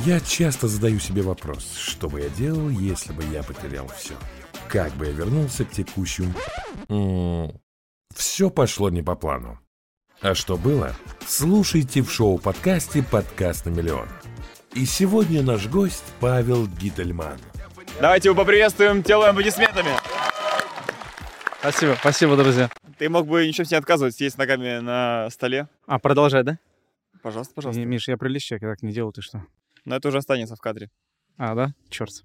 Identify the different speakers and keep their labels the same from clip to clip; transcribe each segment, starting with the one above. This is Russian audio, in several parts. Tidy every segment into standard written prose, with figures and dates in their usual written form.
Speaker 1: Я часто задаю себе вопрос, что бы я делал, если бы я потерял все? Как бы я вернулся к текущему? Все пошло не по плану. А что было? Слушайте в шоу-подкасте «Подкаст на миллион». И сегодня наш гость Павел Гительман.
Speaker 2: Давайте его поприветствуем телом аплодисментами.
Speaker 3: Спасибо, друзья.
Speaker 2: Ты мог бы ничем себе не отказывать, сесть ногами на столе.
Speaker 3: Продолжай, да?
Speaker 2: Пожалуйста.
Speaker 3: Миш, я приличный, я так не делал, ты что?
Speaker 2: Но это уже останется в кадре.
Speaker 3: Да? Черт.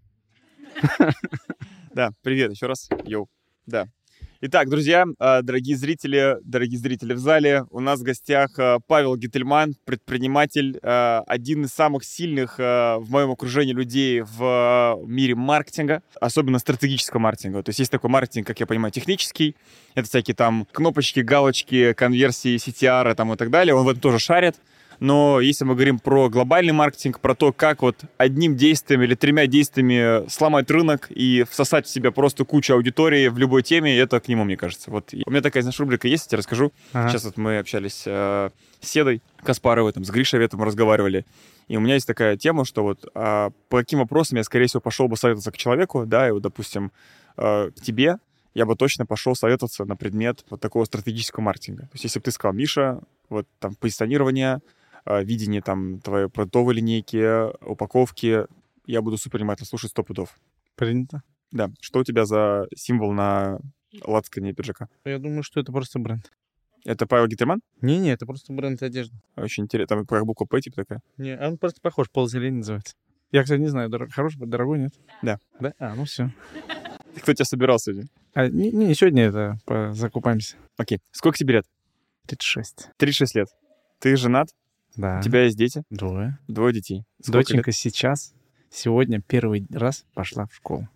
Speaker 2: Да, привет еще раз. Йоу. Да. Итак, друзья, дорогие зрители в зале, у нас в гостях Павел Гительман, предприниматель, один из самых сильных в моем окружении людей в мире маркетинга, особенно стратегического маркетинга. То есть есть такой маркетинг, как я понимаю, технический, это всякие там кнопочки, галочки, конверсии, CTR там и так далее, он в этом тоже шарит. Но если мы говорим про глобальный маркетинг, про то, как вот одним действием или 3 действиями сломать рынок и всосать в себя просто кучу аудитории в любой теме, это к нему, мне кажется. Вот у меня такая, знаешь, рубрика есть, я тебе расскажу. Сейчас вот мы общались с Седой Каспаровой, там, с Гришей Ветом разговаривали. И у меня есть такая тема, что вот по каким вопросам я, скорее всего, пошел бы советоваться к человеку, да, и вот, допустим, к тебе, я бы точно пошел советоваться на предмет вот такого стратегического маркетинга. То есть если бы ты сказал, Миша, вот там позиционирование, видение там твоей продуктовой линейки, упаковки, я буду супер внимательно слушать 100 пудов.
Speaker 3: Принято.
Speaker 2: Да. Что у тебя за символ на лацкане пиджака?
Speaker 3: Я думаю, что это просто бренд.
Speaker 2: Это Павел Гительман?
Speaker 3: Не, это просто бренд одежды.
Speaker 2: Очень интересно. Там как буква П типа такая?
Speaker 3: Не, он просто похож, ползелень называется. Я, кстати, не знаю, хороший, дорогой, нет?
Speaker 2: Да.
Speaker 3: Да? Ну все.
Speaker 2: Кто тебя собирал сегодня?
Speaker 3: Не, сегодня это закупаемся.
Speaker 2: Окей. Сколько тебе лет?
Speaker 3: 36.
Speaker 2: 36 лет. Ты женат?
Speaker 3: Да.
Speaker 2: У тебя есть дети?
Speaker 3: 2.
Speaker 2: 2 детей. Сколько
Speaker 3: Доченька
Speaker 2: лет?
Speaker 3: сегодня первый раз пошла в школу.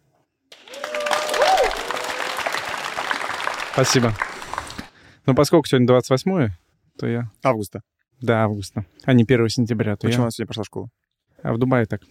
Speaker 3: Спасибо. Но поскольку сегодня 28-е, то я...
Speaker 2: Августа.
Speaker 3: Да, августа. А не 1 сентября, то
Speaker 2: Почему
Speaker 3: я...
Speaker 2: она сегодня пошла в школу?
Speaker 3: А в Дубае так.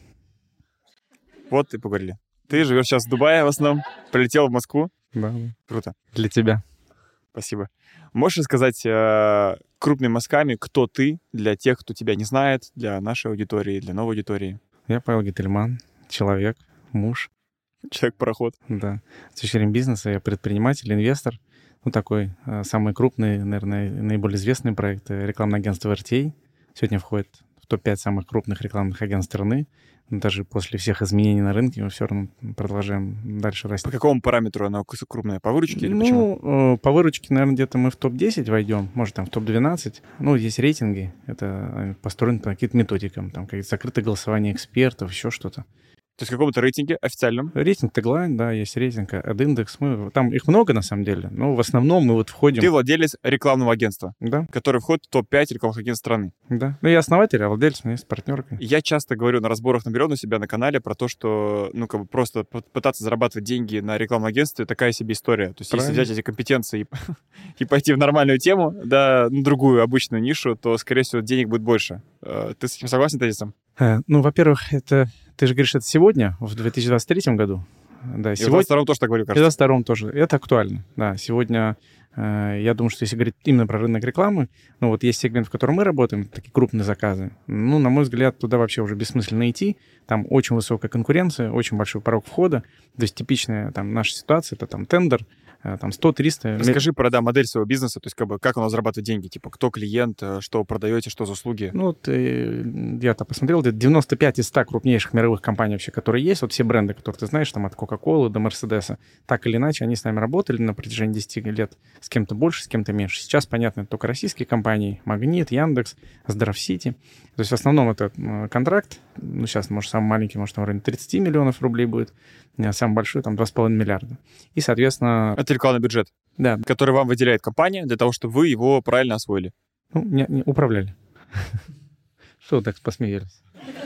Speaker 2: Вот и поговорили. Ты живешь сейчас в Дубае в основном, прилетел в Москву.
Speaker 3: Да.
Speaker 2: Круто.
Speaker 3: Для тебя.
Speaker 2: Спасибо. Можешь рассказать крупными мазками, кто ты для тех, кто тебя не знает, для нашей аудитории, для новой аудитории?
Speaker 3: Я Павел Гительман, человек, муж.
Speaker 2: Человек-пароход.
Speaker 3: Да. С точки бизнеса я предприниматель, инвестор. Такой самый крупный, наверное, наиболее известный проект рекламное агентство RTA. Сегодня входит в топ-5 самых крупных рекламных агентств страны. Даже после всех изменений на рынке мы все равно продолжаем дальше расти.
Speaker 2: По какому параметру она крупная? По выручке или почему?
Speaker 3: По выручке, наверное, где-то мы в топ-10 войдем, может, там в топ-12. Есть рейтинги, это построено по каким-то методикам, там какие-то закрытые голосования экспертов, еще что-то.
Speaker 2: То есть в каком-то рейтинге официальном?
Speaker 3: Рейтинг Tagline, да, есть рейтинг AdIndex. Там их много, на самом деле, но в основном мы входим...
Speaker 2: Ты владелец рекламного агентства,
Speaker 3: да,
Speaker 2: который входит в топ-5 рекламных агентств страны.
Speaker 3: Да. Я основатель, а владелец у меня есть партнерка.
Speaker 2: Я часто говорю на разборах на миллион у себя на канале про то, что, просто пытаться зарабатывать деньги на рекламном агентстве — такая себе история. То есть если взять эти компетенции и пойти в нормальную тему, да, другую обычную нишу, то, скорее всего, денег будет больше. Ты с этим согласен, тезисом?
Speaker 3: Во-первых, ты же говоришь, это сегодня, в 2023 году. Да,
Speaker 2: и сегодня... в 2022 тоже так говорю, кажется.
Speaker 3: И в 2022 тоже. Это актуально. Да, сегодня, я думаю, что если говорить именно про рынок рекламы, есть сегмент, в котором мы работаем, такие крупные заказы. На мой взгляд, туда вообще уже бессмысленно идти. Там очень высокая конкуренция, очень большой порог входа. То есть типичная наша ситуация — это тендер, 100-300...
Speaker 2: Расскажи про модель своего бизнеса, то есть как он зарабатывает деньги, типа кто клиент, что продаете, что за услуги.
Speaker 3: Я-то посмотрел, это 95 из 100 крупнейших мировых компаний вообще, которые есть, все бренды, которые ты знаешь, там от Coca-Cola до Мерседеса, так или иначе, они с нами работали на протяжении 10 лет, с кем-то больше, с кем-то меньше. Сейчас, понятно, это только российские компании, Магнит, Яндекс, Здравсити. То есть в основном это контракт, сейчас, может, самый маленький, может, в районе 30 миллионов рублей будет, а самый большой, 2,5 миллиарда. И, соответственно...
Speaker 2: Это рекламный бюджет,
Speaker 3: да,
Speaker 2: который вам выделяет компания для того, чтобы вы его правильно освоили.
Speaker 3: Не управляли. Что вы так посмеялись?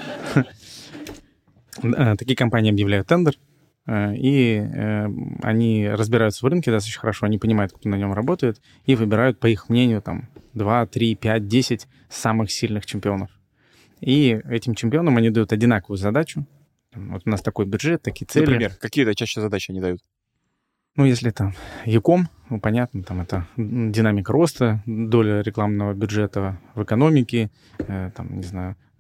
Speaker 3: Такие компании объявляют тендер, и они разбираются в рынке достаточно хорошо, они понимают, кто на нем работает, и выбирают, по их мнению, 2, 3, 5, 10 самых сильных чемпионов. И этим чемпионам они дают одинаковую задачу. Вот у нас такой бюджет, такие цели.
Speaker 2: Например, какие-то чаще задачи они дают?
Speaker 3: Если там e-com, понятно, там это динамика роста, доля рекламного бюджета в экономике,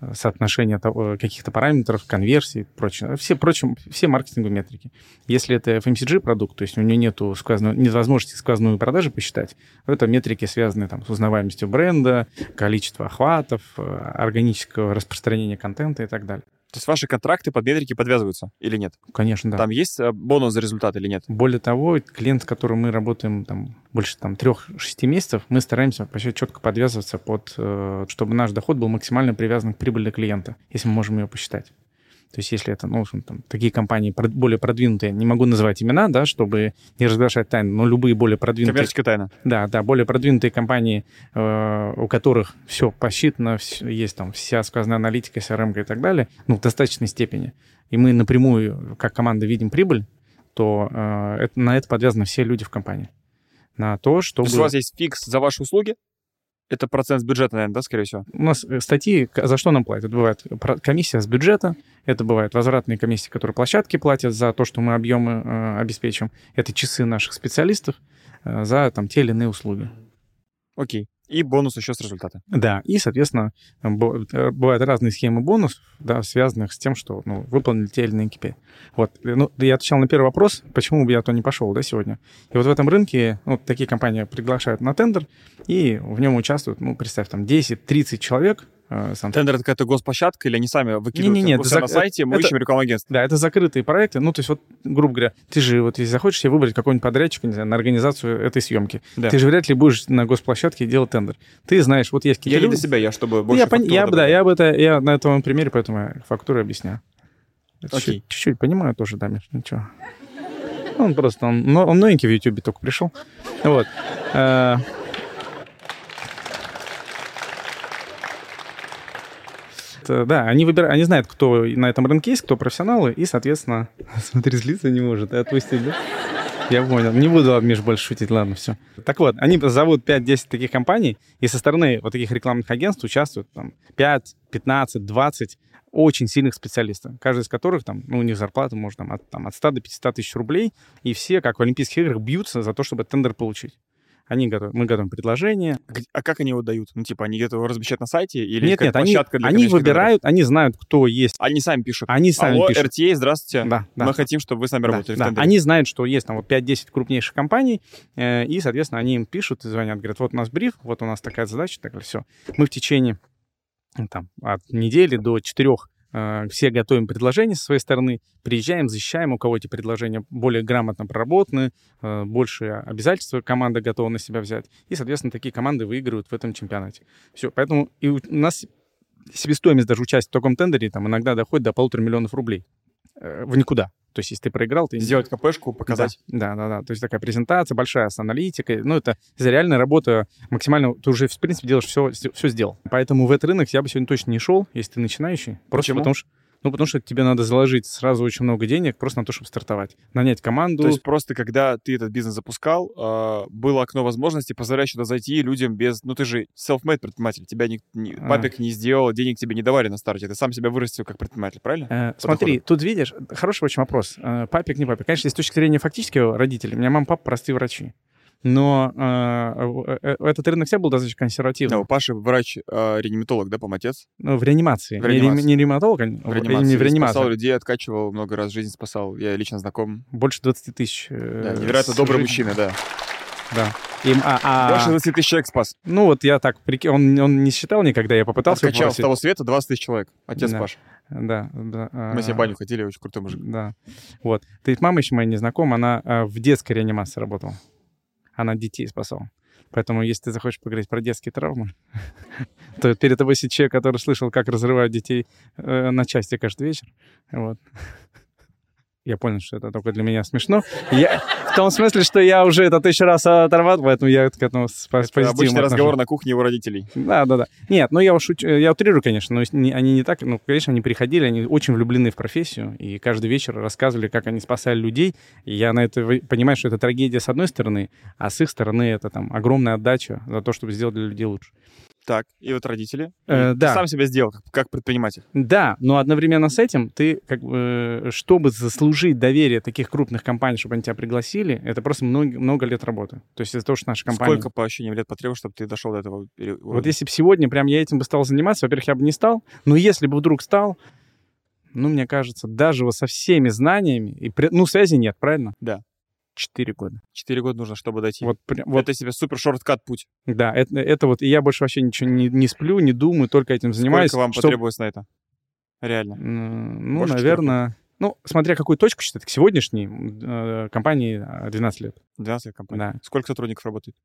Speaker 3: соотношение каких-то параметров, конверсий и прочее. Все маркетинговые метрики. Если это FMCG-продукт, то есть у него нет возможности сквозную продажи посчитать, это метрики, связанные там, с узнаваемостью бренда, количество охватов, органического распространения контента и так далее.
Speaker 2: То есть ваши контракты под метрики подвязываются или нет?
Speaker 3: Конечно, да.
Speaker 2: Там есть бонус за результат или нет?
Speaker 3: Более того, клиент, с которым мы работаем там, больше 3-6 месяцев, мы стараемся вообще четко подвязываться чтобы наш доход был максимально привязан к прибыли клиента, если мы можем ее посчитать. То есть если это, такие компании более продвинутые, не могу называть имена, да, чтобы не разглашать тайны, но любые более продвинутые...
Speaker 2: Коммерческая тайна.
Speaker 3: Да, более продвинутые компании, у которых все посчитано, есть там вся сквозная аналитика, CRM и так далее, в достаточной степени, и мы напрямую, как команда, видим прибыль, то на это подвязаны все люди в компании. На то, чтобы...
Speaker 2: То есть у вас есть фикс за ваши услуги? Это процент с бюджета, наверное, да, скорее всего?
Speaker 3: У нас статьи, за что нам платят? Это бывает комиссия с бюджета, это бывают возвратные комиссии, которые площадки платят за то, что мы объемы обеспечим. Это часы наших специалистов за те или иные услуги.
Speaker 2: Окей. И бонус еще с результата.
Speaker 3: Да, и, соответственно, бывают разные схемы бонусов, да, связанных с тем, что выполнили те или иные KPI. Вот. Я отвечал на первый вопрос, почему бы я то не пошел, да, сегодня. И вот в этом рынке такие компании приглашают на тендер, и в нем участвуют, представь, там 10-30 человек.
Speaker 2: Тендер — это какая-то госплощадка, или они сами выкидывают
Speaker 3: Нет,
Speaker 2: на сайте, мы ищем рекламное агентство?
Speaker 3: Да, это закрытые проекты. То есть, грубо говоря, ты же, если захочешь себе выбрать какой-нибудь подрядчика, не знаю, на организацию этой съемки, да. Ты же вряд ли будешь на госплощадке делать тендер. Ты знаешь, есть какие-то...
Speaker 2: Я не для себя, чтобы больше
Speaker 3: я на этом примере, поэтому я фактуру объясняю. Чуть-чуть понимаю тоже, да, Миш, ничего. Он новенький в Ютубе только пришел. Вот. Да, они знают, кто на этом рынке есть, кто профессионалы, и, соответственно... Смотри, злиться не может, отпустить, да? Я понял. Не буду, Миш, больше шутить, ладно, все. Так вот, они зовут 5-10 таких компаний, и со стороны таких рекламных агентств участвуют 5, 15, 20 очень сильных специалистов, каждый из которых у них зарплата может от 100 до 500 тысяч рублей, и все, как в Олимпийских играх, бьются за то, чтобы тендер получить. Мы готовим предложение.
Speaker 2: А как они его дают? Они где-то его размещают на сайте? Или
Speaker 3: нет, они выбирают, они знают, кто есть.
Speaker 2: Они сами пишут.
Speaker 3: Алло,
Speaker 2: пишут. RTA, здравствуйте.
Speaker 3: Да.
Speaker 2: Мы хотим, чтобы вы с нами работали в тендере.
Speaker 3: Они знают, что есть 5-10 крупнейших компаний, и, соответственно, они им пишут и звонят, говорят, вот у нас бриф, вот у нас такая задача, так далее, все. Мы в течение от недели до 4 все готовим предложения со своей стороны, приезжаем, защищаем, у кого эти предложения более грамотно проработаны, больше обязательства команда готова на себя взять. И, соответственно, такие команды выигрывают в этом чемпионате. Все, поэтому и у нас себестоимость даже участия в таком тендере иногда доходит до 1,5 миллиона рублей в никуда. То есть, если ты проиграл, ты...
Speaker 2: Сделать КПшку, показать.
Speaker 3: Да. То есть, такая презентация большая с аналитикой. Это реальная работа максимально... Ты уже, в принципе, делаешь все сделал. Поэтому в этот рынок я бы сегодня точно не шел, если ты начинающий. Просто потому что тебе надо заложить сразу очень много денег просто на то, чтобы стартовать. Нанять команду.
Speaker 2: То есть просто когда ты этот бизнес запускал, было окно возможности, позволяющее туда зайти людям без... ты же self-made предприниматель. Тебя папик не сделал, денег тебе не давали на старте. Ты сам себя вырастил как предприниматель, правильно?
Speaker 3: Смотри, тут видишь, хороший очень вопрос. Папик, не папик. Конечно, с точки зрения фактического родителей, у меня мама, папа простые врачи. Но этот рынок всегда был достаточно консервативным.
Speaker 2: У Паши врач-реаниматолог, да, по-моему, отец?
Speaker 3: В реанимации. Не реаниматолог, а в реанимации.
Speaker 2: Спасал людей, откачивал, много раз жизнь спасал. Я лично знаком.
Speaker 3: Больше 20 тысяч.
Speaker 2: Да, невероятно добрый мужчина, да.
Speaker 3: Да.
Speaker 2: Больше 20 тысяч человек спас.
Speaker 3: Я так прикинул. Он не считал никогда, я попытался.
Speaker 2: Откачал с того света 20 тысяч человек. Отец Паша.
Speaker 3: Да.
Speaker 2: Мы себе в баню ходили, очень крутой мужик.
Speaker 3: Да. Вот. Мама еще моя не знакома, она в детской реанимации работала. Она детей спасала. Поэтому, если ты захочешь поговорить про детские травмы, то перед тобой сидит человек, который слышал, как разрывают детей на части каждый вечер. Вот. Я понял, что это только для меня смешно. В том смысле, что я уже это 1000 раз оторвал, поэтому я к этому с позитивом
Speaker 2: обычный разговор на кухне его родителей.
Speaker 3: Да. Нет, я шучу, я утрирую, конечно, но они не так, конечно, они приходили, они очень влюблены в профессию, и каждый вечер рассказывали, как они спасали людей, и я на это понимаю, что это трагедия с одной стороны, а с их стороны это огромная отдача за то, чтобы сделать для людей лучше.
Speaker 2: Так, и вот родители. И
Speaker 3: Да.
Speaker 2: Ты сам себя сделал как предприниматель.
Speaker 3: Да, но одновременно с этим ты, чтобы заслужить доверие таких крупных компаний, чтобы они тебя пригласили, это просто много лет работы. То есть из-за того, что наша компания...
Speaker 2: Сколько по ощущениям лет потребовалось, чтобы ты дошел до этого уровня?
Speaker 3: Вот если бы сегодня прям я этим бы стал заниматься, во-первых, я бы не стал, но если бы вдруг стал, мне кажется, даже вот со всеми знаниями, связи нет, правильно?
Speaker 2: Да.
Speaker 3: 4 года.
Speaker 2: 4 года нужно, чтобы дойти.
Speaker 3: Вот.
Speaker 2: Это себе супер шорткат путь.
Speaker 3: Да, это вот, и я больше вообще ничего не сплю, не думаю, только этим занимаюсь.
Speaker 2: Сколько вам потребуется на это? Реально?
Speaker 3: Больше наверное... Смотря какую точку считать. К сегодняшней компании 12 лет.
Speaker 2: 12 лет компании?
Speaker 3: Да.
Speaker 2: Сколько сотрудников работает?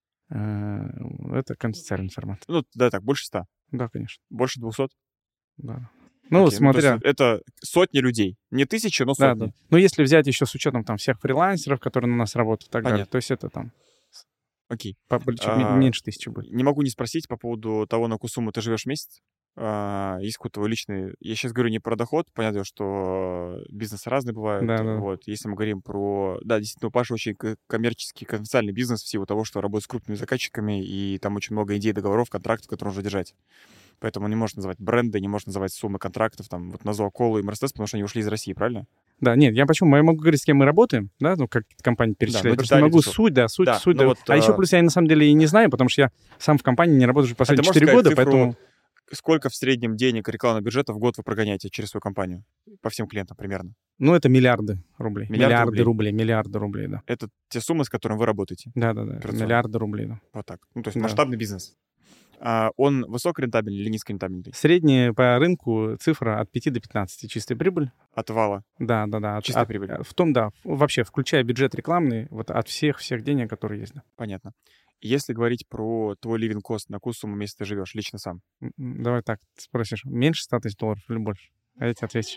Speaker 3: Это конфиденциальный формат.
Speaker 2: Так, больше 100?
Speaker 3: Да, конечно.
Speaker 2: Больше 200?
Speaker 3: Да.
Speaker 2: Окей,
Speaker 3: смотря...
Speaker 2: это сотни людей. Не тысячи, но сотни.
Speaker 3: Да. Но если взять еще с учетом там всех фрилансеров, которые на нас работают и так
Speaker 2: Понятно.
Speaker 3: далее, то есть это там...
Speaker 2: Окей.
Speaker 3: Меньше 1000 будет.
Speaker 2: Не могу не спросить по поводу того, на какую сумму ты живешь в месяц. Есть какой-то твой личный... Я сейчас говорю не про доход, понятно, что бизнесы разные бывают.
Speaker 3: Да.
Speaker 2: Вот. Если мы говорим про... Да, действительно, у Паши очень коммерческий, конфиденциальный бизнес в силу того, что работает с крупными заказчиками, и там очень много идей, договоров, контрактов, которые нужно держать. Поэтому он не может называть бренды, не может называть суммы контрактов, там, вот назвал Колу и Мерседес, потому что они ушли из России, правильно?
Speaker 3: Да, нет, я могу говорить, с кем мы работаем, да, как компания перечисляет. Просто не могу суть. А еще плюс я на самом деле и не знаю, потому что я сам в компании не работаю уже последние 4 года, поэтому...
Speaker 2: Сколько в среднем денег рекламного бюджета в год вы прогоняете через свою компанию? По всем клиентам примерно.
Speaker 3: Это миллиарды рублей.
Speaker 2: Миллиарды
Speaker 3: рублей, да.
Speaker 2: Это те суммы, с которыми вы работаете?
Speaker 3: Да. Миллиарды рублей, да.
Speaker 2: Вот так. То есть масштабный бизнес. Он высокорентабельный или низкорентабельный?
Speaker 3: Средняя по рынку цифра от 5 до 15 чистая прибыль.
Speaker 2: От вала?
Speaker 3: Да.
Speaker 2: Чистая прибыль?
Speaker 3: В том, да. Вообще, включая бюджет рекламный, вот от всех денег, которые есть. Да.
Speaker 2: Понятно. Если говорить про твой living cost, на какую сумму в месяц ты живешь лично сам?
Speaker 3: Давай так, спросишь, меньше 100 тысяч долларов или больше? А я тебе отвечу.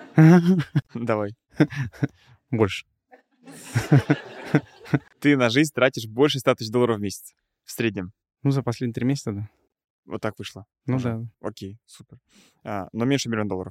Speaker 2: Давай.
Speaker 3: Больше.
Speaker 2: Ты на жизнь тратишь больше 100 тысяч долларов в месяц в среднем?
Speaker 3: За последние 3 месяца, да.
Speaker 2: Вот так вышло?
Speaker 3: Да.
Speaker 2: Окей, супер. Но меньше $1 миллион.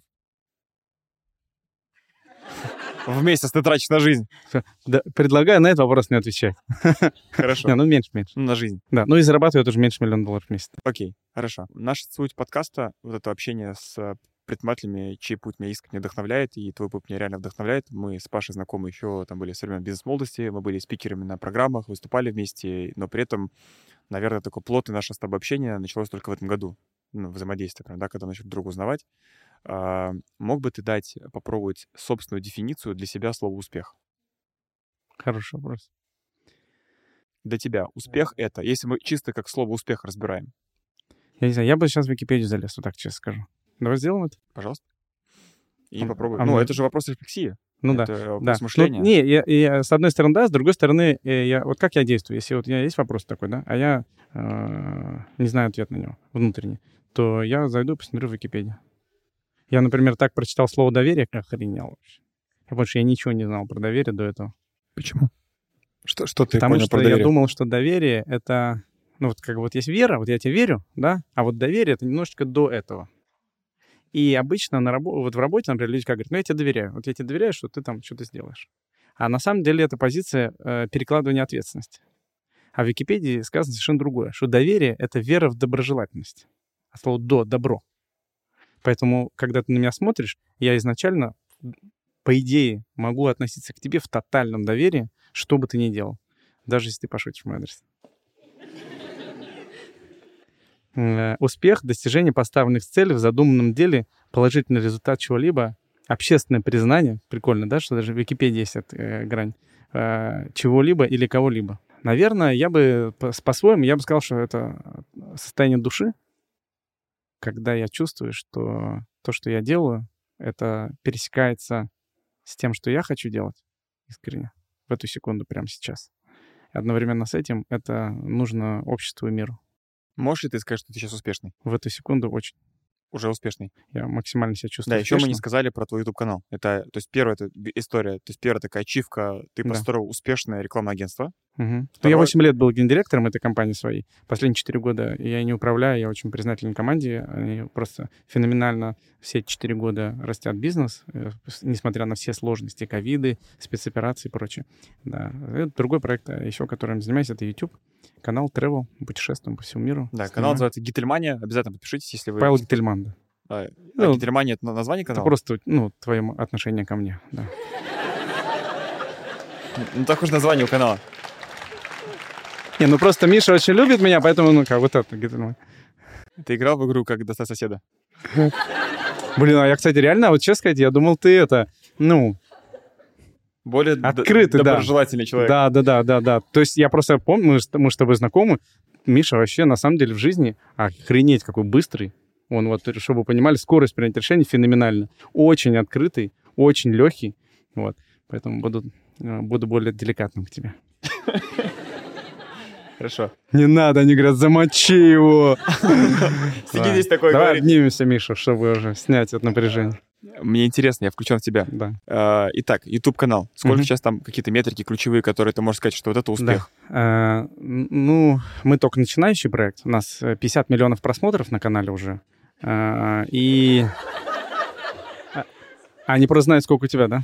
Speaker 2: В месяц ты тратишь на жизнь.
Speaker 3: Да, предлагаю на этот вопрос не отвечать.
Speaker 2: Хорошо.
Speaker 3: Меньше.
Speaker 2: На жизнь.
Speaker 3: Да, и зарабатываю я тоже меньше $1 миллион в месяц.
Speaker 2: Окей, хорошо. Наша суть подкаста, вот это общение с предпринимателями, чей путь меня искренне вдохновляет, и твой путь меня реально вдохновляет. Мы с Пашей знакомы еще, там были со времен бизнес-молодости, мы были спикерами на программах, выступали вместе, но при этом, наверное, такое плотное наше с тобой общение началось только в этом году. Взаимодействие, прям, да, когда начали друг друга узнавать. Мог бы ты попробовать собственную дефиницию для себя слова «успех»?
Speaker 3: Хороший вопрос.
Speaker 2: Для тебя успех — это, если мы чисто как слово «успех» разбираем.
Speaker 3: Я не знаю, я бы сейчас в Википедию залез, вот так честно скажу. Давай сделаем это?
Speaker 2: Пожалуйста. И попробуем. Это же вопрос рефлексии. Это вопрос мышления.
Speaker 3: Я с одной стороны, да, с другой стороны, вот как я действую? Если вот у меня есть вопрос такой, да, а я не знаю ответ на него внутренний, то я зайду и посмотрю в Википедию. Я, например, так прочитал слово «доверие», охренел вообще. Я ничего не знал про доверие до этого.
Speaker 2: Почему? Что ты
Speaker 3: Потому
Speaker 2: понял
Speaker 3: что
Speaker 2: про доверие?
Speaker 3: Я думал, что доверие — это... есть вера, вот я тебе верю, да, а вот доверие — это немножечко до этого. И обычно в работе, например, люди как говорят, я тебе доверяю. Вот я тебе доверяю, что ты там что-то сделаешь. А на самом деле это позиция перекладывания ответственности. А в Википедии сказано совершенно другое, что доверие — это вера в доброжелательность. А слово добро. Поэтому, когда ты на меня смотришь, я изначально, по идее, могу относиться к тебе в тотальном доверии, что бы ты ни делал. Даже если ты пошутишь в мой адрес. Успех, достижение поставленных целей в задуманном деле, положительный результат чего-либо, общественное признание, прикольно, да, что даже в Википедии есть эта грань, чего-либо или кого-либо. Наверное, я бы по-своему, я бы сказал, что это состояние души, когда я чувствую, что то, что я делаю, это пересекается с тем, что я хочу делать искренне в эту секунду прямо сейчас. И одновременно с этим это нужно обществу и миру.
Speaker 2: Можешь ли ты сказать, что ты сейчас успешный?
Speaker 3: В эту секунду очень.
Speaker 2: Уже успешный?
Speaker 3: Я максимально себя чувствую
Speaker 2: Да,
Speaker 3: успешным.
Speaker 2: еще мы не сказали про твой YouTube-канал. То есть первая история, такая ачивка, ты построил успешное рекламное агентство.
Speaker 3: Ну, я 8 лет был гендиректором этой компании своей. Последние 4 года я не управляю, я очень признателен команде. Они просто феноменально все 4 года растят бизнес, несмотря на все сложности, ковиды, спецоперации и прочее. Да. Это другой проект, еще которым занимаюсь, это YouTube. Канал Travel, путешествуем по всему миру.
Speaker 2: Да, канал называется Гительмания. Обязательно подпишитесь, если вы...
Speaker 3: Павел Гительман, да.
Speaker 2: Гительмания — это название канала?
Speaker 3: Это просто, твое отношение ко мне, да.
Speaker 2: Ну, так уж название у канала.
Speaker 3: Не, просто Миша очень любит меня, поэтому, вот это.
Speaker 2: Ты играл в игру «Как достать соседа»?
Speaker 3: Блин, а я, кстати, реально, вот честно сказать, я думал, ты
Speaker 2: более
Speaker 3: открытый,
Speaker 2: доброжелательный человек.
Speaker 3: Да. То есть я просто помню, мы с тобой знакомы, Миша вообще, на самом деле, в жизни охренеть какой быстрый. Он вот, чтобы вы понимали, скорость принятия решений феноменальна. Очень открытый, очень легкий. Вот. Поэтому буду более деликатным к тебе.
Speaker 2: Хорошо.
Speaker 3: Не надо, они говорят, замочи его.
Speaker 2: Сиди здесь такой,
Speaker 3: давай
Speaker 2: говорит.
Speaker 3: обнимемся, Миша, чтобы уже снять это напряжение.
Speaker 2: Мне интересно, я включен в тебя.
Speaker 3: Да.
Speaker 2: Итак, YouTube-канал. Сколько сейчас там какие-то метрики ключевые, которые ты можешь сказать, что вот это успех?
Speaker 3: Да. Мы только начинающий проект. У нас 50 миллионов просмотров на канале уже. И... Они просто знают, сколько у тебя, да?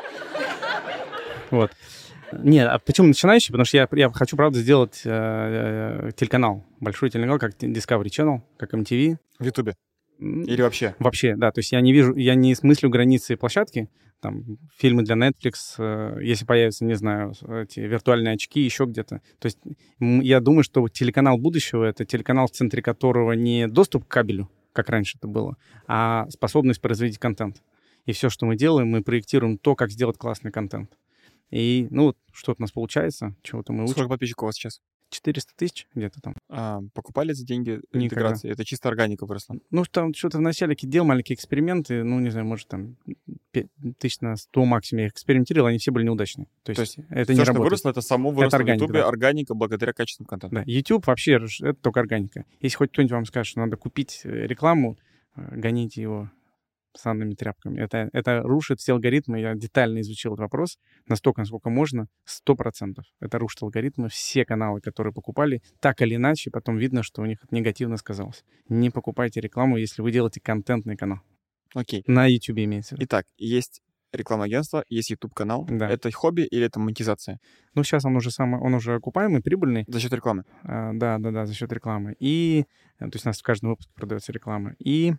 Speaker 3: Вот. Не, а почему начинающий? Потому что я хочу, правда, сделать телеканал. Большой телеканал, как Discovery Channel, как MTV.
Speaker 2: В Ютубе? Или вообще?
Speaker 3: Вообще, да. То есть я не смыслю границы площадки. Там фильмы для Netflix, если появятся, не знаю, эти виртуальные очки, еще где-то. То есть я думаю, что телеканал будущего — это телеканал, в центре которого не доступ к кабелю, как раньше это было, а способность производить контент. И все, что мы делаем, мы проектируем то, как сделать классный контент. И, что-то у нас получается, чего-то мы учим.
Speaker 2: Сколько подписчиков у вас сейчас?
Speaker 3: 400 тысяч где-то там.
Speaker 2: Покупали за деньги интеграции? Это чисто органика выросла?
Speaker 3: Там что-то вначале делал маленькие эксперименты, не знаю, может, там 5000 на 100 максимум я экспериментировал, они все были неудачные. То есть это
Speaker 2: все,
Speaker 3: не
Speaker 2: что
Speaker 3: работает.
Speaker 2: выросло, это само выросло в Ютубе,
Speaker 3: да.
Speaker 2: органика благодаря качественному контенту.
Speaker 3: Да, YouTube вообще это только органика. Если хоть кто-нибудь вам скажет, что надо купить рекламу, гоните его санными тряпками. Это рушит все алгоритмы. Я детально изучил этот вопрос настолько, насколько можно, 100%. Это рушит алгоритмы. Все каналы, которые покупали, так или иначе, потом видно, что у них это негативно сказалось. Не покупайте рекламу, если вы делаете контентный канал.
Speaker 2: Окей.
Speaker 3: На YouTube имеется в виду.
Speaker 2: Итак, есть рекламное агентство, есть YouTube-канал.
Speaker 3: Да.
Speaker 2: Это хобби или это монетизация?
Speaker 3: Сейчас он уже окупаемый, прибыльный.
Speaker 2: За счет рекламы?
Speaker 3: Да, за счет рекламы. И, то есть у нас в каждом выпуске продается реклама. И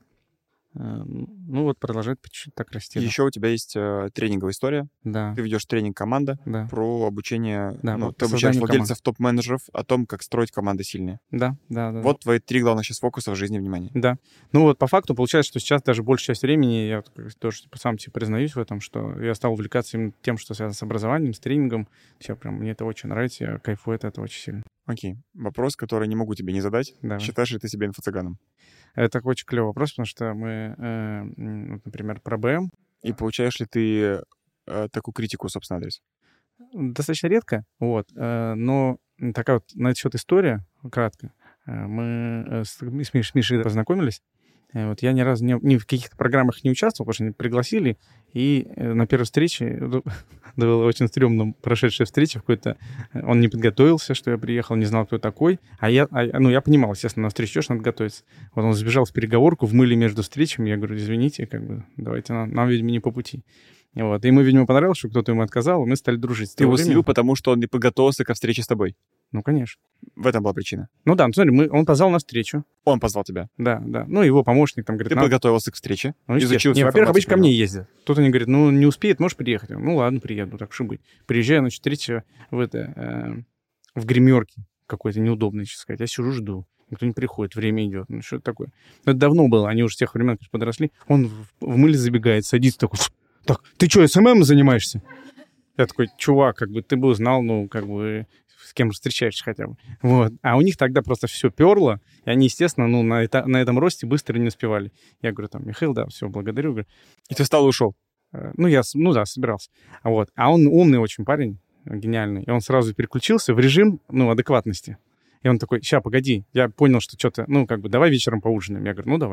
Speaker 3: продолжает по чуть-чуть так расти.
Speaker 2: Еще у тебя есть тренинговая история.
Speaker 3: Да.
Speaker 2: Ты ведешь тренинг команда про обучение. Ты обучаешь владельцев топ-менеджеров о том, как строить команды сильные.
Speaker 3: Да.
Speaker 2: Вот твои 3 главных сейчас фокуса в жизни, внимания.
Speaker 3: Да. По факту получается, что сейчас даже большая часть времени, я тоже сам признаюсь в этом, что я стал увлекаться именно тем, что связано с образованием, с тренингом. Все прям, мне это очень нравится, я кайфую от этого очень сильно.
Speaker 2: Окей. Вопрос, который не могу тебе не задать.
Speaker 3: Давай.
Speaker 2: Считаешь ли ты себя инфо-цыганом?
Speaker 3: Это очень клевый вопрос, потому что мы, например, про БМ.
Speaker 2: И получаешь ли ты такую критику, собственно, адрес?
Speaker 3: Достаточно редко, но такая вот на этот счет история, кратко. Мы с Мишей познакомились. Я ни разу ни в каких-то программах не участвовал, потому что они пригласили, и на первой встрече, была очень стрёмно прошедшая встреча какой-то, он не подготовился, что я приехал, не знал, кто такой, я понимал, естественно, на встречу надо готовиться. Он сбежал в переговорку, в мыле между встречами, я говорю, извините, давайте, нам, видимо, не по пути. И ему, видимо, понравилось, что кто-то ему отказал, и мы стали дружить.
Speaker 2: Ты его слил, потому что он не подготовился ко встрече с тобой?
Speaker 3: Конечно.
Speaker 2: В этом была причина?
Speaker 3: Смотри, он позвал на встречу.
Speaker 2: Он позвал тебя?
Speaker 3: Да. Его помощник там говорит...
Speaker 2: Ты подготовился к встрече?
Speaker 3: Изучил всю во-первых, обычно ко мне ездят. Кто-то мне говорит, не успеет, можешь приехать? Ладно, приеду, так что быть. Приезжаю, встреча в гримерке какой-то неудобной, сейчас сказать. Я сижу, жду. Никто не приходит, время идет. Что это такое? Это давно было, они уже с тех времен, конечно, подросли. Он в мыле забегает, садится такой... Так, ты что, СММ занимаешься? Я такой, чувак, ты бы узнал, с кем встречаешься хотя бы. А у них тогда просто все перло, и они, естественно, на этом росте быстро не успевали. Я говорю, Михаил, да, все, благодарю. Говорю,
Speaker 2: и ты встал и ушел?
Speaker 3: Я собирался. А он умный очень парень, гениальный, и он сразу переключился в режим, адекватности. И он такой, ща, погоди, я понял, что что-то, давай вечером поужинаем. Я говорю, давай.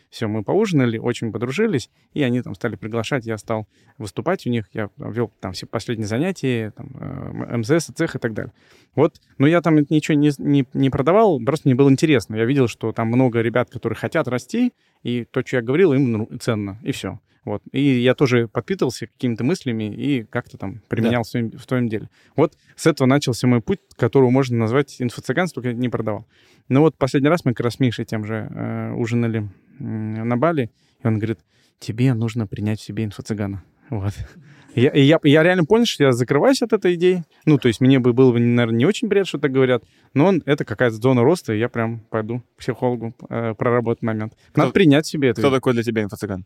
Speaker 3: Все, мы поужинали, очень подружились, и они там стали приглашать, я стал выступать у них, я вел там все последние занятия, там, МЗС, цех и так далее. Вот, но я там ничего не продавал, просто мне было интересно. Я видел, что там много ребят, которые хотят расти, и то, что я говорил, им ценно, и все. Вот. И я тоже подпитывался какими-то мыслями и как-то там применял в своем деле. Вот с этого начался мой путь, которого можно назвать инфо-цыганство, только я не продавал. Но вот последний раз мы как раз с Мишей тем же ужинали на Бали, и он говорит, тебе нужно принять в себе инфо-цыгана. Вот. Я реально понял, что я закрываюсь от этой идеи. Ну, то есть мне было бы, наверное, не очень приятно, что так говорят, но это какая-то зона роста, и я прям пойду к психологу проработать момент. Надо принять в себе это.
Speaker 2: Кто такой для тебя инфо-цыган?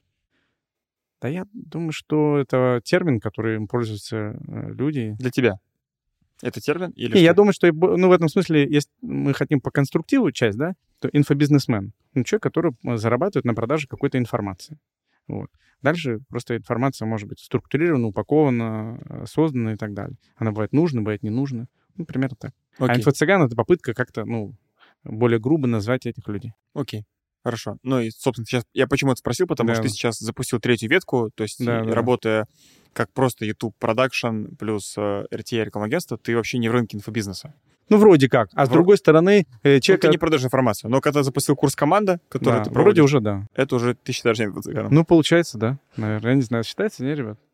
Speaker 3: Да я думаю, что это термин, которым пользуются люди.
Speaker 2: Для тебя? Это термин? Или
Speaker 3: я думаю, что в этом смысле, если мы хотим по конструктиву часть, да, то инфобизнесмен. Человек, который зарабатывает на продаже какой-то информации. Вот. Дальше просто информация может быть структурирована, упакована, создана и так далее. Она бывает нужна, бывает не нужна. Ну, примерно так.
Speaker 2: Окей.
Speaker 3: А инфо-цыган — это попытка как-то, более грубо назвать этих людей.
Speaker 2: Окей. Хорошо. Ну и, собственно, сейчас я почему это спросил, потому что ты сейчас запустил третью ветку, то есть работая как просто YouTube продакшн плюс RTA рекламное агентство, ты вообще не в рынке инфобизнеса.
Speaker 3: Ну, вроде как. А с другой стороны, человек...
Speaker 2: ты не продаешь информацию. Но когда ты запустил курс «Команда», который ты проводишь...
Speaker 3: вроде уже, да.
Speaker 2: Это уже ты считаешь инфо-цыганом.
Speaker 3: Ну, получается, да. Наверное, я не знаю, считается, нет, ребят?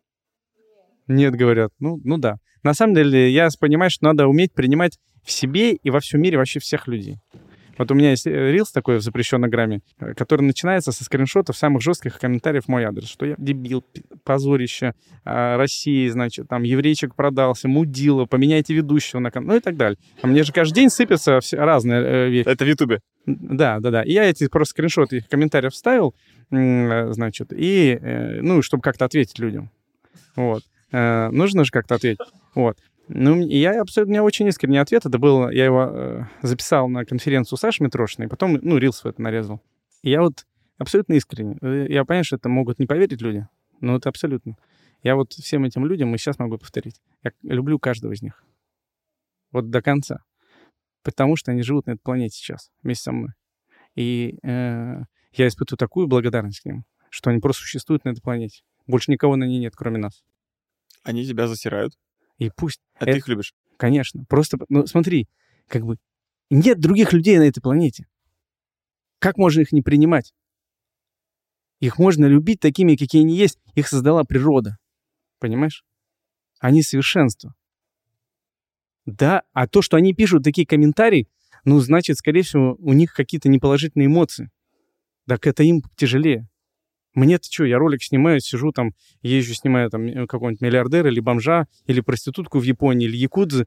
Speaker 3: Нет, говорят. Ну да. На самом деле, я понимаю, что надо уметь принимать в себе и во всем мире вообще всех людей. Вот у меня есть рилс такой в запрещенной грамме, который начинается со скриншотов самых жестких комментариев в мой адрес, что я дебил, позорище, России, значит, там, еврейчик продался, мудила, поменяйте ведущего на канал, ну и так далее. А мне же каждый день сыпятся разные вещи.
Speaker 2: Это в Ютубе?
Speaker 3: Да. И я эти просто скриншоты их комментариев вставил, значит, и, чтобы как-то ответить людям. Вот. Нужно же как-то ответить. Вот. Ну, я абсолютно, у меня очень искренний ответ. Это был, я его записал на конференцию Саши Митрошиной, и потом, рилс в это нарезал. И я вот абсолютно искренне. Я понимаю, что это могут не поверить люди, но это абсолютно. Я вот всем этим людям и сейчас могу повторить. Я люблю каждого из них. Вот до конца. Потому что они живут на этой планете сейчас вместе со мной. И я испытываю такую благодарность к ним, что они просто существуют на этой планете. Больше никого на ней нет, кроме нас.
Speaker 2: Они тебя засирают?
Speaker 3: И пусть...
Speaker 2: ты их любишь?
Speaker 3: Конечно. Просто, смотри, нет других людей на этой планете. Как можно их не принимать? Их можно любить такими, какие они есть. Их создала природа. Понимаешь? Они совершенство. Да, а то, что они пишут такие комментарии, значит, скорее всего, у них какие-то неположительные эмоции. Так это им тяжелее. Мне-то что, я ролик снимаю, сижу там, езжу, снимаю там какого-нибудь миллиардера или бомжа, или проститутку в Японии, или якудзы.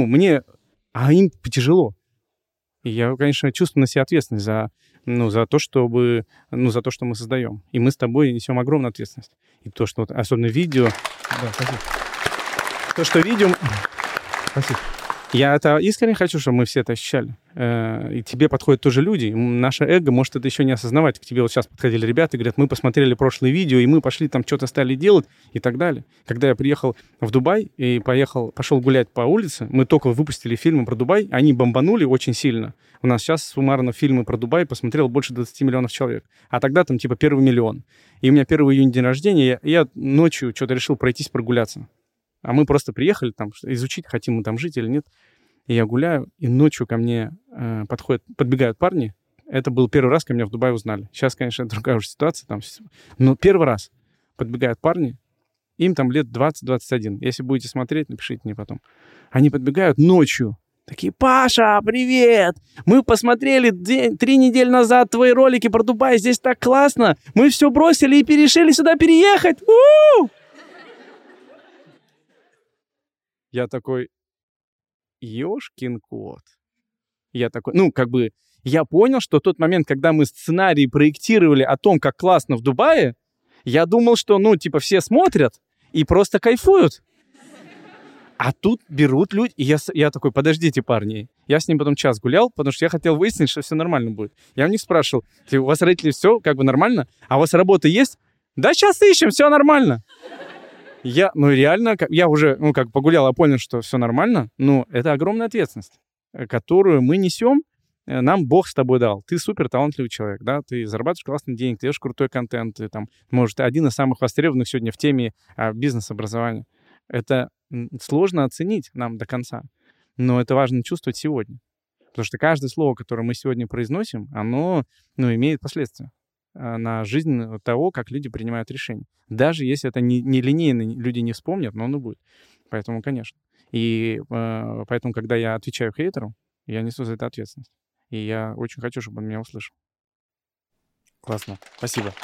Speaker 3: А им тяжело. И я, конечно, чувствую на себя ответственность за то, что мы создаем. И мы с тобой несем огромную ответственность. И то, что особенно видео... Да, спасибо. То, что видео... Спасибо. Я это искренне хочу, чтобы мы все это ощущали. И тебе подходят тоже люди. Наше эго может это еще не осознавать. К тебе вот сейчас подходили ребята и говорят, мы посмотрели прошлые видео, и мы пошли там что-то стали делать и так далее. Когда я приехал в Дубай и пошел гулять по улице, мы только выпустили фильмы про Дубай, они бомбанули очень сильно. У нас сейчас суммарно фильмы про Дубай посмотрел больше 20 миллионов человек. А тогда там типа 1 миллион. И у меня 1 июня день рождения, я ночью что-то решил пройтись, прогуляться. А мы просто приехали там изучить, хотим мы там жить или нет. И я гуляю, и ночью ко мне подбегают парни. Это был первый раз, когда меня в Дубае узнали. Сейчас, конечно, другая уже ситуация. Но первый раз подбегают парни, им там лет 20-21. Если будете смотреть, напишите мне потом. Они подбегают ночью. Такие, Паша, привет! Мы посмотрели 3 недели назад твои ролики про Дубай. Здесь так классно. Мы все бросили и решили сюда переехать. У-у-у! Я такой, ёшкин кот. Я такой, я понял, что в тот момент, когда мы сценарий проектировали о том, как классно в Дубае, я думал, что, все смотрят и просто кайфуют. А тут берут люди, и я такой, подождите, парни. Я с ним потом час гулял, потому что я хотел выяснить, что все нормально будет. Я у них спрашивал, у вас, родители, все нормально? А у вас работа есть? Да, сейчас ищем, все нормально. Я уже, погулял, я понял, что все нормально, но это огромная ответственность, которую мы несем, нам Бог с тобой дал. Ты супер талантливый человек, да, ты зарабатываешь классный денег, ты делаешь крутой контент, ты там, может, один из самых востребованных сегодня в теме бизнес-образования. Это сложно оценить нам до конца, но это важно чувствовать сегодня. Потому что каждое слово, которое мы сегодня произносим, оно, имеет последствия на жизнь того, как люди принимают решения. Даже если это не линейно, люди не вспомнят, но оно будет. Поэтому, конечно. И поэтому, когда я отвечаю хейтеру, я несу за это ответственность. И я очень хочу, чтобы он меня услышал.
Speaker 2: Классно. Спасибо.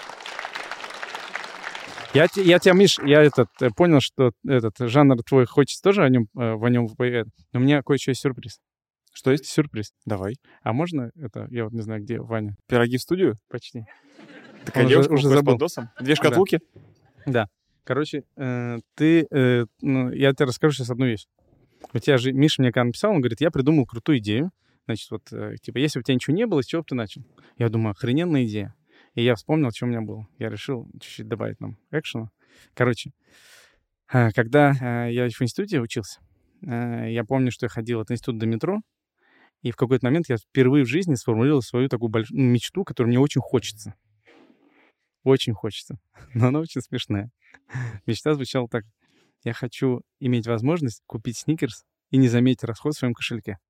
Speaker 3: Я тебя, Миш, понял, что этот жанр твой хочется тоже в нем. Но у меня кое-что есть сюрприз.
Speaker 2: Что есть?
Speaker 3: Сюрприз.
Speaker 2: Давай.
Speaker 3: А можно это? Я вот не знаю, где Ваня.
Speaker 2: Пироги в студию?
Speaker 3: Почти.
Speaker 2: Такая девушка уже забыл. С подносом? 2 шкатулки?
Speaker 3: Да. Короче, я тебе расскажу сейчас одну вещь. У тебя же, Миша мне когда написал, он говорит, я придумал крутую идею. Значит, вот, если у тебя ничего не было, с чего бы ты начал? Я думаю, охрененная идея. И я вспомнил, что у меня было. Я решил чуть-чуть добавить нам экшена. Короче, когда я в институте учился, я помню, что я ходил от института до метро, и в какой-то момент я впервые в жизни сформулировал свою такую большую мечту, которую мне очень хочется. Очень хочется. Но она очень смешная. Мечта звучала так. Я хочу иметь возможность купить сникерс и не заметить расход в своем кошельке.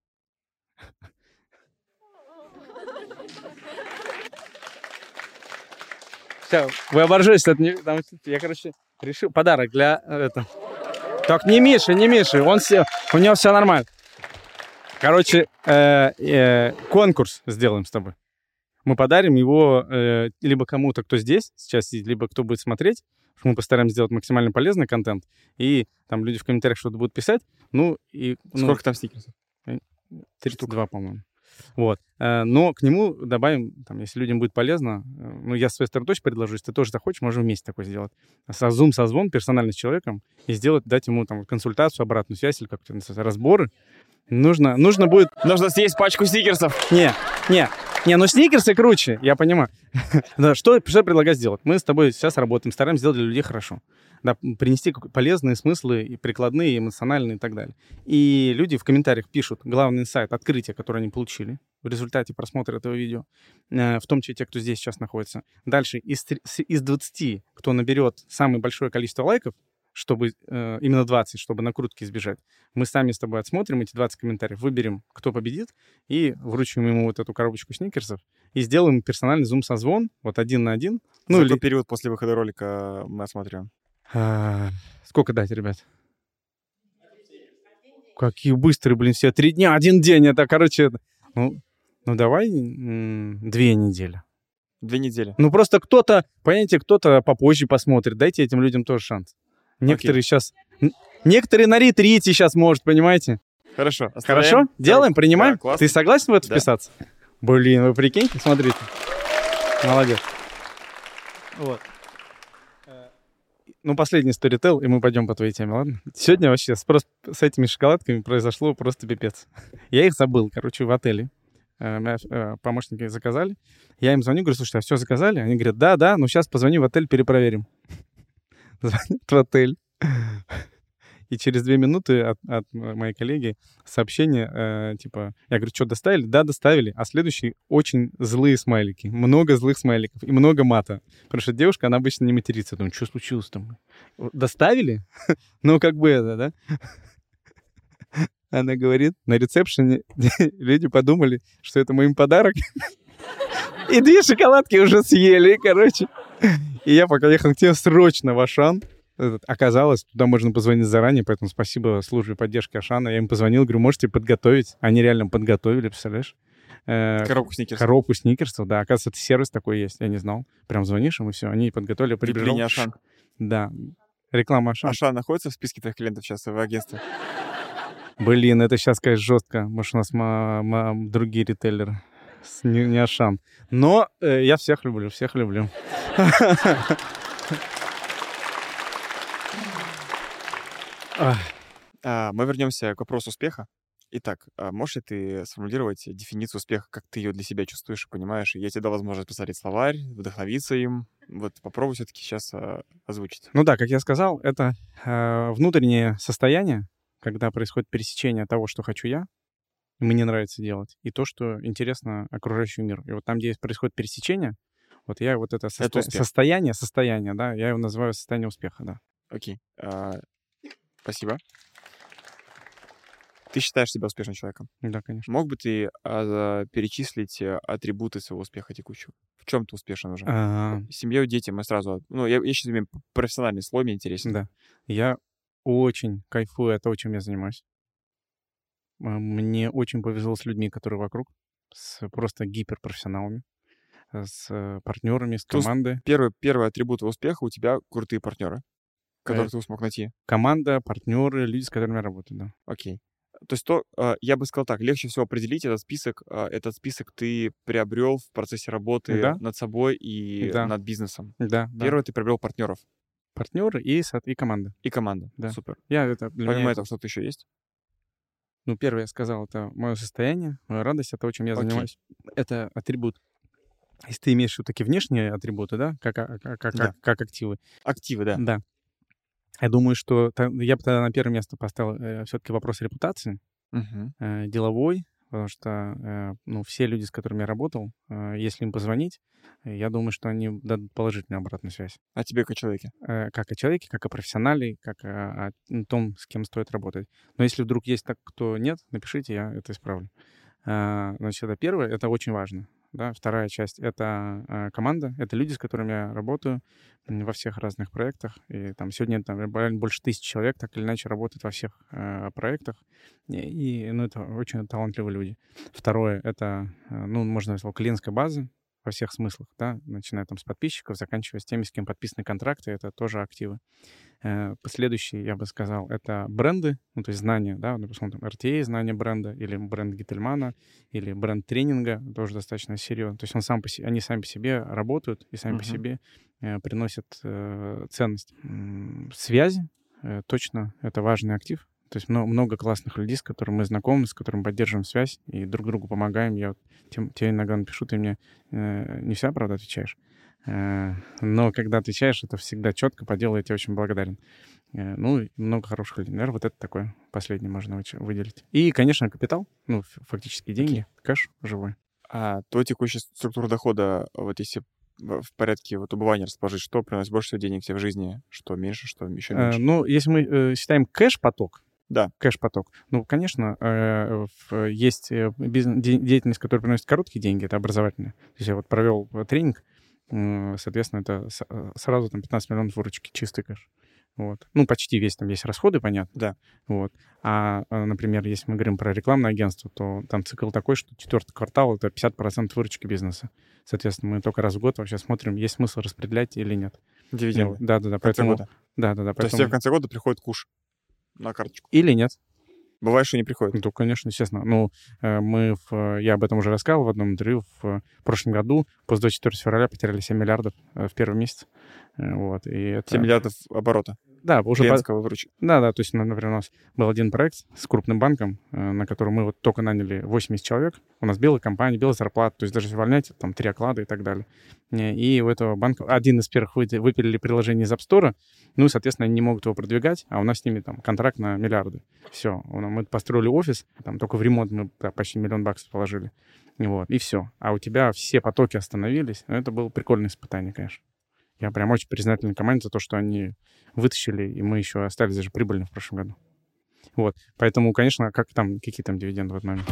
Speaker 3: Все, вы оборжетесь. Я, решил подарок для этого. Так не Миша. У него все нормально. Короче, конкурс сделаем с тобой. Мы подарим его либо кому-то, кто здесь сейчас, либо кто будет смотреть. Мы постараемся сделать максимально полезный контент. И там люди в комментариях что-то будут писать.
Speaker 2: Сколько там стикерсов?
Speaker 3: 32, по-моему. Вот. Но к нему добавим, там, если людям будет полезно, я с своей стороны точно предложу, если ты тоже захочешь, можем вместе такое сделать. Созвон персонально с человеком и дать ему там консультацию, обратную связь или как-то разборы. Нужно будет...
Speaker 2: Нужно съесть пачку стикерсов.
Speaker 3: Не, сникерсы круче, я понимаю. Что предлагать сделать? Мы с тобой сейчас работаем, стараемся сделать для людей хорошо. Да, принести полезные смыслы, и прикладные, и эмоциональные и так далее. И люди в комментариях пишут главный инсайт, открытие, которое они получили в результате просмотра этого видео, в том числе те, кто здесь сейчас находится. Дальше из 20, кто наберет самое большое количество лайков, чтобы именно 20, чтобы накрутки избежать, мы сами с тобой отсмотрим эти 20 комментариев, выберем, кто победит, и вручим ему вот эту коробочку сникерсов, и сделаем персональный зум-созвон, вот 1 на 1.
Speaker 2: За какой период после выхода ролика мы осмотрим?
Speaker 3: Сколько дать, ребят? Какие быстрые, все 3 дня, 1 день, это, давай 2 недели.
Speaker 2: 2 недели.
Speaker 3: Просто кто-то попозже посмотрит, дайте этим людям тоже шанс. Некоторые сейчас... Некоторые на ретрите сейчас, может, понимаете?
Speaker 2: Хорошо.
Speaker 3: Хорошо? Делаем, принимаем?
Speaker 2: Да, классно.
Speaker 3: Ты согласен в это вписаться? Блин, вы прикиньте, смотрите. Молодец. Вот. Последний сторител, и мы пойдем по твоей теме, ладно? Сегодня вообще с этими шоколадками произошло просто пипец. Я их забыл, в отеле. Помощники заказали. Я им звоню, говорю, слушайте, а все заказали? Они говорят, да, сейчас позвоню в отель, перепроверим. Звонит в отель. И через 2 минуты от моей коллеги сообщение, я говорю, что, доставили? Да, доставили. А следующий очень злые смайлики. Много злых смайликов и много мата. Потому что девушка, она обычно не матерится. Думаю, что случилось там? Доставили? Да? Она говорит, на ресепшене люди подумали, что это мой подарок. И 2 шоколадки уже съели, И я пока ехал к тебе срочно в Ашан. Оказалось, туда можно позвонить заранее, поэтому спасибо службе поддержки Ашана. Я им позвонил, говорю, можете подготовить? Они реально подготовили, представляешь? Коробку сникерсов, да. Оказывается, это сервис такой есть, я не знал. Прям звонишь им, и все, они подготовили.
Speaker 2: Прибежал. Ашан.
Speaker 3: Да, реклама Ашан.
Speaker 2: Ашан находится в списке твоих клиентов сейчас в агентстве?
Speaker 3: Блин, это сейчас, конечно, жестко. Может, у нас другие ритейлеры. Не Ашан. Но я всех люблю.
Speaker 2: Мы вернемся к вопросу успеха. Итак, можешь ли ты сформулировать дефиницию успеха, как ты ее для себя чувствуешь и понимаешь? Я тебе дал возможность посмотреть словарь, вдохновиться им. Попробуй все-таки сейчас озвучить.
Speaker 3: Как я сказал, это внутреннее состояние, когда происходит пересечение того, что хочу я, мне нравится делать, и то, что интересно окружающему миру. И вот там, где происходит пересечение, вот я вот это состояние, да, я его называю состояние успеха, да.
Speaker 2: Окей. Спасибо. Ты считаешь себя успешным человеком?
Speaker 3: Да, конечно.
Speaker 2: Мог бы ты перечислить атрибуты своего успеха текущего? В чем ты успешен уже? Семьей, детям мы сразу... Ну, я сейчас имею профессиональный слой, мне интересен.
Speaker 3: Да. Я очень кайфую от того, чем я занимаюсь. Мне очень повезло с людьми, которые вокруг, с просто гиперпрофессионалами, с партнерами, с командой.
Speaker 2: Первый атрибут успеха у тебя крутые партнеры, которых ты смог найти.
Speaker 3: Команда, партнеры, люди, с которыми я работаю, да.
Speaker 2: Окей. То есть я бы сказал так, легче всего определить этот список. Этот список ты приобрел в процессе работы над собой и над бизнесом.
Speaker 3: Да.
Speaker 2: Первое, ты приобрел партнеров.
Speaker 3: Партнеры и команда.
Speaker 2: И команда,
Speaker 3: да.
Speaker 2: Супер.
Speaker 3: Помимо
Speaker 2: этого, что-то еще есть?
Speaker 3: Ну, первое, я сказал, это мое состояние, моя радость от того, чем я занимаюсь. Это атрибут. Если ты имеешь такие внешние атрибуты, да, как активы.
Speaker 2: Активы, да.
Speaker 3: Да. Я думаю, что я бы тогда на первое место поставил все-таки вопрос репутации, деловой, потому что все люди, с которыми я работал, если им позвонить, я думаю, что они дадут положительную обратную связь.
Speaker 2: О тебе как о человеке?
Speaker 3: Как о человеке, как о профессионале, как о том, с кем стоит работать. Но если вдруг есть так, кто нет, напишите, я это исправлю. Значит, это первое, это очень важно. Да? Вторая часть — это команда, это люди, с которыми я работаю во всех разных проектах. И там сегодня больше 1000 человек так или иначе работают во всех проектах. И это очень талантливые люди. Второе — это, можно назвать, клиентская база во всех смыслах, да, начиная там с подписчиков, заканчивая с теми, с кем подписаны контракты, это тоже активы. Последующие, я бы сказал, это бренды, то есть знания, да, допустим, там RTA, знание бренда, или бренд Гительмана, или бренд тренинга, тоже достаточно серьезно. То есть они сами по себе работают и сами по себе приносят ценность. Связи, точно, это важный актив. То есть много классных людей, с которыми мы знакомы, с которыми поддерживаем связь и друг другу помогаем. Я тебе иногда напишу, ты мне не всегда, правда, отвечаешь. Но когда отвечаешь, это всегда четко по делу, я тебе очень благодарен. И много хороших людей. Наверное, вот это такое последнее можно выделить. И, конечно, капитал, фактически деньги, кэш живой.
Speaker 2: Твоя текущая структура дохода, вот если в порядке убывания расположить, что приносит больше всего денег тебе в жизни, что меньше, что еще меньше?
Speaker 3: Если мы считаем кэш-поток,
Speaker 2: да.
Speaker 3: Кэш-поток. Конечно, есть деятельность, которая приносит короткие деньги, это образовательная. То есть я провел тренинг, соответственно, это сразу 15 миллионов выручки, чистый кэш. Вот. Почти весь, там есть расходы, понятно.
Speaker 2: Да.
Speaker 3: Вот. Например, если мы говорим про рекламное агентство, то там цикл такой, что 4-й квартал — это 50% выручки бизнеса. Соответственно, мы только раз в год вообще смотрим, есть смысл распределять или нет.
Speaker 2: Дивиденды.
Speaker 3: Да.
Speaker 2: В конце года.
Speaker 3: Да.
Speaker 2: То есть тебе в конце года приходит куш на карточку?
Speaker 3: Или нет.
Speaker 2: Бывает, что не приходит?
Speaker 3: Ну, конечно, естественно. Я об этом уже рассказывал в одном интервью. В прошлом году, после 24 февраля, потеряли 7 миллиардов в первый месяц. Вот, и это...
Speaker 2: 7 миллиардов оборота?
Speaker 3: Да, уже...
Speaker 2: Клиентского выручки?
Speaker 3: Да, то есть, например, у нас был один проект с крупным банком, на который мы только наняли 80 человек. У нас белая компания, белая зарплата, то есть даже увольнять, там, 3 оклада и так далее. И у этого банка один из первых выпилили приложение из App Store, соответственно, они не могут его продвигать, а у нас с ними там контракт на миллиарды. Все, мы построили офис, там только в ремонт мы почти $1 миллион положили. Вот, и все. А у тебя все потоки остановились. Это было прикольное испытание, конечно. Я прям очень признателен команде за то, что они вытащили, и мы еще остались даже прибыльны в прошлом году. Вот. Поэтому, конечно, какие там дивиденды в этот момент?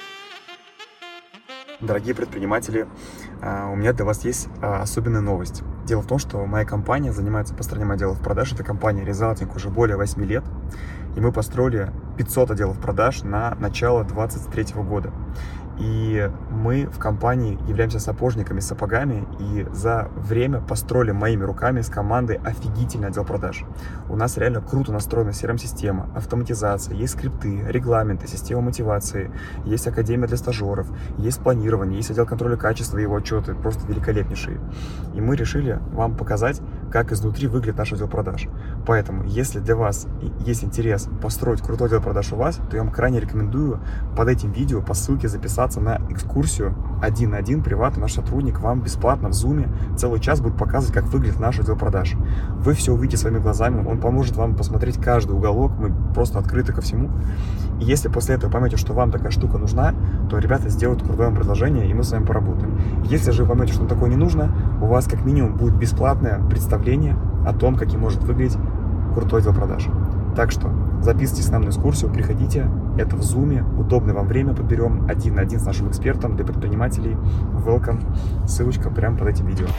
Speaker 4: Дорогие предприниматели, у меня для вас есть особенная новость. Дело в том, что моя компания занимается построением отделов продаж. Эта компания Резалтинг уже более 8 лет. И мы построили 500 отделов продаж на начало 2023 года. И мы в компании являемся сапожниками, сапогами, и за время построили моими руками с командой офигительный отдел продаж. У нас реально круто настроена CRM-система, автоматизация, есть скрипты, регламенты, система мотивации, есть академия для стажеров, есть планирование, есть отдел контроля качества и его отчеты, просто великолепнейшие. И мы решили вам показать, как изнутри выглядит наш отдел продаж. Поэтому, если для вас есть интерес построить крутой отдел продаж у вас, то я вам крайне рекомендую под этим видео по ссылке записаться на экскурсию один на один, приватно, наш сотрудник вам бесплатно в Zoom целый час будет показывать, как выглядит наш отдел продаж. Вы все увидите своими глазами, он поможет вам посмотреть каждый уголок, мы просто открыты ко всему. И если после этого поймете, что вам такая штука нужна, то ребята сделают крутое вам предложение, и мы с вами поработаем. Если же вы поймете, что такое не нужно, у вас как минимум будет бесплатное представление о том, каким может выглядеть крутой отдел продаж. Так что записывайтесь к нам на экскурсию, приходите, это в Zoom, удобное вам время подберем один на один с нашим экспертом для предпринимателей. Welcome, ссылочка прямо под этим видео.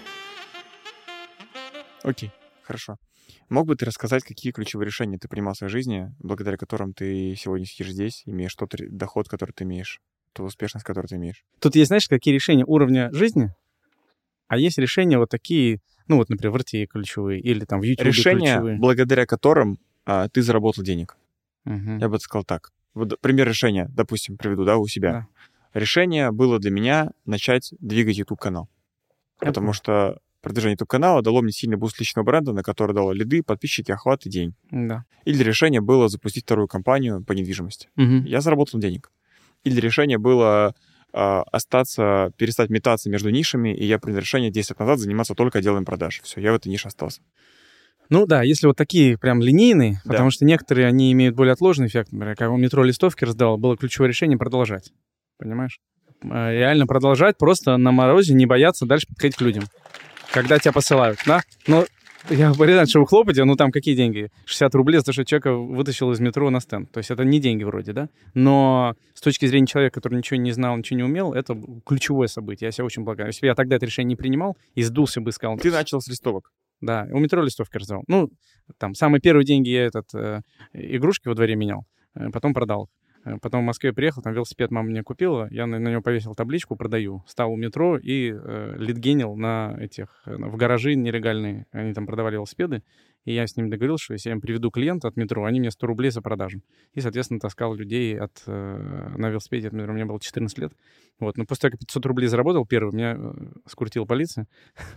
Speaker 2: Окей, хорошо. Мог бы ты рассказать, какие ключевые решения ты принимал в своей жизни, благодаря которым ты сегодня сидишь здесь, имеешь тот доход, который ты имеешь, ту успешность, которую ты имеешь?
Speaker 3: Тут есть, знаешь, какие решения уровня жизни, а есть решения вот такие, ну вот, например, в RTA ключевые или там в YouTube
Speaker 2: решения,
Speaker 3: ключевые.
Speaker 2: благодаря которым ты заработал денег.
Speaker 3: Угу.
Speaker 2: Я бы сказал так. Вот пример решения, допустим, приведу, да, у себя.
Speaker 3: Да.
Speaker 2: Решение было для меня начать двигать YouTube-канал. Потому что продвижение YouTube-канала дало мне сильный буст личного бренда, на который дало лиды, подписчики, охват и день.
Speaker 3: Да.
Speaker 2: Или решение было запустить вторую компанию по недвижимости.
Speaker 3: Угу.
Speaker 2: Я заработал денег. Или решение было перестать метаться между нишами, и я принял решение 10 лет назад заниматься только отделом продаж. Все, я в этой нише остался.
Speaker 3: Ну да, если вот такие прям линейные,
Speaker 2: Да.
Speaker 3: потому что некоторые, они имеют более отложенный эффект. Например, когда в метро листовки раздавал, было ключевое решение продолжать. Понимаешь? Реально продолжать, просто на морозе не бояться дальше подходить к людям. Когда тебя посылают, да? Но я говорю, что вы хлопаете, ну там какие деньги? 60 рублей за то, что человека вытащил из метро на стенд. То есть это не деньги вроде, да? Но с точки зрения человека, который ничего не знал, ничего не умел, это ключевое событие. Я себя очень благодарен. Если бы я тогда это решение не принимал и сдулся бы и сказал...
Speaker 2: Ты начал с листовок.
Speaker 3: Да, у метро листовки раздавал. Ну, там, самые первые деньги я игрушки во дворе менял, потом продал. Потом в Москве приехал, там велосипед мама мне купила, я на него повесил табличку «Продаю». Стал у метро и лидгенил в гаражи нелегальные. Они там продавали велосипеды, и я с ними договорился, что если я им приведу клиента от метро, они мне 100 рублей за продажу. И, соответственно, таскал людей на велосипеде от метро. Мне было 14 лет. Вот. Но после того, как 500 рублей заработал первый, меня скрутила полиция.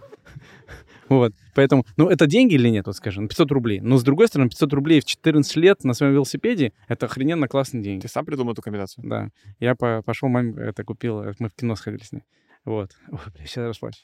Speaker 3: Вот, поэтому, ну, это деньги или нет, вот скажем, 500 рублей. Но, с другой стороны, 500 рублей в 14 лет на своем велосипеде — это охрененно классные деньги.
Speaker 2: Ты сам придумал эту комбинацию?
Speaker 3: Да. Я пошел, маме это купил, мы в кино сходили с ней. Вот. Ой, бля, сейчас расплачусь.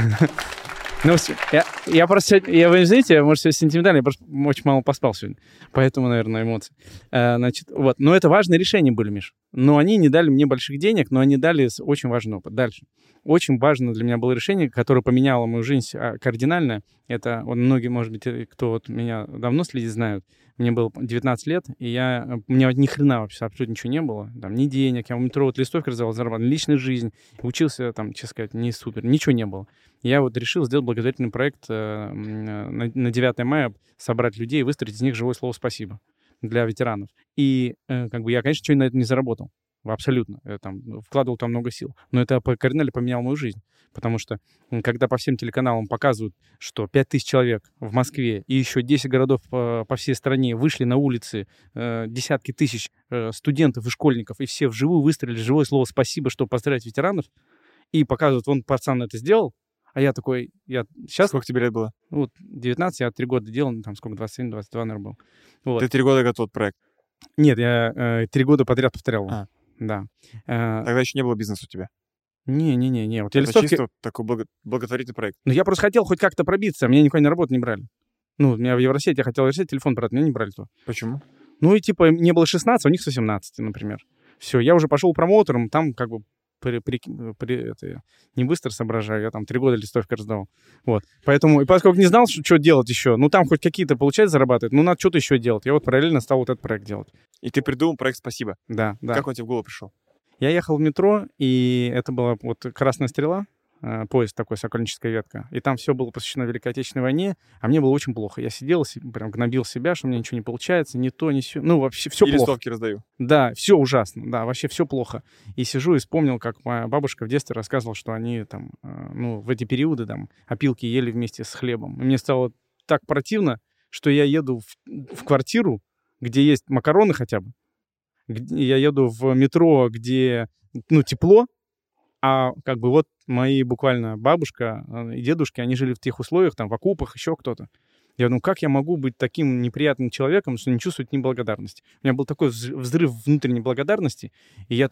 Speaker 3: Ну, я просто сегодня, вы знаете, может, сегодня сентиментально, я просто очень мало поспал сегодня, поэтому, наверное, эмоции. Значит, вот. Но это важные решения были, Миш. Но они не дали мне больших денег, но они дали очень важный опыт. Дальше. Очень важно для меня было решение, которое поменяло мою жизнь кардинально. Это, вот многие, может быть, кто вот меня давно следит, знают. Мне было 19 лет, и у меня ни хрена вообще абсолютно ничего не было. Там, ни денег, я в метро вот листовки раздавал, зарабатывал, личная жизнь. Учился там, честно сказать, не супер, ничего не было. Я вот решил сделать благотворительный проект на 9 мая, собрать людей и выстроить из них живое слово «спасибо» для ветеранов. И как бы я, конечно, ничего на это не заработал. Абсолютно. Я там вкладывал там много сил. Но это кардинально поменяло мою жизнь. Потому что, когда по всем телеканалам показывают, что 5000 человек в Москве и еще 10 городов по всей стране вышли на улицы, десятки тысяч студентов и школьников, и все вживую выстроили живое слово «спасибо», чтобы поздравить ветеранов, и показывают, вон пацан это сделал, а я такой, сейчас...
Speaker 2: Сколько тебе лет было?
Speaker 3: Вот, 19, я 3 года делал, там сколько, 27, 22, наверное, был. Вот.
Speaker 2: Ты 3 года готов проект?
Speaker 3: Нет, я 3 года подряд повторял. Да.
Speaker 2: Тогда еще не было бизнеса у тебя?
Speaker 3: Не. Вот я
Speaker 2: это
Speaker 3: листовки...
Speaker 2: чисто такой благотворительный проект.
Speaker 3: Ну, я просто хотел хоть как-то пробиться, меня никуда на работу не брали. Ну, меня в Евросеть, я хотел Евросеть, телефон брать, меня не брали то.
Speaker 2: Почему?
Speaker 3: Ну, и типа, мне было 16, а у них 18, например. Все, я уже пошел промоутером, там как бы не быстро соображаю, я там 3 года листовки раздавал. Вот. Поэтому, и поскольку не знал, что делать еще, ну, там хоть какие-то, получается, зарабатывать, ну, надо что-то еще делать. Я вот параллельно стал вот этот проект делать.
Speaker 2: И ты придумал проект «Спасибо».
Speaker 3: Да.
Speaker 2: Как он тебе в голову пришел?
Speaker 3: Я ехал в метро, и это была вот «Красная стрела», поезд такой, Сокольническая ветка. И там все было посвящено Великой Отечественной войне, а мне было очень плохо. Я сидел, прям гнобил себя, что у меня ничего не получается, ни то, ни сё. Ну, вообще все плохо.
Speaker 2: Листовки раздаю.
Speaker 3: Да, все ужасно, да, вообще все плохо. И сижу и вспомнил, как моя бабушка в детстве рассказывала, что они там, в эти периоды там опилки ели вместе с хлебом. И мне стало так противно, что я еду в квартиру, где есть макароны хотя бы. Я еду в метро, где, тепло, а как бы вот мои буквально бабушка и дедушки, они жили в тех условиях, там, в окопах, еще кто-то. Я думаю, как я могу быть таким неприятным человеком, что не чувствовать неблагодарности? У меня был такой взрыв внутренней благодарности, и я такой,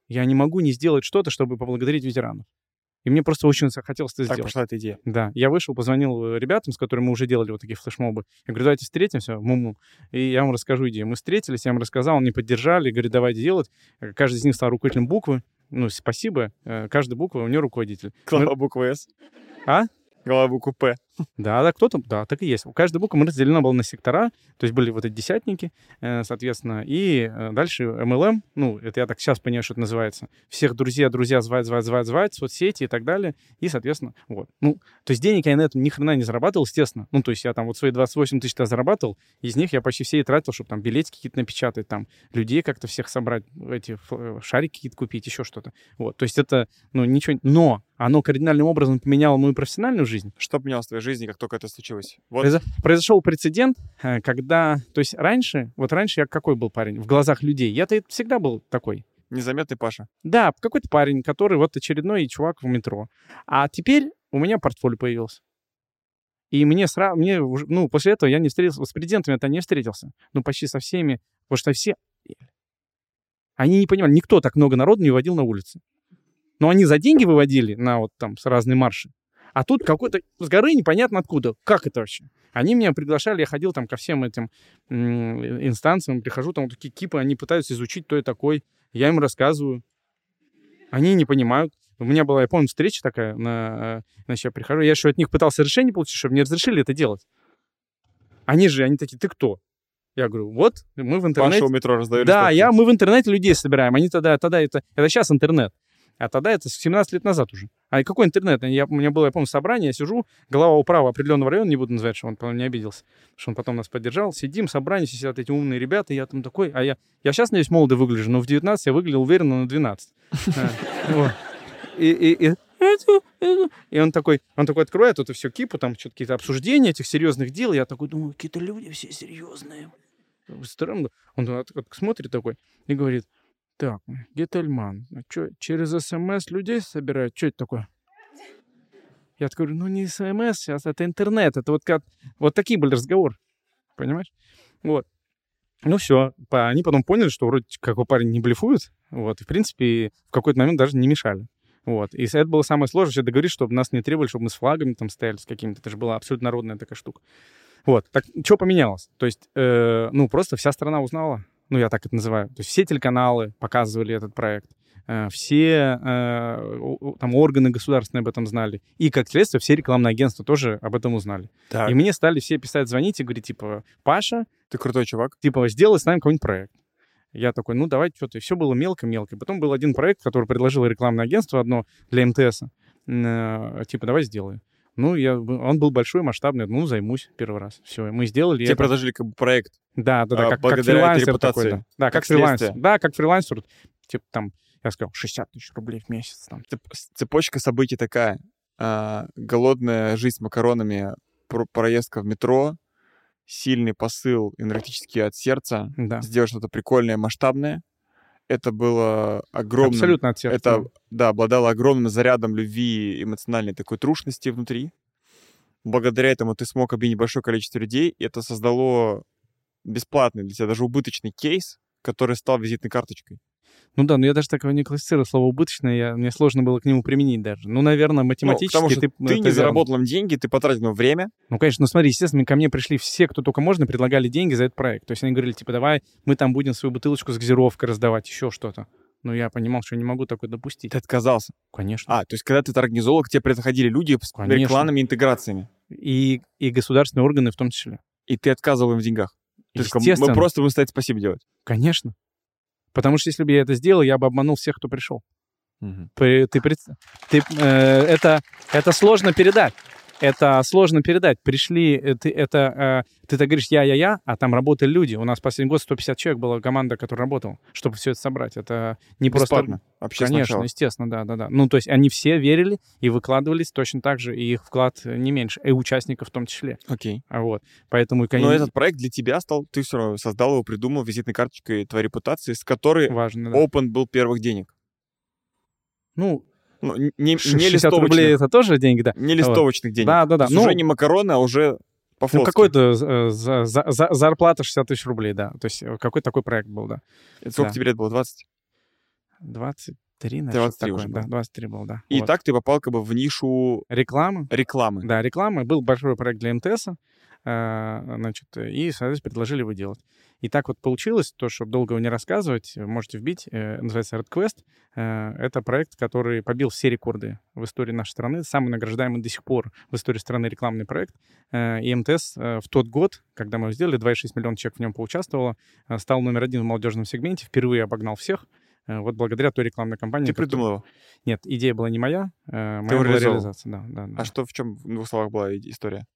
Speaker 3: Я не могу не сделать что-то, чтобы поблагодарить ветеранов. И мне просто очень хотелось это
Speaker 2: Так
Speaker 3: сделать.
Speaker 2: пошла эта идея.
Speaker 3: Да, я вышел, позвонил ребятам, с которыми мы уже делали вот такие флешмобы. Я говорю, давайте встретимся, му-му, и я вам расскажу идею. Мы встретились, я им рассказал, они поддержали, говорят, давайте делать. Каждый из них стал руководителем буквы. Ну, спасибо. Каждая буква, у нее руководитель.
Speaker 2: Глава буквы «С».
Speaker 3: А?
Speaker 2: Глава буквы «П».
Speaker 3: Да, кто-то, да, так и есть. У каждой буквы мы разделена была на сектора, то есть были вот эти десятники, соответственно, и дальше MLM, ну, это я так сейчас понимаю, что это называется, всех друзья звать, соцсети и так далее, и, соответственно, вот. Ну, то есть денег я на этом ни хрена не зарабатывал, естественно. Ну, то есть я там вот свои 28 тысяч зарабатывал, из них я почти все и тратил, чтобы там билетики какие-то напечатать, там, людей как-то всех собрать, эти шарики какие-то купить, еще что-то. Вот, то есть это, ну, ничего, но оно кардинальным образом поменяло мою профессиональную жизнь.
Speaker 2: Что поменялось в твоей жизни, как только это случилось? Вот.
Speaker 3: Произошел прецедент, когда... То есть раньше я какой был парень? В глазах людей. Я-то всегда был такой.
Speaker 2: Незаметный Паша.
Speaker 3: Да, какой-то парень, который вот очередной чувак в метро. А теперь у меня портфолио появилось. И ну, после этого я не встретился... С президентами-то не встретился. Ну, почти со всеми. Потому что все... Они не понимали. Никто так много народу не выводил на улицы. Но они за деньги выводили на вот там разные марши. А тут какой-то с горы непонятно откуда. Как это вообще? Они меня приглашали, я ходил там ко всем этим инстанциям, прихожу, там вот такие кипы, они пытаются изучить, кто я такой. Я им рассказываю. Они не понимают. У меня была, я помню, встреча такая, значит, я прихожу, я еще от них пытался разрешение получить, чтобы мне разрешили это делать. Они такие, ты кто? Я говорю, вот, мы в интернете...
Speaker 2: Паша у метро раздает.
Speaker 3: Да, мы в интернете людей собираем. Они тогда это сейчас интернет. А тогда это 17 лет назад уже. А какой интернет? У меня было, я помню, собрание, я сижу, глава управы определенного района, не буду называть, что он, по-моему, не обиделся, что он потом нас поддержал. Сидим, собрание, сидят эти умные ребята, я там такой, а я сейчас, надеюсь, молодо выгляжу, но в 19 я выглядел уверенно на 12. И он такой открывает это все кипу, там что-то какие-то обсуждения этих серьезных дел, я такой думаю, какие-то люди все серьезные. Странно. Он смотрит такой и говорит, так, Гительман, что, через СМС людей собирают? Что это такое? Я такой говорю, ну не СМС сейчас, это интернет. Это вот такие были разговоры. Понимаешь? Вот. Ну все, они потом поняли, что вроде какой парень не блефует. Вот. И, в принципе, в какой-то момент даже не мешали. Вот. И это было самое сложное, договориться, чтобы нас не требовали, чтобы мы с флагами там стояли, с какими-то. Это же была абсолютно народная такая штука. Вот. Так, что поменялось? То есть, просто вся страна узнала. Ну, я так это называю. То есть все телеканалы показывали этот проект, все там органы государственные об этом знали. И, как следствие, все рекламные агентства тоже об этом узнали. Так. И мне стали все писать, звонить и говорить, типа, Паша...
Speaker 2: Ты крутой чувак.
Speaker 3: Типа, сделай с нами какой-нибудь проект. Я такой, ну, давайте что-то. И все было мелко-мелко. Потом был один проект, который предложило рекламное агентство одно для МТСа. Типа, давай сделаем. Ну, он был большой, масштабный. Ну, займусь первый раз. Все, мы сделали.
Speaker 2: Тебе предложили как бы проект.
Speaker 3: Да, как фрилансер такой. Да, как фрилансер. Да, как фрилансер. Типа там, я сказал, 60 тысяч рублей в месяц. Там.
Speaker 2: Цепочка событий такая. Голодная жизнь с макаронами, проездка в метро, сильный посыл энергетический от сердца. Да. Сделать что-то прикольное, масштабное. Это было огромным...
Speaker 3: Абсолютно от сердца.
Speaker 2: Это, да, обладало огромным зарядом любви, эмоциональной такой трушности внутри. Благодаря этому ты смог объединить большое количество людей, и это создало бесплатный для тебя, даже убыточный кейс, который стал визитной карточкой.
Speaker 3: Ну да, но я даже такого не классифицирую слово «убыточное», мне сложно было к нему применить даже. Ну, наверное, математически...
Speaker 2: потому что ты не заработал им деньги, ты потратил на время.
Speaker 3: Ну, конечно, ну смотри, естественно, ко мне пришли все, кто только можно, предлагали деньги за этот проект. То есть они говорили, типа, давай мы там будем свою бутылочку с газировкой раздавать, еще что-то. Но я понимал, что я не могу такое допустить.
Speaker 2: Ты отказался?
Speaker 3: Конечно.
Speaker 2: То есть когда ты это организовал, к тебе приходили люди с рекламными интеграциями?
Speaker 3: И государственные органы в том числе.
Speaker 2: И ты отказывал им в деньгах?
Speaker 3: Естественно.
Speaker 2: Мы просто будем стоять спасибо делать?
Speaker 3: Конечно. Потому что если бы я это сделал, я бы обманул всех, кто пришел. Угу. Это сложно передать. Это сложно передать. Пришли, ты так говоришь я, а там работали люди. У нас последний год 150 человек была команда, которая работала, чтобы все это собрать. Это не
Speaker 2: бесплатно.
Speaker 3: Просто... Конечно, естественно, да. Ну, то есть они все верили и выкладывались точно так же, и их вклад не меньше, и участников в том числе.
Speaker 2: Окей.
Speaker 3: Вот. Поэтому,
Speaker 2: конечно... Но этот проект для тебя стал, ты все равно создал его, придумал визитной карточкой твоей репутации, с которой Open был первых денег.
Speaker 3: Не 60 рублей — это тоже деньги, да.
Speaker 2: Не листовочных денег.
Speaker 3: Да.
Speaker 2: Уже не макароны, а уже по-флотски.
Speaker 3: Какой-то зарплата 60 тысяч рублей, да. То есть какой такой проект был, да.
Speaker 2: Это сколько тебе лет было, 20?
Speaker 3: 23, наверное,
Speaker 2: 23
Speaker 3: такое.
Speaker 2: уже
Speaker 3: Да,
Speaker 2: было.
Speaker 3: 23 был, да.
Speaker 2: И
Speaker 3: Вот.
Speaker 2: так ты попал как бы в нишу
Speaker 3: Рекламы.
Speaker 2: рекламы.
Speaker 3: Да, реклама. Был большой проект для МТС, значит, и, соответственно, предложили его делать. И так вот получилось, то, чтобы долго его не рассказывать, можете вбить, называется RedQuest. Это проект, который побил все рекорды в истории нашей страны, самый награждаемый до сих пор в истории страны рекламный проект. И МТС в тот год, когда мы его сделали, 2,6 миллиона человек в нем поучаствовало, стал номер один в молодежном сегменте, впервые обогнал всех. Вот благодаря той рекламной кампании.
Speaker 2: Ты придумал его?
Speaker 3: Нет, идея была не моя, моя
Speaker 2: его
Speaker 3: была
Speaker 2: реализовал?
Speaker 3: реализация. Да.
Speaker 2: А что, в чем в 2 словах была история?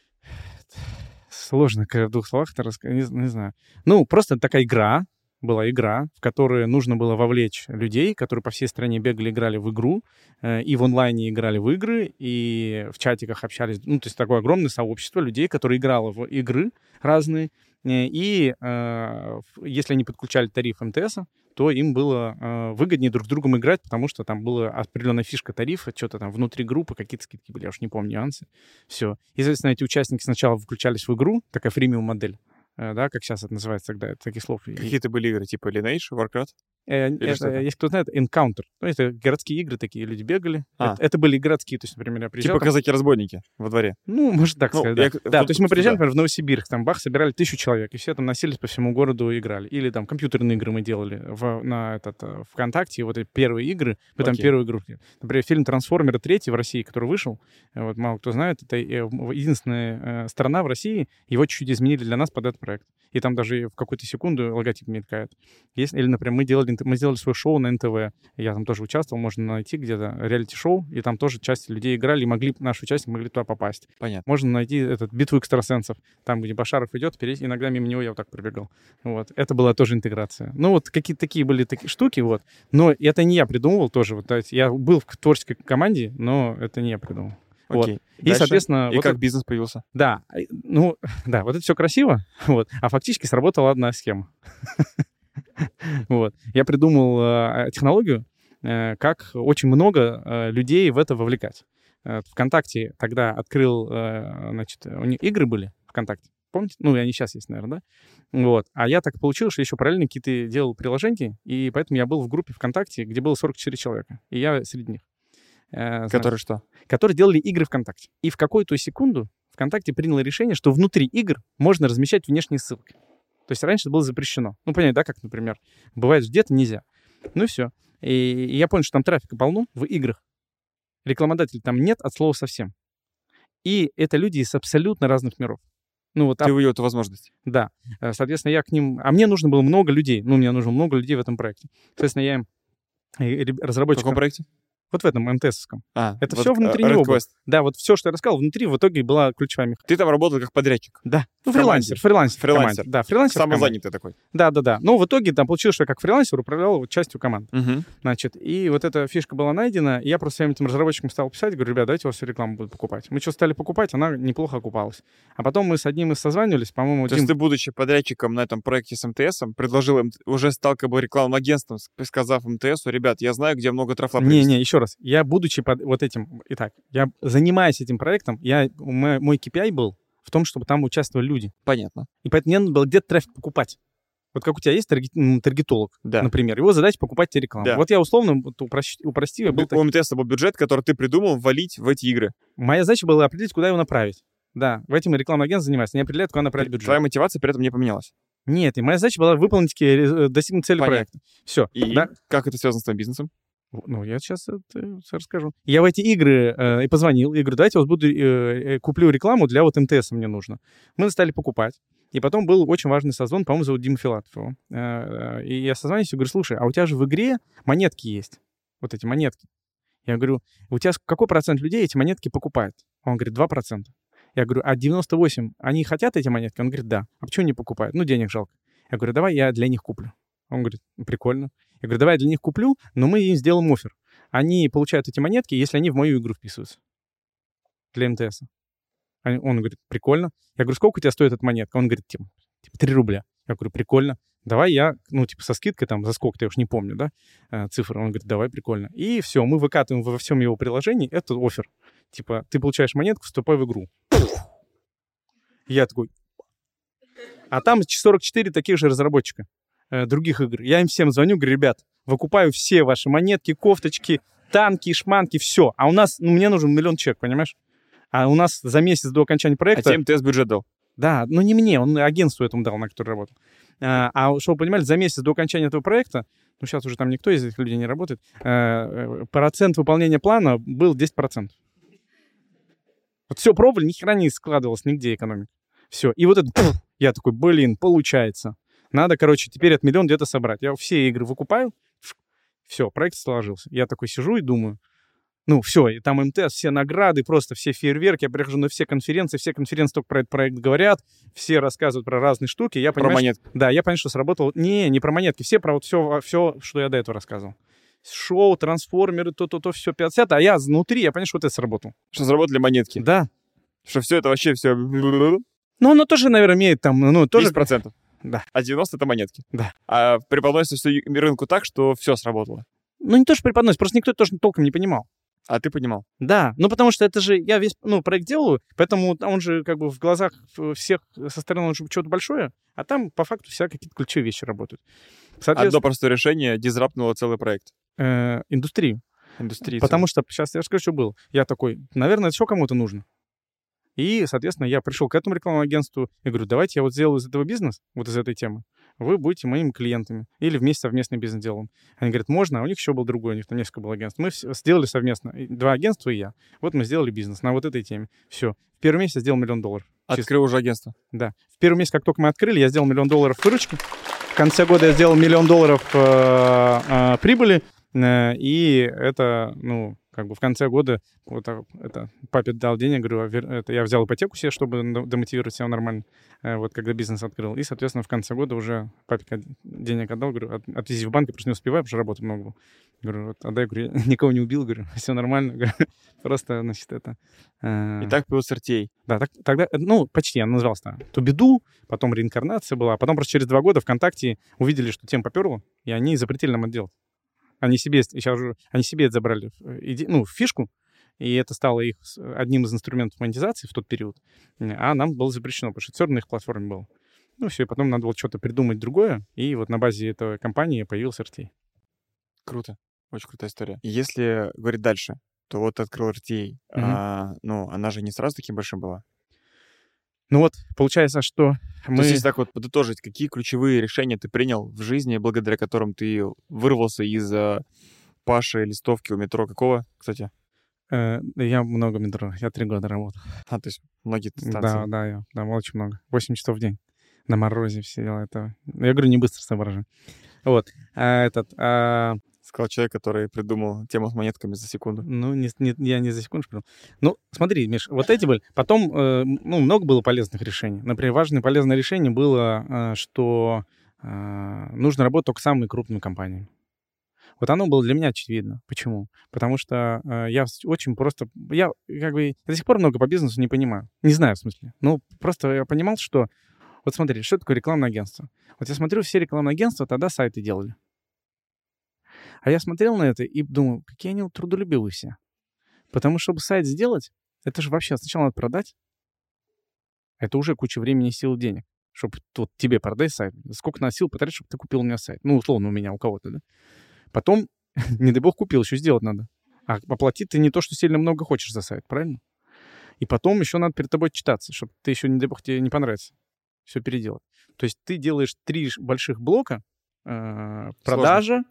Speaker 3: Сложно в 2 словах это рассказать, не знаю. Ну, просто такая игра, была игра, в которой нужно было вовлечь людей, которые по всей стране бегали, играли в игру, и в онлайне играли в игры, и в чатиках общались. Ну, то есть такое огромное сообщество людей, которые играло в игры разные, и если они подключали тариф МТСа, то им было выгоднее друг с другом играть, потому что там была определенная фишка тарифа, что-то там внутри группы, какие-то скидки были, я уж не помню нюансы. Все. И, соответственно, эти участники сначала включались в игру, такая фримиум-модель, да, как сейчас это называется тогда, таких слов.
Speaker 2: Какие-то были игры, типа Lineage, Warcraft?
Speaker 3: Если кто знает, Encounter. Ну, это городские игры такие, люди бегали.
Speaker 2: А.
Speaker 3: Это были городские, то есть, например, я приезжал...
Speaker 2: Типа казаки-разбойники во дворе.
Speaker 3: Ну, может так
Speaker 2: Ну,
Speaker 3: сказать,
Speaker 2: я-
Speaker 3: да. Да, то есть мы приезжали,
Speaker 2: да.
Speaker 3: например, в Новосибирск, там, бах, собирали 1000 человек, и все там носились по всему городу и играли. Или там компьютерные игры мы делали на ВКонтакте, вот эти первые игры, мы там
Speaker 2: Окей.
Speaker 3: первую игру. Например, фильм «Трансформеры 3» в России, который вышел, вот мало кто знает, это единственная страна в России, его чуть-чуть изменили для нас под этот проект. И там даже в какую-то секунду логотип мелькает. Или, например, мы сделали свое шоу на НТВ. Я там тоже участвовал, можно найти где-то реалити-шоу, и там тоже часть людей играли, и наши участники могли туда попасть.
Speaker 2: Понятно.
Speaker 3: Можно найти битву экстрасенсов, там, где Башаров идет, иногда мимо него я вот так пробегал. Вот. Это была тоже интеграция. Ну, вот какие-то такие были такие штуки, вот. Но это не я придумывал тоже. Вот, я был в творческой команде, но это не я придумал. Вот.
Speaker 2: Окей.
Speaker 3: И,
Speaker 2: Дальше?
Speaker 3: соответственно...
Speaker 2: И
Speaker 3: вот
Speaker 2: как бизнес появился?
Speaker 3: Да, ну, да, вот это все красиво, вот, а фактически сработала одна схема. Вот. Я придумал технологию, как очень много людей в это вовлекать. ВКонтакте тогда открыл, значит, у них игры были ВКонтакте, помните? Ну, и они сейчас есть, наверное, да? Вот. А я так получилось, что еще параллельно какие-то делал приложения, и поэтому я был в группе ВКонтакте, где было 44 человека, и я среди них.
Speaker 2: Которые что?
Speaker 3: Которые делали игры ВКонтакте. И в какую-то секунду ВКонтакте приняло решение, что внутри игр можно размещать внешние ссылки. То есть раньше это было запрещено. Ну, понятно, да, как, например, бывает где-то нельзя. Ну и все. И я понял, что там трафика полно в играх. Рекламодателей там нет от слова совсем. И это люди из абсолютно разных миров. Ну, вот,
Speaker 2: Ты увидел эту возможность.
Speaker 3: да. Соответственно, я к ним... А мне нужно было много людей. Ну, мне нужно много людей в этом проекте. Соответственно, я им
Speaker 2: В
Speaker 3: разработчикам...
Speaker 2: каком проекте?
Speaker 3: Вот в этом МТСовском. Это
Speaker 2: вот
Speaker 3: все внутри него было.
Speaker 2: RedQuest.
Speaker 3: Да, вот все, что я рассказал, внутри в итоге была ключевая механика.
Speaker 2: Ты там работал как подрядчик.
Speaker 3: Да, ну,
Speaker 2: В команде.
Speaker 3: фрилансер. в
Speaker 2: Фрилансер.
Speaker 3: команде. Да, фрилансер в команде.
Speaker 2: Самозанятый такой.
Speaker 3: Да. Но в итоге там получилось, что я как фрилансер управлял вот частью команды.
Speaker 2: Угу.
Speaker 3: Значит, и вот эта фишка была найдена, и я просто своим этим разработчикам стал писать, говорю, ребят, давайте у вас всю рекламу буду покупать. Мы что стали покупать, она неплохо окупалась. А потом мы с одним из созванивались, по-моему,
Speaker 2: То есть ты, будучи подрядчиком на этом проекте с МТСом, предложил им, уже стал как бы рекламным агентством, сказав МТСу, ребят, я знаю, где много трафа.
Speaker 3: Не, еще раз. Я, будучи вот этим... Итак, я занимаясь этим проектом, мой KPI был в том, чтобы там участвовали люди.
Speaker 2: Понятно.
Speaker 3: И поэтому мне надо было где-то трафик покупать. Вот как у тебя есть таргетолог,
Speaker 2: Да.
Speaker 3: например, его задача покупать тебе рекламу.
Speaker 2: Да.
Speaker 3: Вот я условно упростил, я был
Speaker 2: У МТСа был бюджет, который ты придумал валить в эти игры.
Speaker 3: Моя задача была определить, куда его направить. Да, в этом рекламный агент занимается, не определяет, куда направить бюджет.
Speaker 2: Твоя мотивация при этом не поменялась.
Speaker 3: Нет, и моя задача была выполнить, достигнуть цели
Speaker 2: Понятно.
Speaker 3: проекта. Все.
Speaker 2: И
Speaker 3: Да?
Speaker 2: как это связано с твоим бизнесом?
Speaker 3: Ну, я сейчас это расскажу. Я в эти игры и позвонил, и говорю, давайте я вас куплю рекламу для вот МТС мне нужно. Мы стали покупать. И потом был очень важный созвон, по-моему, зовут Дима Филатов его. И я созвонюсь и говорю, слушай, а у тебя же в игре монетки есть. Вот эти монетки. Я говорю, у тебя какой процент людей эти монетки покупает? Он говорит, 2%. Я говорю, а 98, они хотят эти монетки? Он говорит, да. А почему не покупают? Ну, денег жалко. Я говорю, давай я для них куплю. Он говорит, прикольно. Я говорю, давай я для них куплю, но мы им сделаем оффер. Они получают эти монетки, если они в мою игру вписываются. Для МТС. Он говорит, прикольно. Я говорю, сколько у тебя стоит эта монетка? Он говорит, типа 3 рубля. Я говорю, прикольно. Давай я, со скидкой там, за сколько-то, я уж не помню, да, цифры. Он говорит, давай, прикольно. И все, мы выкатываем во всем его приложении этот оффер. Типа, ты получаешь монетку, вступай в игру. Я такой... А там 44 таких же разработчика других игр. Я им всем звоню, говорю, ребят, выкупаю все ваши монетки, кофточки, танки, шманки, все. А у нас, мне нужен 1 миллион человек, понимаешь? А у нас за месяц до окончания проекта...
Speaker 2: А тебе МТС бюджет дал?
Speaker 3: Да, не мне, он агентству этому дал, на которое работал. Чтобы вы понимали, за месяц до окончания этого проекта, сейчас уже там никто из этих людей не работает, процент выполнения плана был 10%. Вот все пробовали, ни хера не складывалось нигде экономика. Все. И вот это, я такой, получается. Надо, теперь от 1 миллиона где-то собрать. Я все игры выкупаю, все, проект сложился. Я такой сижу и думаю, все, и там МТС, все награды, просто все фейерверки. Я прихожу на все конференции только про этот проект говорят, все рассказывают про разные штуки. Я
Speaker 2: про монетки.
Speaker 3: Да, я понял, что сработало. Не про монетки, все про все, что я до этого рассказывал. Шоу, трансформеры, то, все 50, а я внутри, я понял, что вот это сработало.
Speaker 2: Что сработали монетки?
Speaker 3: Да.
Speaker 2: Что все это вообще все...
Speaker 3: Оно тоже, наверное, имеет там... тоже...
Speaker 2: 10%.
Speaker 3: Да.
Speaker 2: А 90% это монетки.
Speaker 3: Да.
Speaker 2: А преподносится все рынку так, что все сработало.
Speaker 3: Не то, что преподносит, просто никто тоже толком не понимал.
Speaker 2: А ты понимал?
Speaker 3: Да, потому что это же я весь проект делаю, поэтому он же в глазах всех со стороны он же что-то большое, а там по факту вся какие-то ключевые вещи работают.
Speaker 2: Одно простое решение дизрапнуло целый проект.
Speaker 3: Индустрию.
Speaker 2: Индустрию.
Speaker 3: Потому что, сейчас я расскажу, что было. Я такой, наверное, это еще кому-то нужно. И, соответственно, я пришел к этому рекламному агентству и говорю, давайте я сделаю из этого бизнес, из этой темы. Вы будете моими клиентами. Или вместе совместный бизнес делаем. Они говорят, можно, а у них еще был другой, у них там несколько было агентств. Мы сделали совместно, 2 агентства и я. Вот мы сделали бизнес на этой теме. Все. В первый месяц я сделал $1 миллион.
Speaker 2: Открыл уже агентство?
Speaker 3: Да. В первый месяц, как только мы открыли, я сделал $1 миллион выручки. В конце года я сделал $1 миллион прибыли. И это, в конце года папе дал денег, говорю, я взял ипотеку себе, чтобы демотивировать себя нормально, когда бизнес открыл. И, соответственно, в конце года уже папе денег отдал, говорю, отвези в банк, я просто не успеваю, потому что работы много было. Говорю, отдай, говорю, я никого не убил, говорю, все нормально, говорю, просто, это...
Speaker 2: И так появился RTA.
Speaker 3: Да, тогда, почти, я назывался Тубиду, потом реинкарнация была, а потом просто через 2 года ВКонтакте увидели, что тема попёрла, и они запретили нам это делать. Они себе это забрали, фишку, и это стало их одним из инструментов монетизации в тот период, а нам было запрещено, потому что все равно на их платформе было. Все, и потом надо было что-то придумать другое, и вот на базе этой компании появился RTA.
Speaker 2: Круто. Очень крутая история. И если говорить дальше, то вот ты открыл RTA, она же не сразу таким большим была.
Speaker 3: Получается, что мы...
Speaker 2: То есть, если так подытожить, какие ключевые решения ты принял в жизни, благодаря которым ты вырвался из Паши листовки у метро какого, кстати?
Speaker 3: Я много метро, я 3 года работал.
Speaker 2: То есть многие станции.
Speaker 3: Да, очень много. 8 часов в день. На морозе все дела это. Я говорю, не быстро соображаю.
Speaker 2: Сказал человек, который придумал тему с монетками за секунду.
Speaker 3: Я не за секунду придумал. Смотри, Миш, вот эти были. Потом, много было полезных решений. Например, важное полезное решение было, что нужно работать только с самыми крупными компаниями. Вот оно было для меня очевидно. Почему? Потому что я очень просто... Я до сих пор много по бизнесу не понимаю. Не знаю, в смысле. Просто я понимал, что... Вот смотри, что такое рекламное агентство? Вот я смотрю, все рекламные агентства тогда сайты делали. А я смотрел на это и думаю, какие они трудолюбивые все. Потому что, чтобы сайт сделать, это же вообще сначала надо продать. Это уже куча времени, сил, денег. Чтобы тебе продать сайт. Сколько надо сил потратить, чтобы ты купил у меня сайт. Условно, у меня, у кого-то, да? Потом, не дай бог, купил, еще сделать надо. А оплатить ты не то, что сильно много хочешь за сайт, правильно? И потом еще надо перед тобой читаться, чтобы ты еще, не дай бог, тебе не понравится. Все переделать. То есть ты делаешь 3 больших блока. Продажа,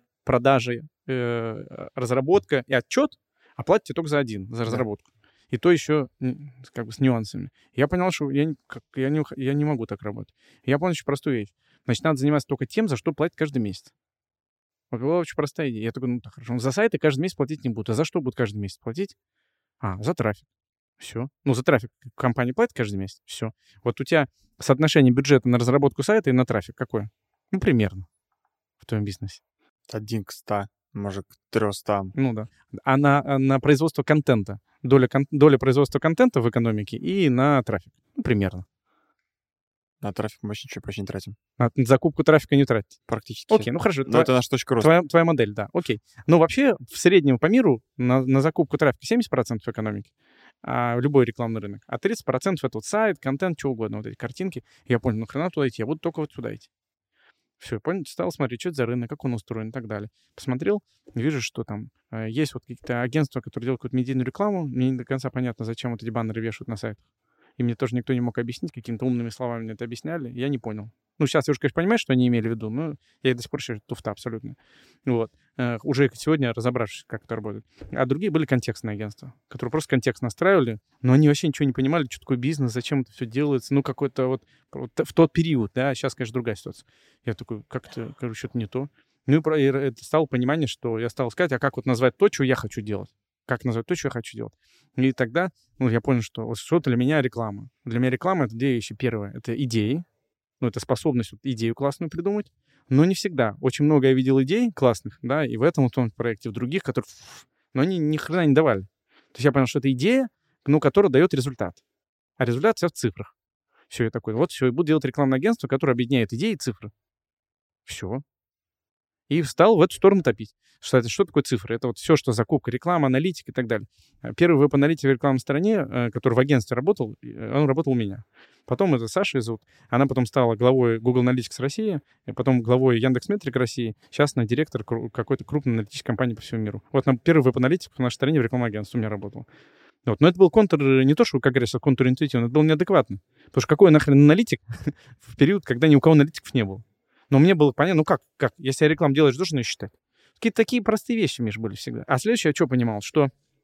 Speaker 3: разработка и отчет, а платят тебе только за один, за разработку. И то еще с нюансами. Я понял, что я не могу так работать. Я понял очень простую вещь. Значит, надо заниматься только тем, за что платят каждый месяц. Вот была очень простая идея. Я такой, хорошо. За сайты каждый месяц платить не будут. А за что будут каждый месяц платить? За трафик. Все. За трафик компания платит каждый месяц. Все. Вот у тебя соотношение бюджета на разработку сайта и на трафик какое? Примерно в твоем бизнесе.
Speaker 2: 1 к 100, может, к 300.
Speaker 3: Да. А на производство контента? Доля производства контента в экономике и на трафик? Примерно.
Speaker 2: На трафик мы вообще почти не тратим.
Speaker 3: На закупку трафика не тратить?
Speaker 2: Практически.
Speaker 3: Окей, хорошо.
Speaker 2: Но это наша точка роста.
Speaker 3: Твоя модель, да. Окей. Вообще, в среднем по миру на закупку трафика 70% экономики, любой рекламный рынок, а 30% это сайт, контент, что угодно, вот эти картинки. Я понял, нахрена туда идти? Я буду только вот сюда идти. Все, я понял, стал смотреть, что это за рынок, как он устроен и так далее. Посмотрел, вижу, что там есть вот какие-то агентства, которые делают какую-то медийную рекламу. Мне не до конца понятно, зачем вот эти баннеры вешают на сайтах. И мне тоже никто не мог объяснить, какими-то умными словами мне это объясняли. Я не понял. Ну, сейчас я уже, конечно, понимаю, что они имели в виду, но я до сих пор считаю, что туфта абсолютно. Вот. Уже сегодня разобравшись, как это работает. А другие были контекстные агентства, которые просто контекст настраивали, но они вообще ничего не понимали, что такое бизнес, зачем это все делается. Ну, какой-то вот в тот период, да, сейчас, конечно, другая ситуация. Я такой, как это, короче, что-то не то. Ну, и это стало понимание, что я стал искать, а как вот назвать то, что я хочу делать. Как назвать то, что я хочу делать. И тогда, ну, я понял, что вот что для меня реклама. Для меня реклама — это две вещи. Первое — это идеи. Ну, это способность вот идею классную придумать. Но не всегда. Очень много я видел идей классных, да, и в этом вот проекте, в других, которые... Но они ни хрена не давали. То есть я понял, что это идея, ну, которая дает результат. А результат все в цифрах. Все, я такой, вот все, и буду делать рекламное агентство, которое объединяет идеи и цифры. Все. И стал в эту сторону топить. Что такое цифры? Это вот все, что закупка, реклама, аналитика и так далее. Первый веб-аналитик в рекламной стороне, который в агентстве работал, он работал у меня. Потом это Саша зовут. Она потом стала главой Google Analytics России, потом главой Яндекс.Метрик России. Сейчас она директор какой-то крупной аналитической компании по всему миру. Вот первый веб-аналитик в нашей стране в рекламном агентстве у меня работал. Вот. Но это был не то, что, как говорится, контринтуитивно, это было неадекватно. Потому что какой нахрен аналитик в период, когда ни у кого аналитиков не было? Но мне было понятно, ну как? Если рекламу делаешь, должен ее считать. Какие-то такие простые вещи, Миш, были всегда. А следующее, я что понимал, что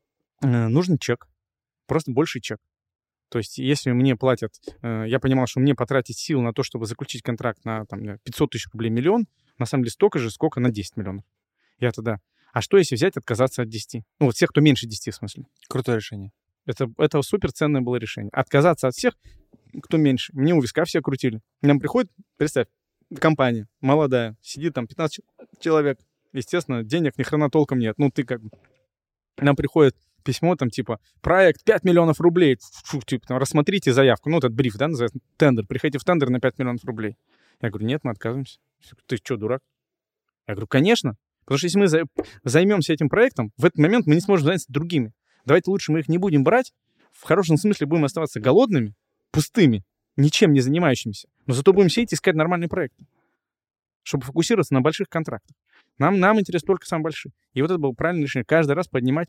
Speaker 3: нужен чек. Просто больший чек. То есть если мне платят, я понимал, что мне потратить сил на то, чтобы заключить контракт на там, 500 тысяч рублей, миллион, на самом деле столько же, сколько на 10 миллионов. Я тогда, а что если взять, отказаться от 10? Ну вот всех, кто меньше 10, в смысле.
Speaker 2: Крутое решение.
Speaker 3: Это супер ценное было решение. Отказаться от всех, кто меньше. Мне у виска все крутили. Нам приходит, представь, компания молодая, сидит там 15 человек. Естественно, денег ни хрена толком нет. Ну, ты как бы... Нам приходит письмо, там, типа, проект 5 миллионов рублей. Типа, там, рассмотрите заявку. Ну, этот бриф, да, называется, тендер. Приходите в тендер на 5 миллионов рублей. Я говорю, нет, мы отказываемся. Ты что, дурак? Я говорю, конечно. Потому что если мы займемся этим проектом, в этот момент мы не сможем заняться другими. Давайте лучше мы их не будем брать. В хорошем смысле будем оставаться голодными, пустыми, ничем не занимающимися. Но зато будем сидеть и искать нормальные проекты, чтобы фокусироваться на больших контрактах. Нам интересны только самые большие. И вот это было правильное решение. Каждый раз поднимать.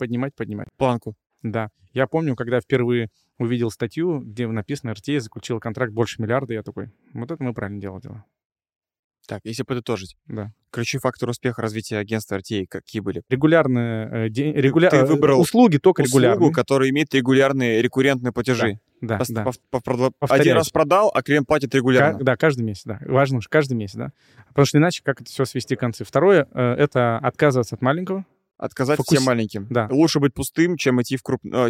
Speaker 2: Планку.
Speaker 3: Да. Я помню, когда впервые увидел статью, где написано, RTA заключил контракт больше миллиарда, я такой, вот это мы правильно делали.
Speaker 2: Так, если подытожить.
Speaker 3: Да.
Speaker 2: Ключевой фактор успеха развития агентства RTA какие были?
Speaker 3: Регулярные
Speaker 2: Ты выбрал
Speaker 3: услуги, только регулярные.
Speaker 2: Услугу, которая имеет регулярные, рекуррентные платежи.
Speaker 3: Да.
Speaker 2: Один раз продал, а клиент платит регулярно.
Speaker 3: Да, каждый месяц, да. Важно, что каждый месяц, да. Потому что иначе как это все свести к концу. Второе — это отказываться от маленького.
Speaker 2: Отказать всем маленьким.
Speaker 3: Да.
Speaker 2: Лучше быть пустым, чем идти в крупный...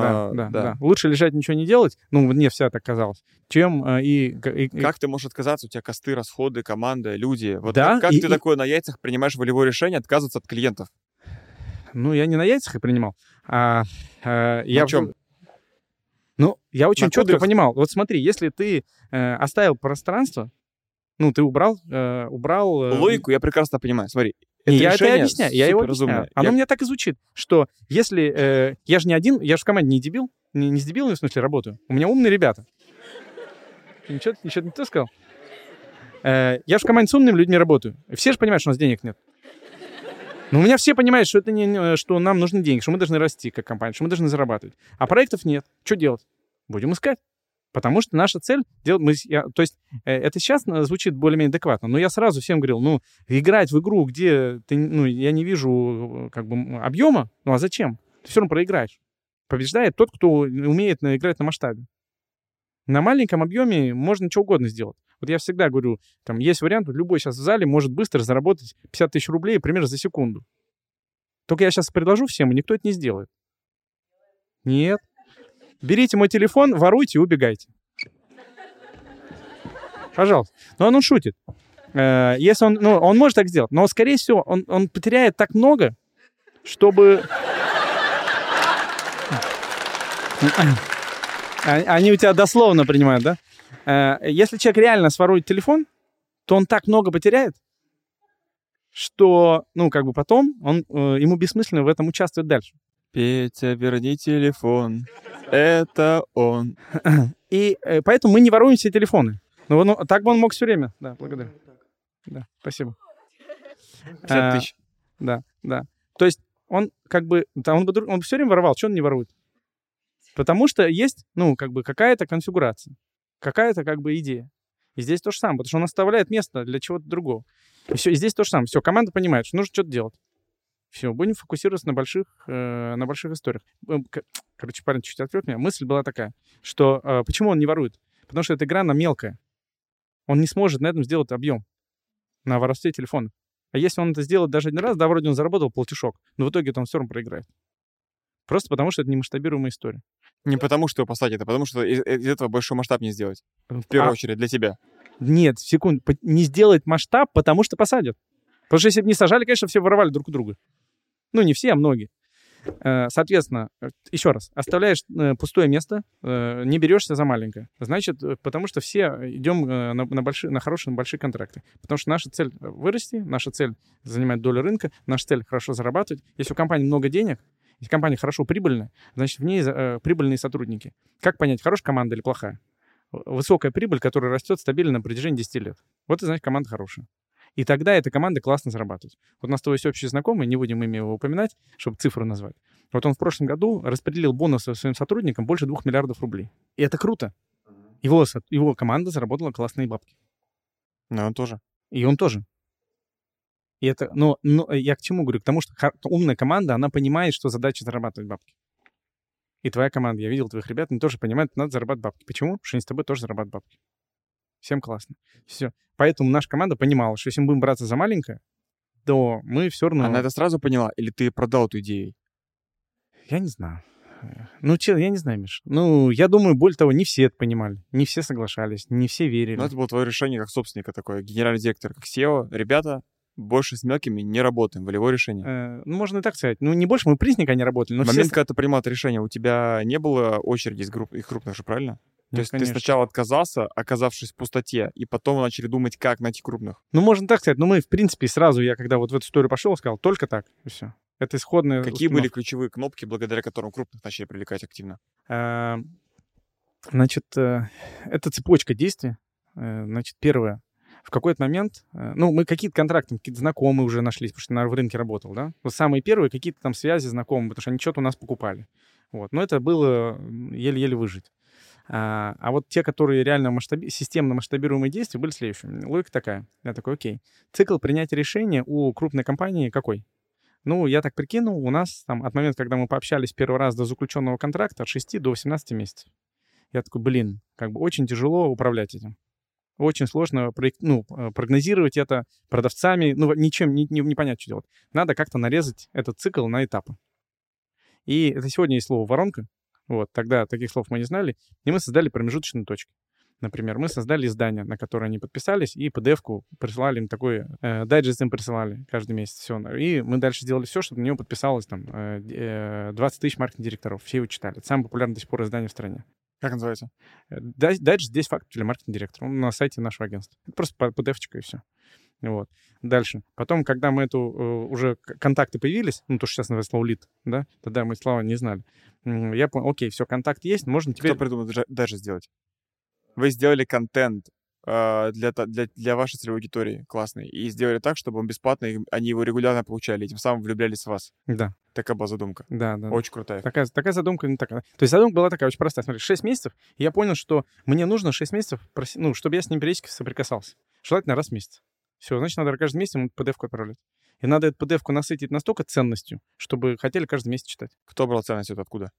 Speaker 3: Да. Лучше лежать, ничего не делать, ну, мне вся так казалось, чем
Speaker 2: Как ты можешь отказаться? У тебя косты, расходы, команда, люди. Вот
Speaker 3: да,
Speaker 2: как ты такое на яйцах принимаешь волевое решение отказываться от клиентов?
Speaker 3: Ну, я не на яйцах и принимал.
Speaker 2: На чем?
Speaker 3: Ну, я очень четко понимал. Вот смотри, если ты оставил пространство, ну, ты убрал...
Speaker 2: Логику я прекрасно понимаю. Смотри,
Speaker 3: я это и объясняю, я его объясняю. Оно у меня так и звучит, что если... я же не один, я же в команде не дебил, не с дебилами, в смысле, работаю. У меня умные ребята. Ничего не ты сказал? Я же в команде с умными людьми работаю. Все же понимают, что у нас денег нет. Но у меня все понимают, что это не, что нам нужны деньги, что мы должны расти как компания, что мы должны зарабатывать. А проектов нет. Что делать? Будем искать. Потому что наша цель делать... То есть это сейчас звучит более-менее адекватно, но я сразу всем говорил, ну, играть в игру, где ты, ну, я не вижу как бы объема, ну, а зачем? Ты все равно проиграешь. Побеждает тот, кто умеет играть на масштабе. На маленьком объеме можно что угодно сделать. Вот я всегда говорю, там есть вариант, любой сейчас в зале может быстро заработать 50 тысяч рублей примерно за секунду. Только я сейчас предложу всем, и никто это не сделает. Нет. Берите мой телефон, воруйте и убегайте. Пожалуйста. Но он шутит. Если он может так сделать, но, скорее всего, он потеряет так много, чтобы... Они у тебя дословно принимают, да? Если человек реально сворует телефон, то он так много потеряет, что, ну, как бы потом ему бессмысленно в этом участвовать дальше.
Speaker 2: Петя, верни телефон. Это он.
Speaker 3: И поэтому мы не воруем все телефоны. Ну, так бы он мог все время. Да, благодарю. Да, спасибо.
Speaker 2: 50 тысяч.
Speaker 3: Да. То есть он он все время воровал. Что он не ворует? Потому что есть, какая-то конфигурация, какая-то идея. И здесь то же самое, потому что он оставляет место для чего-то другого. И все, и здесь то же самое. Все, команда понимает, что нужно что-то делать. Все, будем фокусироваться на больших историях. Короче, парень чуть отвлек меня. Мысль была такая, что почему он не ворует? Потому что эта игра, она мелкая. Он не сможет на этом сделать объем на воровстве телефона. А если он это сделает даже один раз, да, вроде он заработал полтишок, но в итоге он все равно проиграет. Просто потому что это не масштабируемая история.
Speaker 2: Не потому, что его посадят, а потому, что из этого большой масштаб не сделать. В первую очередь для тебя.
Speaker 3: Нет, секунду. Не сделать масштаб, потому что посадят. Потому что если бы не сажали, конечно, все воровали друг у друга. Ну, не все, а многие. Соответственно, еще раз, оставляешь пустое место, не берешься за маленькое. Значит, потому что все идем на хорошие, на большие контракты. Потому что наша цель вырасти, наша цель занимать долю рынка, наша цель хорошо зарабатывать. Если у компании много денег, если компания хорошо прибыльная, значит, в ней прибыльные сотрудники. Как понять, хорошая команда или плохая? Высокая прибыль, которая растет стабильно на протяжении 10 лет. Вот, значит, команда хорошая. И тогда эта команда классно зарабатывает. Вот у нас с тобой есть общий знакомый, не будем имя его упоминать, чтобы цифру назвать. Вот он в прошлом году распределил бонусы своим сотрудникам больше 2 миллиардов рублей. И это круто. Его команда заработала классные бабки.
Speaker 2: Но он тоже.
Speaker 3: И он тоже. И это, но я к чему говорю? К тому, что умная команда, она понимает, что задача зарабатывать бабки. И твоя команда, я видел твоих ребят, они тоже понимают, что надо зарабатывать бабки. Почему? Потому что они с тобой тоже зарабатывают бабки. Всем классно. Все. Поэтому наша команда понимала, что если мы будем браться за маленькое, то мы все равно...
Speaker 2: Она это сразу поняла? Или ты продал эту идею?
Speaker 3: Я не знаю. Я не знаю, Миша. Я думаю, более того, не все это понимали. Не все соглашались, не все верили.
Speaker 2: Но это было твое решение как собственника такое, генеральный директор, как SEO. Ребята, больше с мелкими не работаем. Волевое решение.
Speaker 3: Можно и так сказать. Не больше, мы в призника не работали. Но
Speaker 2: в момент, когда ты принимал это решение, у тебя не было очереди из крупных же, правильно? То есть
Speaker 3: конечно.
Speaker 2: Ты сначала отказался, оказавшись в пустоте, и потом начали думать, как найти крупных.
Speaker 3: Можно так сказать. Но мы, в принципе, сразу, я когда вот в эту историю пошел, сказал, только так, и все. Это исходная
Speaker 2: Какие были ключевые кнопки, благодаря которым крупных начали привлекать активно?
Speaker 3: Значит, это цепочка действий. Значит, первое. В какой-то момент, мы какие-то контракты, какие-то знакомые уже нашлись, потому что я в рынке работал, да? Вот самые первые какие-то там связи знакомые, потому что они что-то у нас покупали. Вот. Но это было еле-еле выжить. А вот те, которые реально системно масштабируемые действия, были следующими. Логика такая. Я такой, окей. Цикл принятия решения у крупной компании какой? Я так прикинул, у нас там от момента, когда мы пообщались первый раз до заключенного контракта, от 6 до 18 месяцев. Я такой, очень тяжело управлять этим. Очень сложно прогнозировать это продавцами, ничем не понять, что делать. Надо как-то нарезать этот цикл на этапы. И это сегодня есть слово «воронка». Вот, тогда таких слов мы не знали, и мы создали промежуточные точки. Например, мы создали издание, на которое они подписались, и PDF-ку присылали им такой, дайджест им присылали каждый месяц. Все. И мы дальше сделали все, чтобы на него подписалось 20 тысяч маркетинг-директоров. Все его читали. Это самое популярное до сих пор издание в стране.
Speaker 2: Как называется?
Speaker 3: Дайджест здесь факт для маркетинг-директора. Он на сайте нашего агентства. Это просто PDF-чика и все. Вот. Дальше. Потом, когда мы уже контакты появились, то, что сейчас называется слово лид, да, тогда мы слова не знали. Я понял, окей, все, контакт есть, можно теперь...
Speaker 2: Кто придумал даже сделать? Вы сделали контент для вашей целевой аудитории классный и сделали так, чтобы он бесплатный, они его регулярно получали, и тем самым влюблялись в вас.
Speaker 3: Да.
Speaker 2: Такая была задумка.
Speaker 3: Да.
Speaker 2: Очень крутая.
Speaker 3: Такая задумка не такая. То есть задумка была такая очень простая. Смотри, 6 месяцев, и я понял, что мне нужно 6 месяцев, чтобы я с ним периодически соприкасался. Желательно раз в месяц. Все, значит, надо каждый месяц ему PDF-ку отправлять. И надо эту PDF-ку насытить настолько ценностью, чтобы хотели каждый месяц читать.
Speaker 2: Кто брал ценность это откуда?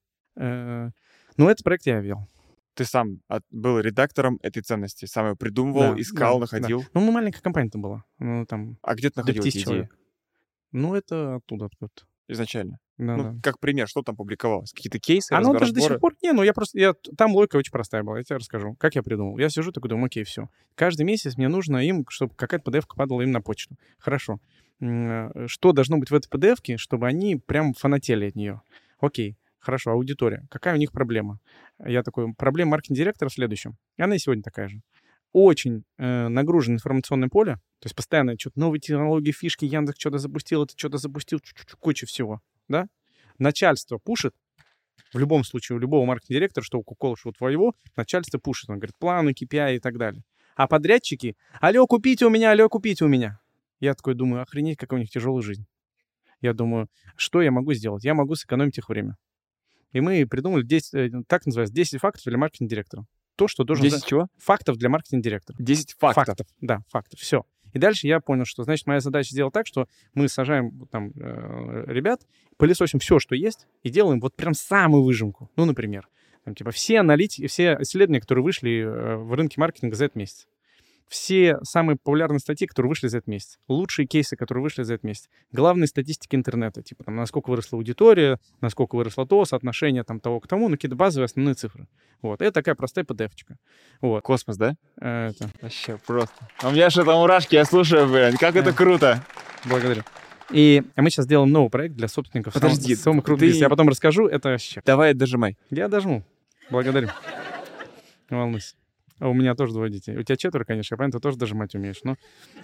Speaker 3: Этот проект я вел.
Speaker 2: Ты сам был редактором этой ценности, сам ее придумывал, искал, находил?
Speaker 3: Да. Мы маленькая компания-то была.
Speaker 2: А где ты находил эти идеи?
Speaker 3: Это оттуда откуда-то.
Speaker 2: Изначально?
Speaker 3: Да.
Speaker 2: Как пример, что там публиковалось? Какие-то кейсы,
Speaker 3: разборы?
Speaker 2: даже
Speaker 3: до сих пор... Там логика очень простая была, я тебе расскажу. Как я придумал? Я сижу такой, думаю, окей, все. Каждый месяц мне нужно им, чтобы какая-то PDF-ка падала им на почту. Хорошо. Что должно быть в этой PDF-ке, чтобы они прям фанатели от нее? Окей. Хорошо, аудитория. Какая у них проблема? Я такой, проблема маркетинг-директора в следующем. И она и сегодня такая же. Очень нагружено информационное поле, то есть постоянно что-то новые технологии, фишки, Яндекс что-то запустил, куча всего, да? Начальство пушит, в любом случае, у любого маркетинг-директора, что у Coca-Cola, что у твоего, начальство пушит. Он говорит, планы, KPI и так далее. А подрядчики: алло, купите у меня, алло, купите у меня. Я такой думаю, охренеть, какая у них тяжелая жизнь. Я думаю, что я могу сделать? Я могу сэкономить их время. И мы придумали 10, так называется, 10 фактов для маркетинг-директора. То, что должен...
Speaker 2: 10 чего?
Speaker 3: Фактов для маркетинг-директора.
Speaker 2: 10 фактов.
Speaker 3: Да, фактов. Все. И дальше я понял, что, значит, моя задача сделать так, что мы сажаем там ребят, пылесосим все, что есть, и делаем вот прям самую выжимку. Ну, например, там, типа все аналитики, все исследования, которые вышли в рынке маркетинга за этот месяц. Все самые популярные статьи, которые вышли за этот месяц. Лучшие кейсы, которые вышли за этот месяц. Главные статистики интернета. Типа, там, насколько выросла аудитория, насколько выросло то, соотношение там, того к тому, ну, какие-то базовые основные цифры. Вот. Это такая простая PDF-чика. Вот.
Speaker 2: Космос, да?
Speaker 3: Это...
Speaker 2: Вообще просто. У меня же там мурашки, я слушаю, блин, как это круто.
Speaker 3: Благодарю. И мы сейчас сделаем новый проект для собственников.
Speaker 2: Подожди,
Speaker 3: самых крутых. Я потом расскажу. Это вообще...
Speaker 2: Давай, дожимай.
Speaker 3: Я дожму. Благодарю. Не волнуйся. А у меня тоже 2 детей. У тебя 4, конечно, я понятно, ты тоже дожимать умеешь, но...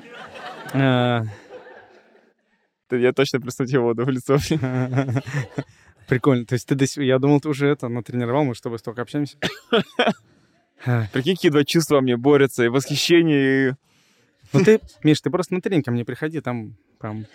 Speaker 2: Я точно представил воду в лицо.
Speaker 3: Прикольно. То есть я думал, ты уже натренировал, мы с тобой столько общаемся.
Speaker 2: Прикинь, какие 2 чувства мне борются, и восхищение, и...
Speaker 3: Ну ты, Миш, ты просто на тренинг ко мне приходи, там прям...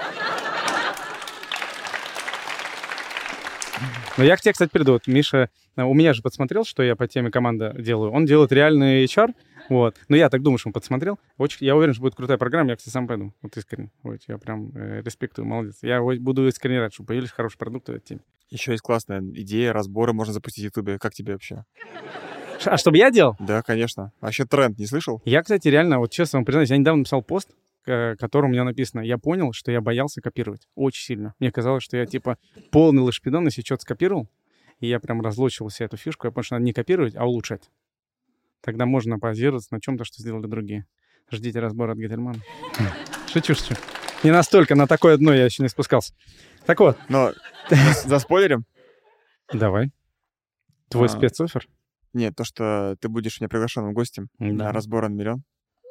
Speaker 3: Но я к тебе, кстати, приду. Вот Миша у меня же подсмотрел, что я по теме команда делаю. Он делает реальный HR, вот. Но я так думаю, что он подсмотрел. Я уверен, что будет крутая программа, я, кстати, сам пойду. Вот искренне. Вот, я прям респектую, молодец. Я буду искренне рад, что появились хорошие продукты в этой теме.
Speaker 2: Еще есть классная идея, разборы можно запустить в Ютубе. Как тебе вообще?
Speaker 3: А чтобы я делал?
Speaker 2: Да, конечно. Вообще тренд, не слышал?
Speaker 3: Я, кстати, реально, вот честно вам признаюсь, я недавно написал пост, в котором у меня написано: я понял, что я боялся копировать. Очень сильно. Мне казалось, что я, типа, полный лошпидон, если что-то скопировал, и я прям разлучил себе эту фишку. Я понял, что надо не копировать, а улучшать. Тогда можно базироваться на чем-то, что сделали другие. Ждите разбора от Гительмана. Шучу. Не настолько, на такое дно я еще не спускался. Так вот.
Speaker 2: Но заспойлерим?
Speaker 3: Давай. Твой спецоффер?
Speaker 2: Нет, то, что ты будешь у меня приглашенным гостем на разбор на миллион.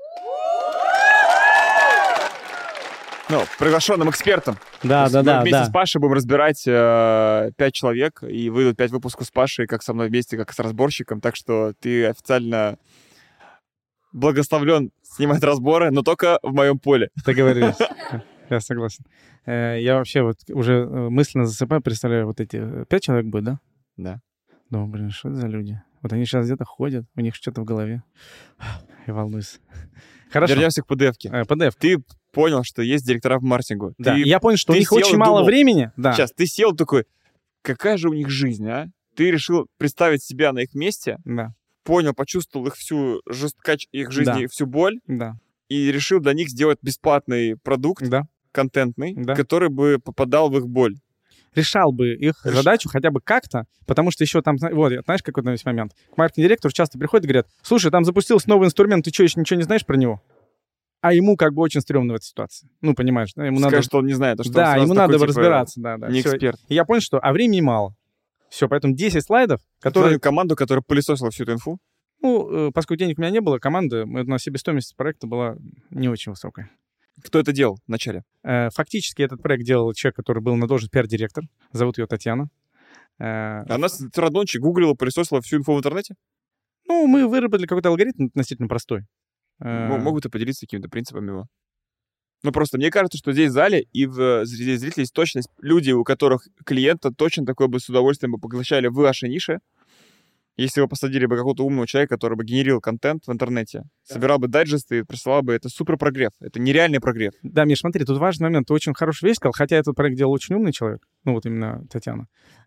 Speaker 2: Ну, приглашенным экспертом.
Speaker 3: Да.
Speaker 2: Мы вместе с Пашей будем разбирать 5 человек, и выйдут 5 выпусков с Пашей, как со мной вместе, как с разборщиком. Так что ты официально благословлен снимать разборы, но только в моем поле.
Speaker 3: Договорились. Я согласен. Я вообще вот уже мысленно засыпаю, представляю, вот эти 5 человек будет, да?
Speaker 2: Да.
Speaker 3: Думаю, блин, что это за люди? Вот они сейчас где-то ходят, у них что-то в голове. Я волнуюсь. Хорошо.
Speaker 2: Вернемся к PDF-ке.
Speaker 3: PDF.
Speaker 2: Ты понял, что есть директора по маркетингу.
Speaker 3: Да, я понял, что у них очень мало времени. Да.
Speaker 2: Сейчас, ты сел такой, какая же у них жизнь, а? Ты решил представить себя на их месте, понял, почувствовал их всю жесткость их жизни, всю боль, и решил для них сделать бесплатный продукт, контентный, который бы попадал в их боль.
Speaker 3: Решал бы их задачу хотя бы как-то, потому что еще там, вот, знаешь, какой-то весь момент. К маркетинг-директору часто приходят и говорят: слушай, там запустился новый инструмент, ты что, еще ничего не знаешь про него? А ему как бы очень стрёмно в этой ситуации. Ну, понимаешь, да? Ему надо...
Speaker 2: что он не знает, что
Speaker 3: да,
Speaker 2: он
Speaker 3: ему надо разбираться, да.
Speaker 2: Не
Speaker 3: Всё.
Speaker 2: эксперт.
Speaker 3: И я понял, что времени мало. Все, поэтому 10 слайдов, которые...
Speaker 2: команду, которая пылесосила всю эту инфу?
Speaker 3: Ну, поскольку денег у меня не было, команда, у нас себестоимость проекта была не очень высокая.
Speaker 2: Кто это делал вначале?
Speaker 3: Фактически этот проект делал человек, который был на должности пиар-директор. Зовут ее Татьяна.
Speaker 2: Она с утра до ночи гуглила, пылесосила всю инфу в интернете?
Speaker 3: Ну, мы выработали какой-то алгоритм относительно простой.
Speaker 2: Могут и поделиться какими-то принципами его? Ну, просто мне кажется, что здесь в зале и в зрителей есть точно люди, у которых клиента точно такой бы с удовольствием бы поглощали в вашей нише, если вы посадили бы какого-то умного человека, который бы генерил контент в интернете, собирал бы дайджесты и присылал бы. Это супер прогрев. Это нереальный прогрев.
Speaker 3: Да, Миш, смотри, тут важный момент. Ты очень хорошую вещь сказал, хотя этот проект делал очень умный человек, ну вот именно Татьяна,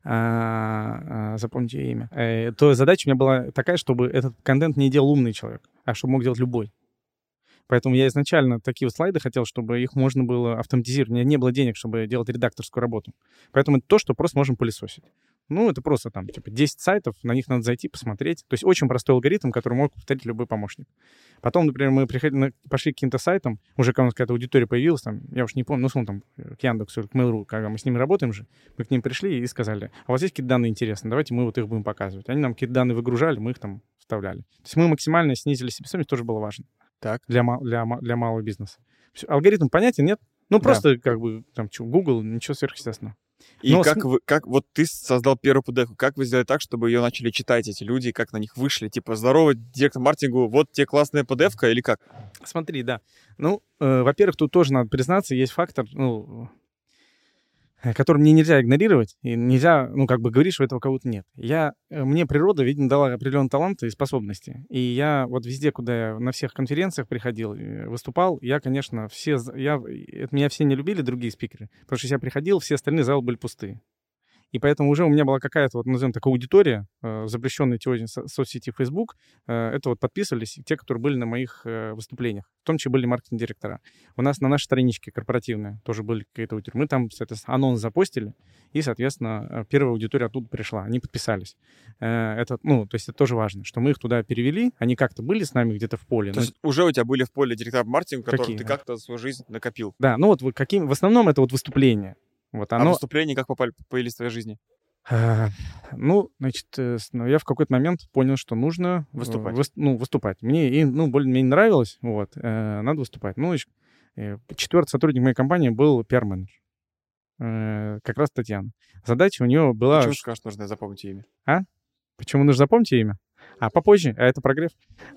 Speaker 3: запомните ее имя, то задача у меня была такая, чтобы этот контент не делал умный человек, а чтобы мог делать любой. Поэтому я изначально такие вот слайды хотел, чтобы их можно было автоматизировать. У меня не было денег, чтобы делать редакторскую работу. Поэтому это то, что просто можем пылесосить. Ну, это просто там, типа, 10 сайтов, на них надо зайти, посмотреть. То есть очень простой алгоритм, который мог повторить любой помощник. Потом, например, мы пошли к каким-то сайтам, уже когда у нас какая-то аудитория появилась, там, я уж не помню, ну, условно, там, к Яндексу, к Mail.ru, когда мы с ними работаем же, мы к ним пришли и сказали: а у вас есть какие-то данные интересные, давайте мы вот их будем показывать. Они нам какие-то данные выгружали, мы их там вставляли. То есть мы максимально снизили себестоимость, тоже было важно.
Speaker 2: Так.
Speaker 3: Для малого бизнеса. Алгоритм понятен, нет? Ну, просто как бы там Google, ничего сверхъестественного.
Speaker 2: И
Speaker 3: Но
Speaker 2: как вот ты создал первую PDF, как вы сделали так, чтобы ее начали читать эти люди, как на них вышли? Типа, здорово, директор маркетингу, вот тебе классная PDF-ка или как?
Speaker 3: Смотри, да. Ну, во-первых, тут тоже надо признаться, есть фактор, который мне нельзя игнорировать, и нельзя, как бы говорить, что этого кого-то нет. Мне природа, видимо, дала определенные таланты и способности. И я вот везде, куда я на всех конференциях приходил, выступал, я, конечно, меня все не любили, другие спикеры, потому что я приходил, все остальные залы были пустые. И поэтому уже у меня была какая-то, вот, назовем так, аудитория, запрещенной теорией соцсети Facebook. Это вот подписывались те, которые были на моих выступлениях. В том числе были маркетинг-директора. У нас на нашей страничке корпоративной тоже были какие-то аудитории. Мы там, соответственно, анонс запостили, и, соответственно, первая аудитория оттуда пришла. Они подписались. То есть это тоже важно, что мы их туда перевели. Они как-то были с нами где-то в поле.
Speaker 2: То есть уже у тебя были в поле директора маркетинга, которые ты как-то свою жизнь накопил?
Speaker 3: Да, в основном это вот выступление. Вот
Speaker 2: А выступления как появились в твоей жизни?
Speaker 3: Я в какой-то момент понял, что нужно выступать. Мне более-менее нравилось, надо выступать. Четвертый сотрудник моей компании был пиар-менеджер. Как раз Татьяна. Задача у нее была...
Speaker 2: Почему скажешь, нужно запомнить ее имя?
Speaker 3: А? Почему нужно запомнить ее имя? Попозже, это прогрев.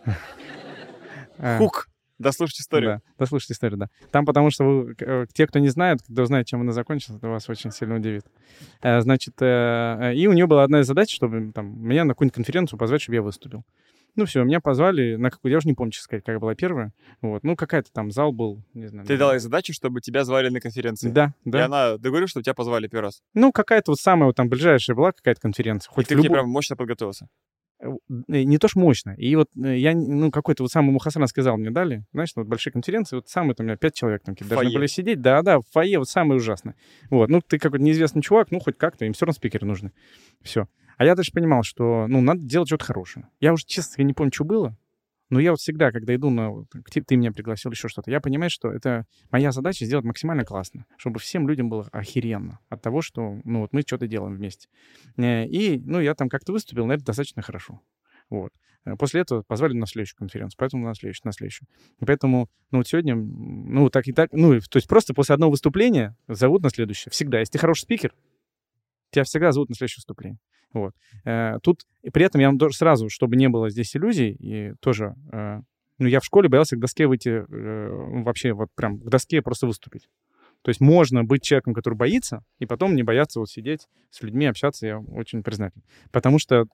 Speaker 2: Хук! Дослушать историю.
Speaker 3: Да, дослушать историю, да. Там потому что те, кто не знает, когда узнает, чем она закончилась, это вас очень сильно удивит. И у нее была одна из задач, чтобы меня на какую-нибудь конференцию позвать, чтобы я выступил. Все, меня позвали на какую-то... Я уже не помню, честно сказать, какая была первая. Какая-то там зал был, не знаю.
Speaker 2: Ты дал ей задачу, чтобы тебя звали на конференции?
Speaker 3: Да.
Speaker 2: И она договорилась, что тебя позвали первый раз?
Speaker 3: Какая-то вот самая там ближайшая была какая-то конференция.
Speaker 2: И ты к ней прям мощно подготовился?
Speaker 3: Не то ж мощно. И я, какой-то вот самый Мухасран сказал, мне дали, знаешь, большие конференции, вот самые там у меня 5 человек там должны были сидеть. Да, в фойе вот самое ужасное. Ты какой-то неизвестный чувак, хоть как-то, им все равно спикеры нужны. Все. А я даже понимал, что, надо делать что-то хорошее. Я уже, честно, не помню, что было, но я вот всегда, когда иду ты меня пригласил, еще что-то, я понимаю, что это моя задача сделать максимально классно, чтобы всем людям было охеренно от того, что, мы что-то делаем вместе. И, я там как-то выступил, наверное, достаточно хорошо. После этого позвали на следующую конференцию, поэтому на следующую. И поэтому, сегодня, так и так, то есть просто после одного выступления зовут на следующее. Всегда. Если ты хороший спикер, тебя всегда зовут на следующее выступление. Тут, и при этом я вам тоже сразу, чтобы не было здесь иллюзий, и тоже, я в школе боялся к доске выйти, вообще прям к доске просто выступить. То есть можно быть человеком, который боится, и потом не бояться сидеть с людьми, общаться, я очень признателен. Потому что,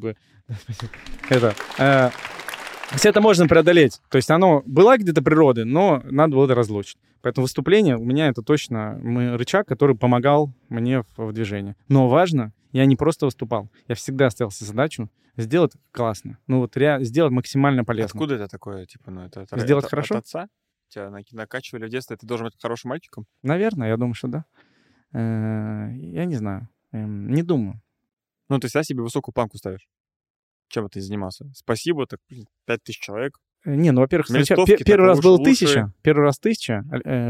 Speaker 3: все это можно преодолеть. То есть оно было где-то природы, но надо было это разлучить. Поэтому выступление у меня это точно рычаг, который помогал мне в движении. Но важно, я не просто выступал, я всегда ставил себе задачу сделать классно. Сделать максимально полезно.
Speaker 2: Откуда это такое?
Speaker 3: Сделать хорошо?
Speaker 2: От отца? Тебя накачивали в детстве, ты должен быть хорошим мальчиком?
Speaker 3: Наверное, я думаю, что да. Я не знаю. Не думаю.
Speaker 2: Ты всегда себе высокую планку ставишь. Чем ты занимался? Спасибо, 5000 человек.
Speaker 3: Во-первых, первый раз было 1000. Первый раз 1000.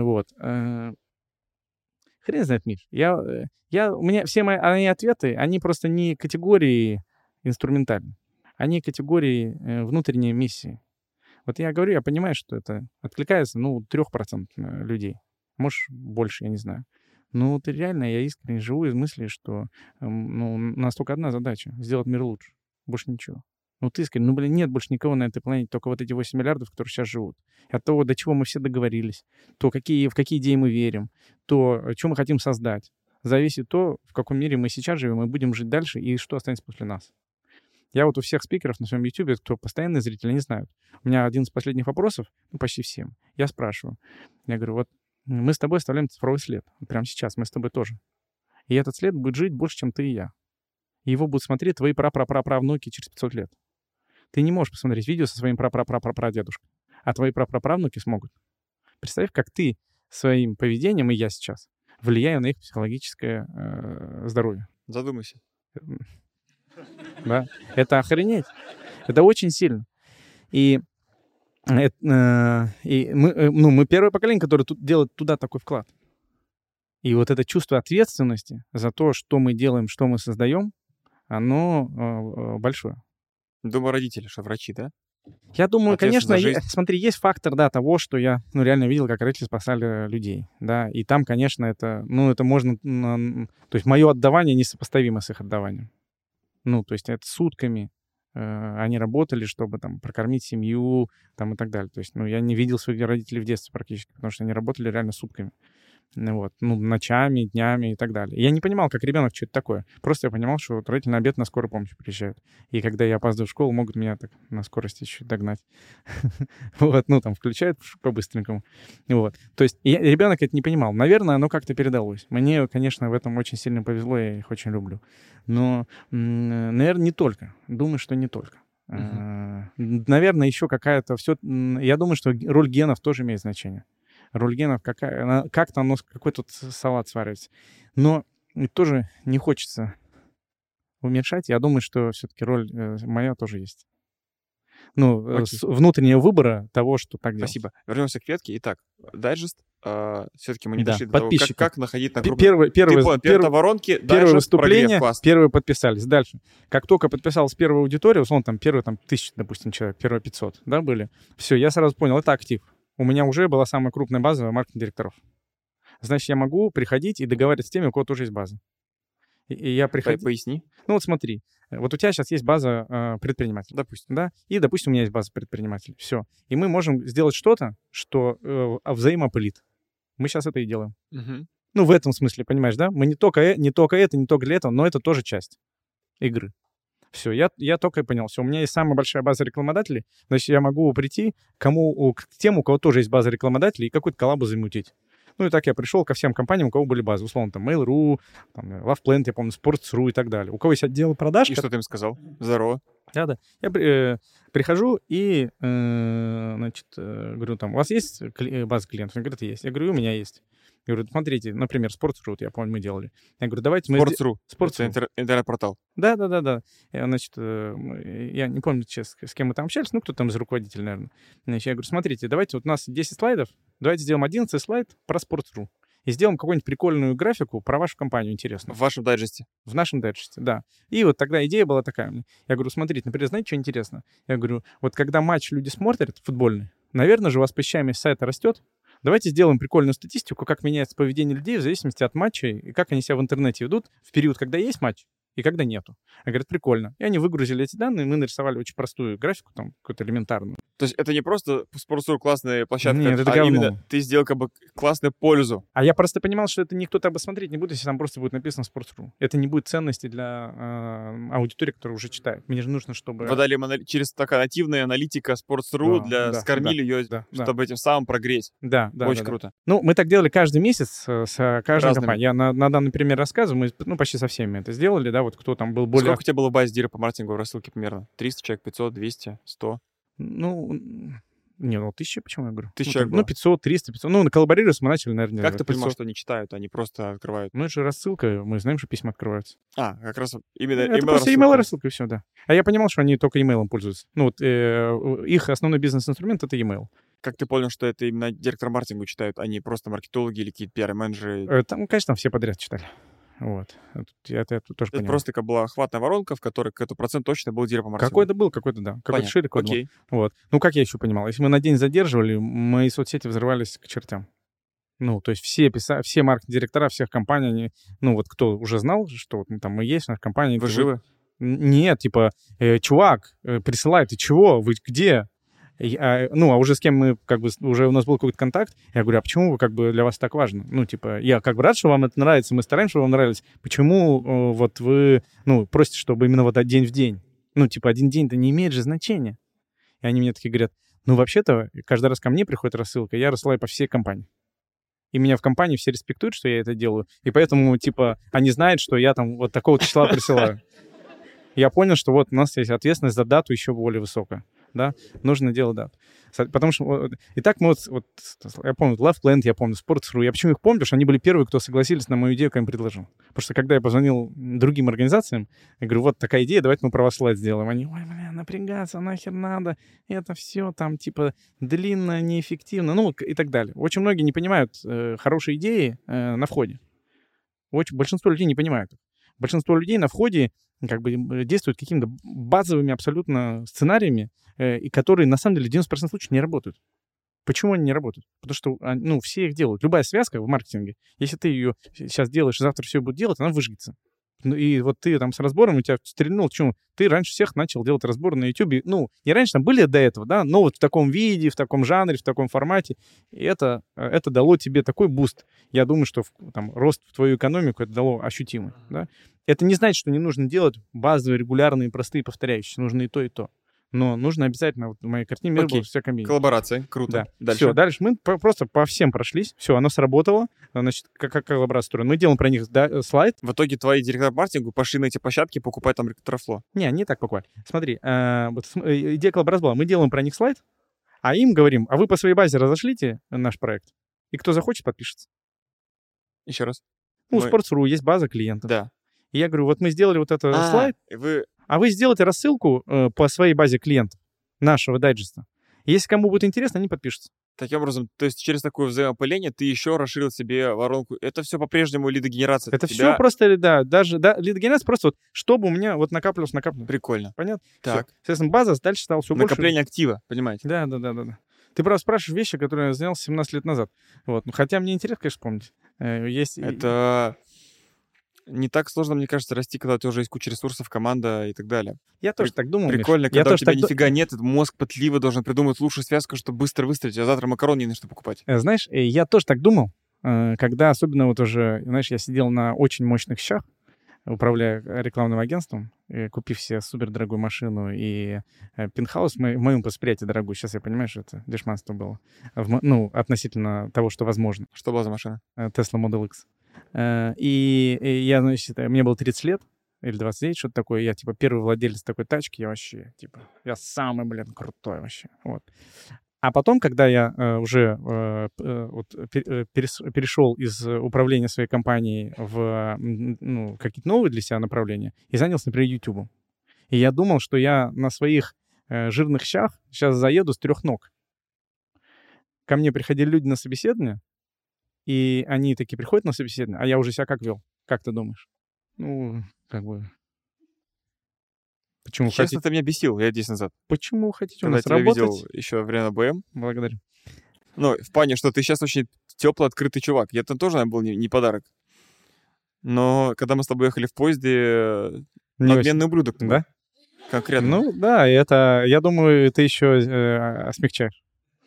Speaker 3: Хрен знает, Миш. У меня все мои ответы, они просто не категории инструментальные. Они категории внутренней миссии. Я говорю, я понимаю, что это откликается, 3% людей. Может, больше, я не знаю. Реально, я искренне живу из мысли, что у нас только одна задача — сделать мир лучше. Больше ничего. Ты искренне, нет больше никого на этой планете, только эти 8 миллиардов, которые сейчас живут. От того, до чего мы все договорились, в какие идеи мы верим, то, что мы хотим создать, зависит то, в каком мире мы сейчас живем, и будем жить дальше, и что останется после нас. Я у всех спикеров на своем YouTube, кто постоянные зрители, они знают. У меня один из последних вопросов, почти всем, я спрашиваю. Я говорю, мы с тобой оставляем цифровой след. Прямо сейчас мы с тобой тоже. И этот след будет жить больше, чем ты и я. И его будут смотреть твои прапраправнуки через 500 лет. Ты не можешь посмотреть видео со своим прапрапрапрадедушкой, а твои прапраправнуки смогут. Представь, как ты своим поведением, и я сейчас, влияю на их психологическое здоровье.
Speaker 2: Задумайся.
Speaker 3: Да, это охренеть. Это очень сильно. И мы первое поколение, которое делает туда такой вклад. И это чувство ответственности за то, что мы делаем, что мы создаем, оно большое.
Speaker 2: Думаю, родители, что врачи, да?
Speaker 3: Я думаю, конечно,
Speaker 2: за жизнь.
Speaker 3: смотри, есть фактор, да, того, что я, реально видел, как родители спасали людей, да, и там, конечно, это можно, то есть мое отдавание несопоставимо с их отдаванием. То есть это сутками они работали, чтобы там прокормить семью, там и так далее. То есть, я не видел своих родителей в детстве практически, потому что они работали реально сутками. Ночами, днями и так далее. Я не понимал, как ребенок, что это такое. Просто я понимал, что вот родители на обед на скорую помощь приезжают. И когда я опаздываю в школу, могут меня так на скорости еще догнать. Там включают по-быстренькому. То есть ребенок это не понимал. Наверное, оно как-то передалось. Мне, конечно, в этом очень сильно повезло, я их очень люблю. Но, наверное, не только. Думаю, что не только. Наверное, еще какая-то... Я думаю, что роль генов тоже имеет значение. Роль генов как-то оно какой-то салат сваривается. Но тоже не хочется уменьшать. Я думаю, что все-таки роль моя тоже есть. Внутреннего выбора того, что так делать.
Speaker 2: Спасибо. Вернемся к ветке. Итак, дайджест. Все-таки мы не
Speaker 3: Да,
Speaker 2: дошли до того, как находить на крупных... Первые воронки,
Speaker 3: первое выступление,
Speaker 2: прогрев,
Speaker 3: первые подписались. Дальше. Как только подписалась первая аудитория, условно, там первые 1000, допустим, человек, первые 500, да, были. Все, я сразу понял, это актив. У меня уже была самая крупная база маркетинг-директоров. Значит, я могу приходить и договариваться с теми, у кого тоже есть база. И я приходил...
Speaker 2: Поясни.
Speaker 3: Смотри. Вот у тебя сейчас есть база предпринимателей.
Speaker 2: Допустим.
Speaker 3: Да? И, допустим, у меня есть база предпринимателей. Все. И мы можем сделать что-то, что взаимоопылит. Мы сейчас это и делаем.
Speaker 2: Угу.
Speaker 3: В этом смысле, понимаешь, да? Мы не только это, не только для этого, но это тоже часть игры. Все, я только и понял. Все, у меня есть самая большая база рекламодателей, значит, я могу прийти к тем, у кого тоже есть база рекламодателей, и какую-то коллабу замутить. И так я пришел ко всем компаниям, у кого были базы. Условно, там, Mail.ru, там, LovePlant, я помню, Sports.ru и так далее. У кого есть отдел продаж...
Speaker 2: И что ты им сказал? Здорово.
Speaker 3: Да. Я прихожу и, говорю, там, у вас есть база клиентов? Они говорят, есть. Я говорю, у меня есть. Я говорю, смотрите, например, Sports.ru, я помню, мы делали. Я говорю, давайте мы...
Speaker 2: Sports.ru.
Speaker 3: Sports.ru.
Speaker 2: Интернет-портал.
Speaker 3: Да. Значит, я не помню, честно, с кем мы там общались, кто там из руководителей, наверное. Значит, я говорю, смотрите, давайте, вот у нас 10 слайдов, давайте сделаем 11 слайд про Sports.ru. И сделаем какую-нибудь прикольную графику про вашу компанию интересную.
Speaker 2: В вашем дайджесте.
Speaker 3: В нашем дайджесте, да. И вот тогда идея была такая. Я говорю, смотрите, например, знаете, что интересно? Я говорю, вот когда матч люди смотрят, футбольный, наверное же у вас посещаемость сайта растет. Давайте сделаем прикольную статистику, как меняется поведение людей в зависимости от матчей и как они себя в интернете ведут в период, когда есть матч и когда нету. Они говорят, прикольно. И они выгрузили эти данные, мы нарисовали очень простую графику, там, какую-то элементарную.
Speaker 2: То есть это не просто Sports.ru классная площадка,
Speaker 3: Нет, это говно.
Speaker 2: Именно ты сделал как бы классную пользу.
Speaker 3: А я просто понимал, что это никто так бы смотреть не будет, если там просто будет написано Sports.ru. Это не будет ценности для аудитории, которая уже читает. Мне же нужно, чтобы...
Speaker 2: Вы дали через такая нативная аналитика Sports.ru, скормили ее, чтобы этим самым прогреть.
Speaker 3: Да.
Speaker 2: Очень круто.
Speaker 3: Мы так делали каждый месяц с каждой
Speaker 2: Разными.
Speaker 3: компанией. Я на данный пример рассказываю. Мы почти со всеми это сделали, да, вот кто там был более...
Speaker 2: Сколько у тебя было в базе директора по маркетингу в рассылке примерно? 300 человек, 500, 200, 100?
Speaker 3: 1000, почему я говорю?
Speaker 2: 1000 человек было.
Speaker 3: 500, 300, 500. На коллаборироваться мы начали, наверное,
Speaker 2: Как ты
Speaker 3: 500.
Speaker 2: понимаешь, что они читают, они просто открывают?
Speaker 3: Это же рассылка, мы знаем, что письма открываются.
Speaker 2: Как раз именно
Speaker 3: это просто email-рассылка, и все, да. А я понимал, что они только email пользуются. Их основной бизнес-инструмент — это email.
Speaker 2: Как ты понял, что это именно директор маркетинга читают, а не просто маркетологи или какие-то пиар-менеджеры?
Speaker 3: Там, конечно, все подряд читали. Вот. Я тоже
Speaker 2: это
Speaker 3: понимаю.
Speaker 2: просто такая была охватная воронка, в которой какой-то процент точно был директор по маркетингу.
Speaker 3: Какой-то, да. Какой-то шире, какой-то.
Speaker 2: Окей.
Speaker 3: Вот. Как я еще понимал? Если мы на день задерживали, мои соцсети взрывались к чертям. То есть все маркетинг-директора всех компаний, они, кто уже знал, что мы есть, наша компания...
Speaker 2: Вы живы?
Speaker 3: Нет, чувак, присылай, ты чего? Вы где? А уже с кем мы, уже у нас был какой-то контакт, я говорю, а почему для вас так важно? Я рад, что вам это нравится, мы стараемся, чтобы вам нравилось. Почему вы, просите, чтобы именно день в день? Один день-то не имеет же значения. И они мне такие говорят, вообще-то, каждый раз ко мне приходит рассылка, я рассылаю по всей компании. И меня в компании все респектуют, что я это делаю. И поэтому, они знают, что я там такого числа присылаю. Я понял, что у нас есть ответственность за дату еще более высокая. Да, нужно делать дату. Потому что и так мы я помню LovePlant, я помню Sports.ru. Я почему их помню? Потому что они были первые, кто согласились на мою идею, которую я им предложил. Потому что когда я позвонил другим организациям, я говорю, вот такая идея, давайте мы про вас слайд сделаем. Они, напрягаться, нахер надо, это все там длинно, неэффективно, и так далее. Очень многие не понимают хорошие идеи на входе. Большинство людей не понимают. Большинство людей на входе как бы действуют какими-то базовыми абсолютно сценариями, и которые на самом деле в 90% случаев не работают. Почему они не работают? Потому что, ну, все их делают. Любая связка в маркетинге, если ты ее сейчас делаешь, и завтра все будет делать, она выжгется. Ну, и вот ты там с разбором, у тебя стрельнул, почему? Ты раньше всех начал делать разборы на YouTube. Ну, не раньше, там были до этого, да, но вот в таком виде, в таком жанре, в таком формате. И это дало тебе такой буст. Я думаю, что там рост в твою экономику это дало ощутимый, да. Это не значит, что не нужно делать базовые, регулярные, простые, повторяющиеся. Нужно и то, и то. Но нужно обязательно, вот в моей картине мира была вся комедия.
Speaker 2: Коллаборация, круто.
Speaker 3: Да.
Speaker 2: Дальше.
Speaker 3: Все, дальше мы просто по всем прошлись. Все, оно сработало. Значит, как коллаборация строена. Мы делаем про них слайд.
Speaker 2: В итоге твои директора по маркетингу пошли на эти площадки покупать там рекрутер-фло.
Speaker 3: Не так покупали. Смотри, вот идея коллаборации была. Мы делаем про них слайд, а им говорим, а вы по своей базе разошлите наш проект, и кто захочет, подпишется.
Speaker 2: Еще раз.
Speaker 3: Ну, у Sports.ru есть база клиентов.
Speaker 2: Да.
Speaker 3: И я говорю, вот мы сделали вот этот слайд, а вы сделайте рассылку по своей базе клиентов нашего дайджеста. Если кому будет интересно, они подпишутся.
Speaker 2: Таким образом, то есть через такое взаимопыление ты еще расширил себе воронку. Это все по-прежнему лидогенерация.
Speaker 3: Это все просто, да, даже лидогенерация просто вот, чтобы у меня вот накапливалось.
Speaker 2: Прикольно.
Speaker 3: Понятно?
Speaker 2: Так.
Speaker 3: Все. Соответственно, база дальше стала все больше.
Speaker 2: Накопление актива, понимаете?
Speaker 3: Да. Ты просто спрашиваешь вещи, которые я занял 17 лет назад. Вот. Ну, хотя мне интересно, конечно, вспомнить.
Speaker 2: Это не так сложно, мне кажется, расти, когда у тебя уже есть куча ресурсов, команда и так далее.
Speaker 3: Я тоже так думал,
Speaker 2: Прикольно,
Speaker 3: Миш.
Speaker 2: когда у тебя нифига нет, мозг пытливо должен придумать лучшую связку, чтобы быстро выстрелить, а завтра макарон не на что покупать.
Speaker 3: Знаешь, я тоже так думал, когда особенно вот уже, знаешь, я сидел на очень мощных щах, управляя рекламным агентством, купив себе супердорогую машину и пентхаус, в моем восприятии дорогой. Сейчас я понимаю, что это дешманство было. Ну, относительно того, что возможно.
Speaker 2: Что была за машина?
Speaker 3: Tesla Model X. И я, значит, мне было 30 лет или 29, что-то такое. Я, типа, первый владелец такой тачки. Я вообще, типа, я самый, крутой вообще. Вот. А потом, когда я уже перешел из управления своей компанией в какие-то новые для себя направления и занялся, например, YouTube. И я думал, что я на своих жирных щах сейчас заеду с 3 ног. Ко мне приходили люди на собеседование, и они такие приходят на собеседование, а я уже себя как вел? Как ты думаешь? Ну, как бы... Почему
Speaker 2: Честно,
Speaker 3: хотите?
Speaker 2: ты меня бесил лет 10 назад.
Speaker 3: Почему хотите
Speaker 2: Когда
Speaker 3: у нас
Speaker 2: тебя
Speaker 3: работать?
Speaker 2: видел еще во время БМ.
Speaker 3: Благодарю.
Speaker 2: Ну, в плане, что ты сейчас очень теплый, открытый чувак. Я там тоже, наверное, был не подарок. Но когда мы с тобой ехали в поезде, надменный ублюдок.
Speaker 3: Да?
Speaker 2: Конкретно.
Speaker 3: Ну, да, это, я думаю, ты еще смягчаешь.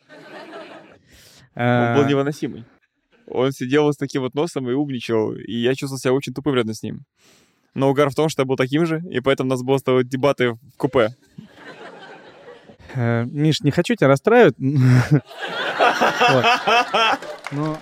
Speaker 2: Он был невыносимый. Он сидел с таким вот носом и умничал, и я чувствовал себя очень тупым рядом с ним. Но угар в том, что я был таким же, и поэтому у нас было с тобой дебаты в купе.
Speaker 3: Миш, не хочу тебя расстраивать. Но...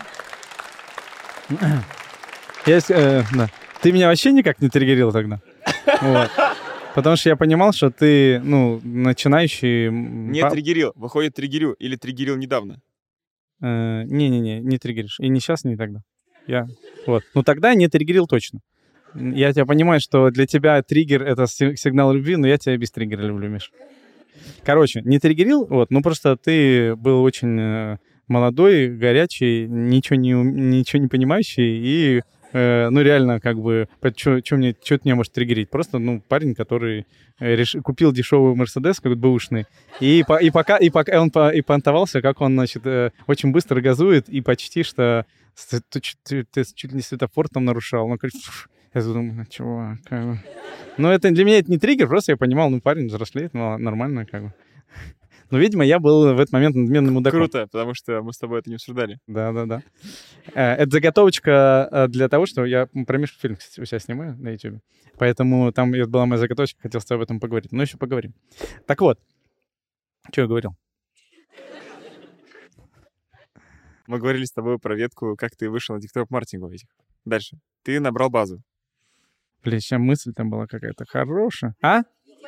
Speaker 3: Ты меня вообще никак не триггерил тогда. Потому что я понимал, что ты, начинающий...
Speaker 2: Не триггерил. Выходит, триггерю. Или триггерил недавно.
Speaker 3: Не триггеришь. И не сейчас, не тогда. Вот. Ну, тогда не триггерил точно. Я тебя понимаю, что для тебя триггер — это сигнал любви, но я тебя без триггера люблю, Миш. Короче, не триггерил, вот, ну просто ты был очень молодой, горячий, ничего не понимающий и, реально, как бы, что меня может триггерить? Просто, парень, который купил дешевый Мерседес, какой-то бэушный, и пока он понтовался, как он, значит, очень быстро газует, и почти что ты чуть ли не светофор там нарушал. Я думаю, чувак, как бы... Но это для меня это не триггер, просто я понимал, парень взрослеет, нормально, как бы. Но, видимо, я был в этот момент надменным мудаком.
Speaker 2: Круто, потому что мы с тобой это не обсуждали.
Speaker 3: Да. Это заготовочка для того, что я про Мишу фильм у себя снимаю на YouTube. Поэтому там это была моя заготовочка, хотел с тобой об этом поговорить. Но еще поговорим. Так вот, что я говорил?
Speaker 2: Мы говорили с тобой про ветку, как ты вышел на директора по маркетингу этих. Дальше. Ты набрал базу.
Speaker 3: Блин, сейчас мысль там была какая-то хорошая. А?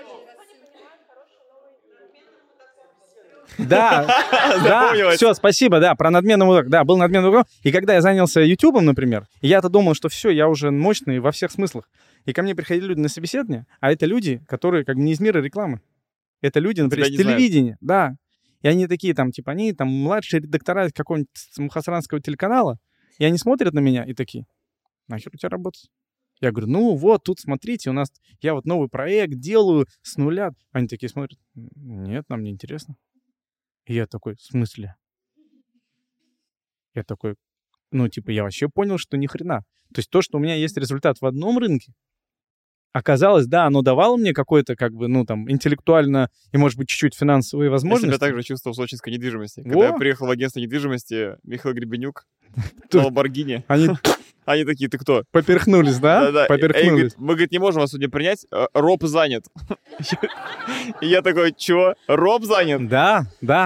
Speaker 3: Да, все, спасибо, да, про надменный мудак. Да, был надменный мудак. И когда я занялся Ютубом, например, я-то думал, что все, я уже мощный во всех смыслах. И ко мне приходили люди на собеседование, а это люди, которые как бы не из мира рекламы. Это люди, например, из телевидения. Да. И они такие там, типа, они там младшие редактора какого-нибудь мухосранского телеканала, и они смотрят на меня и такие: нахер у тебя работать? Я говорю, ну вот, тут смотрите, у нас, я вот новый проект делаю с нуля. Они такие смотрят, нет, нам не интересно. И я такой, в смысле? Я такой, ну, типа, я вообще понял, что ни хрена. То есть то, что у меня есть результат в одном рынке, оказалось, да, оно давало мне какой-то, как бы, ну, там, интеллектуально и, может быть, чуть-чуть финансовые
Speaker 2: Я
Speaker 3: возможности.
Speaker 2: себя также чувствовал в сочинской недвижимости. Когда я приехал в агентство недвижимости, Михаил Гребенюк, на Ламборгини. Они такие, ты кто?
Speaker 3: Поперхнулись, да?
Speaker 2: Да-да.
Speaker 3: Поперхнулись.
Speaker 2: Мы, говорит, не можем вас сегодня принять, Роб занят. И я такой, чё? Роб занят?
Speaker 3: Да.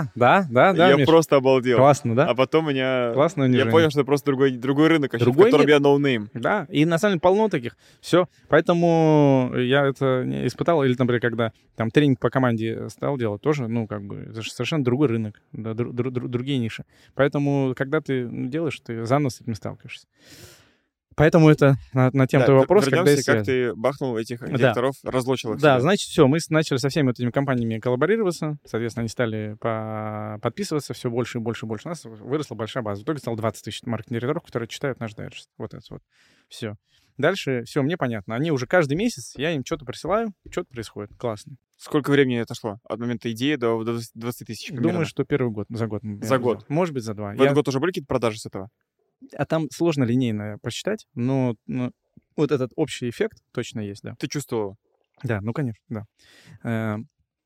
Speaker 2: Я
Speaker 3: Миш.
Speaker 2: просто обалдел.
Speaker 3: Классно, да?
Speaker 2: А потом я понял, что это просто другой рынок, в котором я ноунейм.
Speaker 3: Да, и на самом деле полно таких. Все. Поэтому я это не испытал. Или, например, когда там тренинг по команде стал делать, тоже, ну, как бы, это же совершенно другой рынок, да, другие ниши. Поэтому, когда ты делаешь, ты заново с этим сталкиваешься. Поэтому это на тему твоего вопроса, когда есть
Speaker 2: как ты бахнул этих директоров, разлочил их.
Speaker 3: Да, значит, все, мы начали со всеми вот этими компаниями коллаборироваться, соответственно, они стали подписываться все больше и больше и больше. У нас выросла большая база. В итоге стало 20 тысяч маркетинг-директоров, которые читают наш дайджест. Вот это вот. Все. Дальше все, мне понятно. Они уже каждый месяц, я им что-то присылаю, что-то происходит. Классно.
Speaker 2: Сколько времени это шло? От момента идеи до 20 тысяч примерно?
Speaker 3: Думаю, что первый год, за год.
Speaker 2: За год?
Speaker 3: Может быть, за 2.
Speaker 2: В этот год уже были какие-то продажи с этого?
Speaker 3: А там сложно линейно посчитать, но вот этот общий эффект точно есть, да.
Speaker 2: Ты чувствовал?
Speaker 3: Да, ну, конечно, да.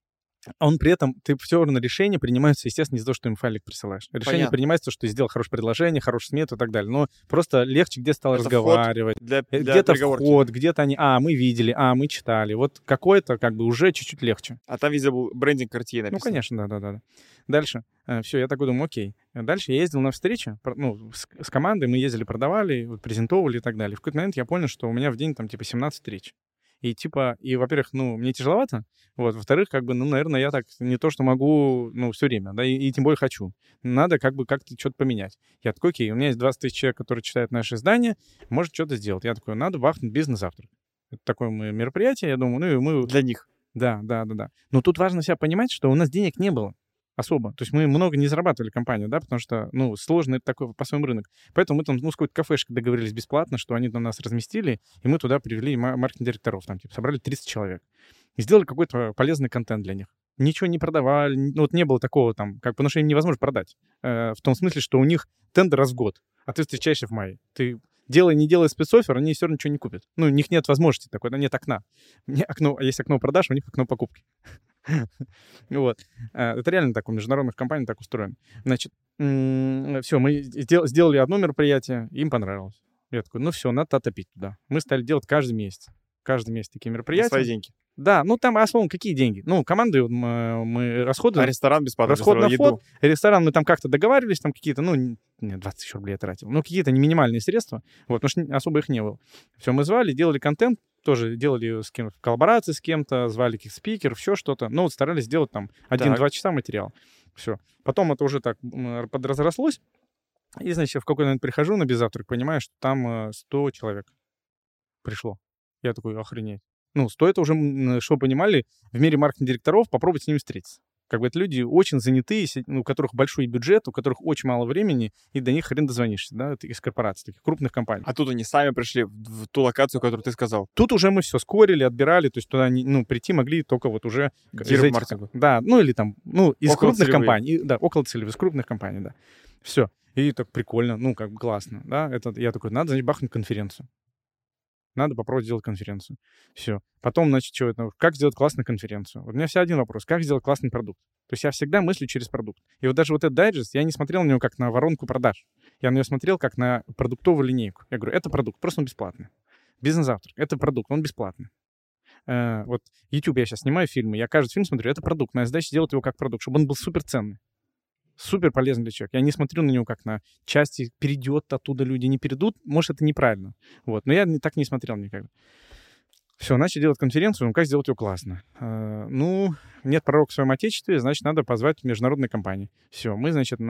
Speaker 3: Он при этом, все равно решения принимаются, естественно, не из-за того, что им файлик присылаешь. Решение принимается, что ты сделал хорошее предложение, хорошую смету и так далее. Но просто легче где стал разговаривать. Где-то вход, где-то они, мы видели, мы читали. Вот какое-то как бы уже чуть-чуть легче.
Speaker 2: А там везде был брендинг Cartier написан.
Speaker 3: Ну, конечно, да. Дальше. Все, я такой думаю, окей. Дальше я ездил на встречи, с командой, мы ездили, продавали, презентовали и так далее. В какой-то момент я понял, что у меня в день там 17 встреч. И во-первых, мне тяжеловато, во-вторых, наверное, я так не то, что могу, все время, да, и тем более хочу. Надо как-то что-то поменять. Я такой, окей, у меня есть 20 тысяч человек, которые читают наши издания, может что-то сделать. Я такой, надо бахнуть бизнес-завтрак. Это такое мероприятие, я думаю, мы...
Speaker 2: Для них.
Speaker 3: Да. Но тут важно себя понимать, что у нас денег не было особо. То есть мы много не зарабатывали компанию, да, потому что, сложно это такой по-своему рынок. Поэтому мы там, с какой-то кафешкой договорились бесплатно, что они на нас разместили, и мы туда привели маркетинг-директоров, там, собрали 30 человек. И сделали какой-то полезный контент для них. Ничего не продавали, не было такого там, потому что им невозможно продать. В том смысле, что у них тендер раз в год, а ты встречаешься в мае. Ты не делай спецоффер, они все равно ничего не купят. У них нет возможности такой, нет окна. Есть окно продаж, у них окно покупки. Вот. Это реально так, у международных компаний так устроено. Значит, все, мы сделали одно мероприятие, им понравилось. Я такой, все, надо топить туда. Мы стали делать каждый месяц. Каждый месяц такие мероприятия.
Speaker 2: На свои деньги.
Speaker 3: Да, там, основном, какие деньги? Команды мы расходуем.
Speaker 2: А ресторан бесплатно?
Speaker 3: Расход на вход. Ресторан мы там как-то договаривались, там какие-то, 20 тысяч рублей я тратил. Какие-то не минимальные средства, потому что особо их не было. Все, мы звали, делали контент, тоже делали с кем-то в коллаборации с кем-то, звали каких-то спикеров, все что-то. Старались сделать там 1-2 часа материал. Все. Потом это уже так подразрослось. И, значит, в какой-то момент прихожу на беззавтрак, понимаю, что там 100 человек пришло. Я такой, охренеть. 100 это уже, что понимали, в мире маркетинг-директоров попробовать с ними встретиться. Это люди очень занятые, у которых большой бюджет, у которых очень мало времени, и до них хрен дозвонишься, да, из корпораций, таких крупных компаний.
Speaker 2: А тут они сами пришли в ту локацию, которую ты сказал?
Speaker 3: Тут уже мы все скорили, отбирали, то есть туда прийти могли только уже... Да, или там, из крупных компаний. Да, около целевых, из крупных компаний, да. Все. И так прикольно, классно, да. Я такой, надо, значит, бахнуть конференцию. Надо попробовать сделать конференцию. Все. Потом, значит, как сделать классную конференцию? У меня всегда один вопрос. Как сделать классный продукт? То есть я всегда мыслю через продукт. И даже этот дайджест, я не смотрел на него как на воронку продаж. Я на него смотрел как на продуктовую линейку. Я говорю, это продукт, просто он бесплатный. Бизнес-завтрак, это продукт, он бесплатный. YouTube я сейчас снимаю фильмы, я каждый фильм смотрю, это продукт. Моя задача сделать его как продукт, чтобы он был суперценный. Супер полезный для человека. Я не смотрю на него как на части, перейдет оттуда люди, не перейдут. Может, это неправильно. Но я так не смотрел никогда. Все, начали делать конференцию, как сделать ее классно? Нет пророка в своем отечестве, значит, надо позвать международные компании. Все, мы, значит,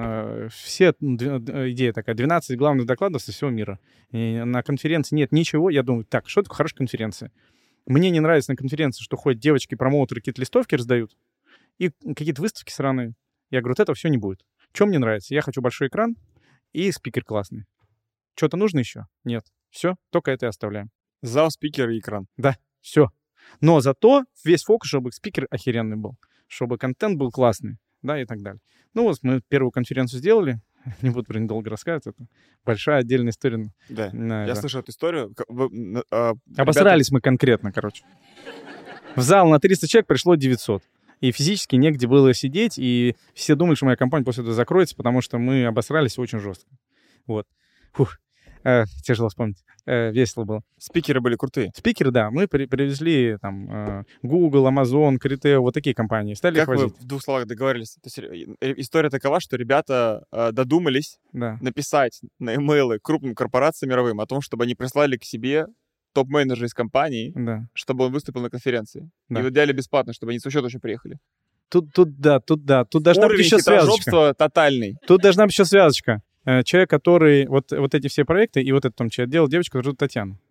Speaker 3: идея такая, 12 главных докладов со всего мира. И на конференции нет ничего. Я думаю, что такое хорошая конференция? Мне не нравится на конференции, что ходят девочки-промоутеры, какие-то листовки раздают, и какие-то выставки сраные. Я говорю, этого все не будет. Что мне нравится? Я хочу большой экран и спикер классный. Что-то нужно еще? Нет. Все, только это и оставляем.
Speaker 2: Зал, спикер и экран.
Speaker 3: Да, все. Но зато весь фокус, чтобы спикер охеренный был, чтобы контент был классный, да, и так далее. Ну вот мы первую конференцию сделали, не буду про нее долго рассказывать, это большая отдельная история.
Speaker 2: Да, я слышал эту историю.
Speaker 3: Обосрались мы конкретно, короче. В зал на 300 человек пришло 900. И физически негде было сидеть, и все думали, что моя компания после этого закроется, потому что мы обосрались очень жестко. Вот. Фух. Тяжело вспомнить. Весело было.
Speaker 2: Спикеры были крутые.
Speaker 3: Спикеры, да. Мы привезли там Google, Amazon, Criteo, вот такие компании. Стали
Speaker 2: Как
Speaker 3: их возить.
Speaker 2: вы в 2 словах договорились? То есть, история такова, что ребята додумались написать на имейлы крупным корпорациям мировым о том, чтобы они прислали к себе топ-менеджера из компании, чтобы он выступил на конференции. Да. И в идеале бесплатно, чтобы они с учета еще приехали.
Speaker 3: Тут должна быть еще связочка.
Speaker 2: Тотальный.
Speaker 3: Тут должна быть еще связочка. Человек, который вот эти все проекты, и вот это там человек делал девочку, которую зовут Татьяна.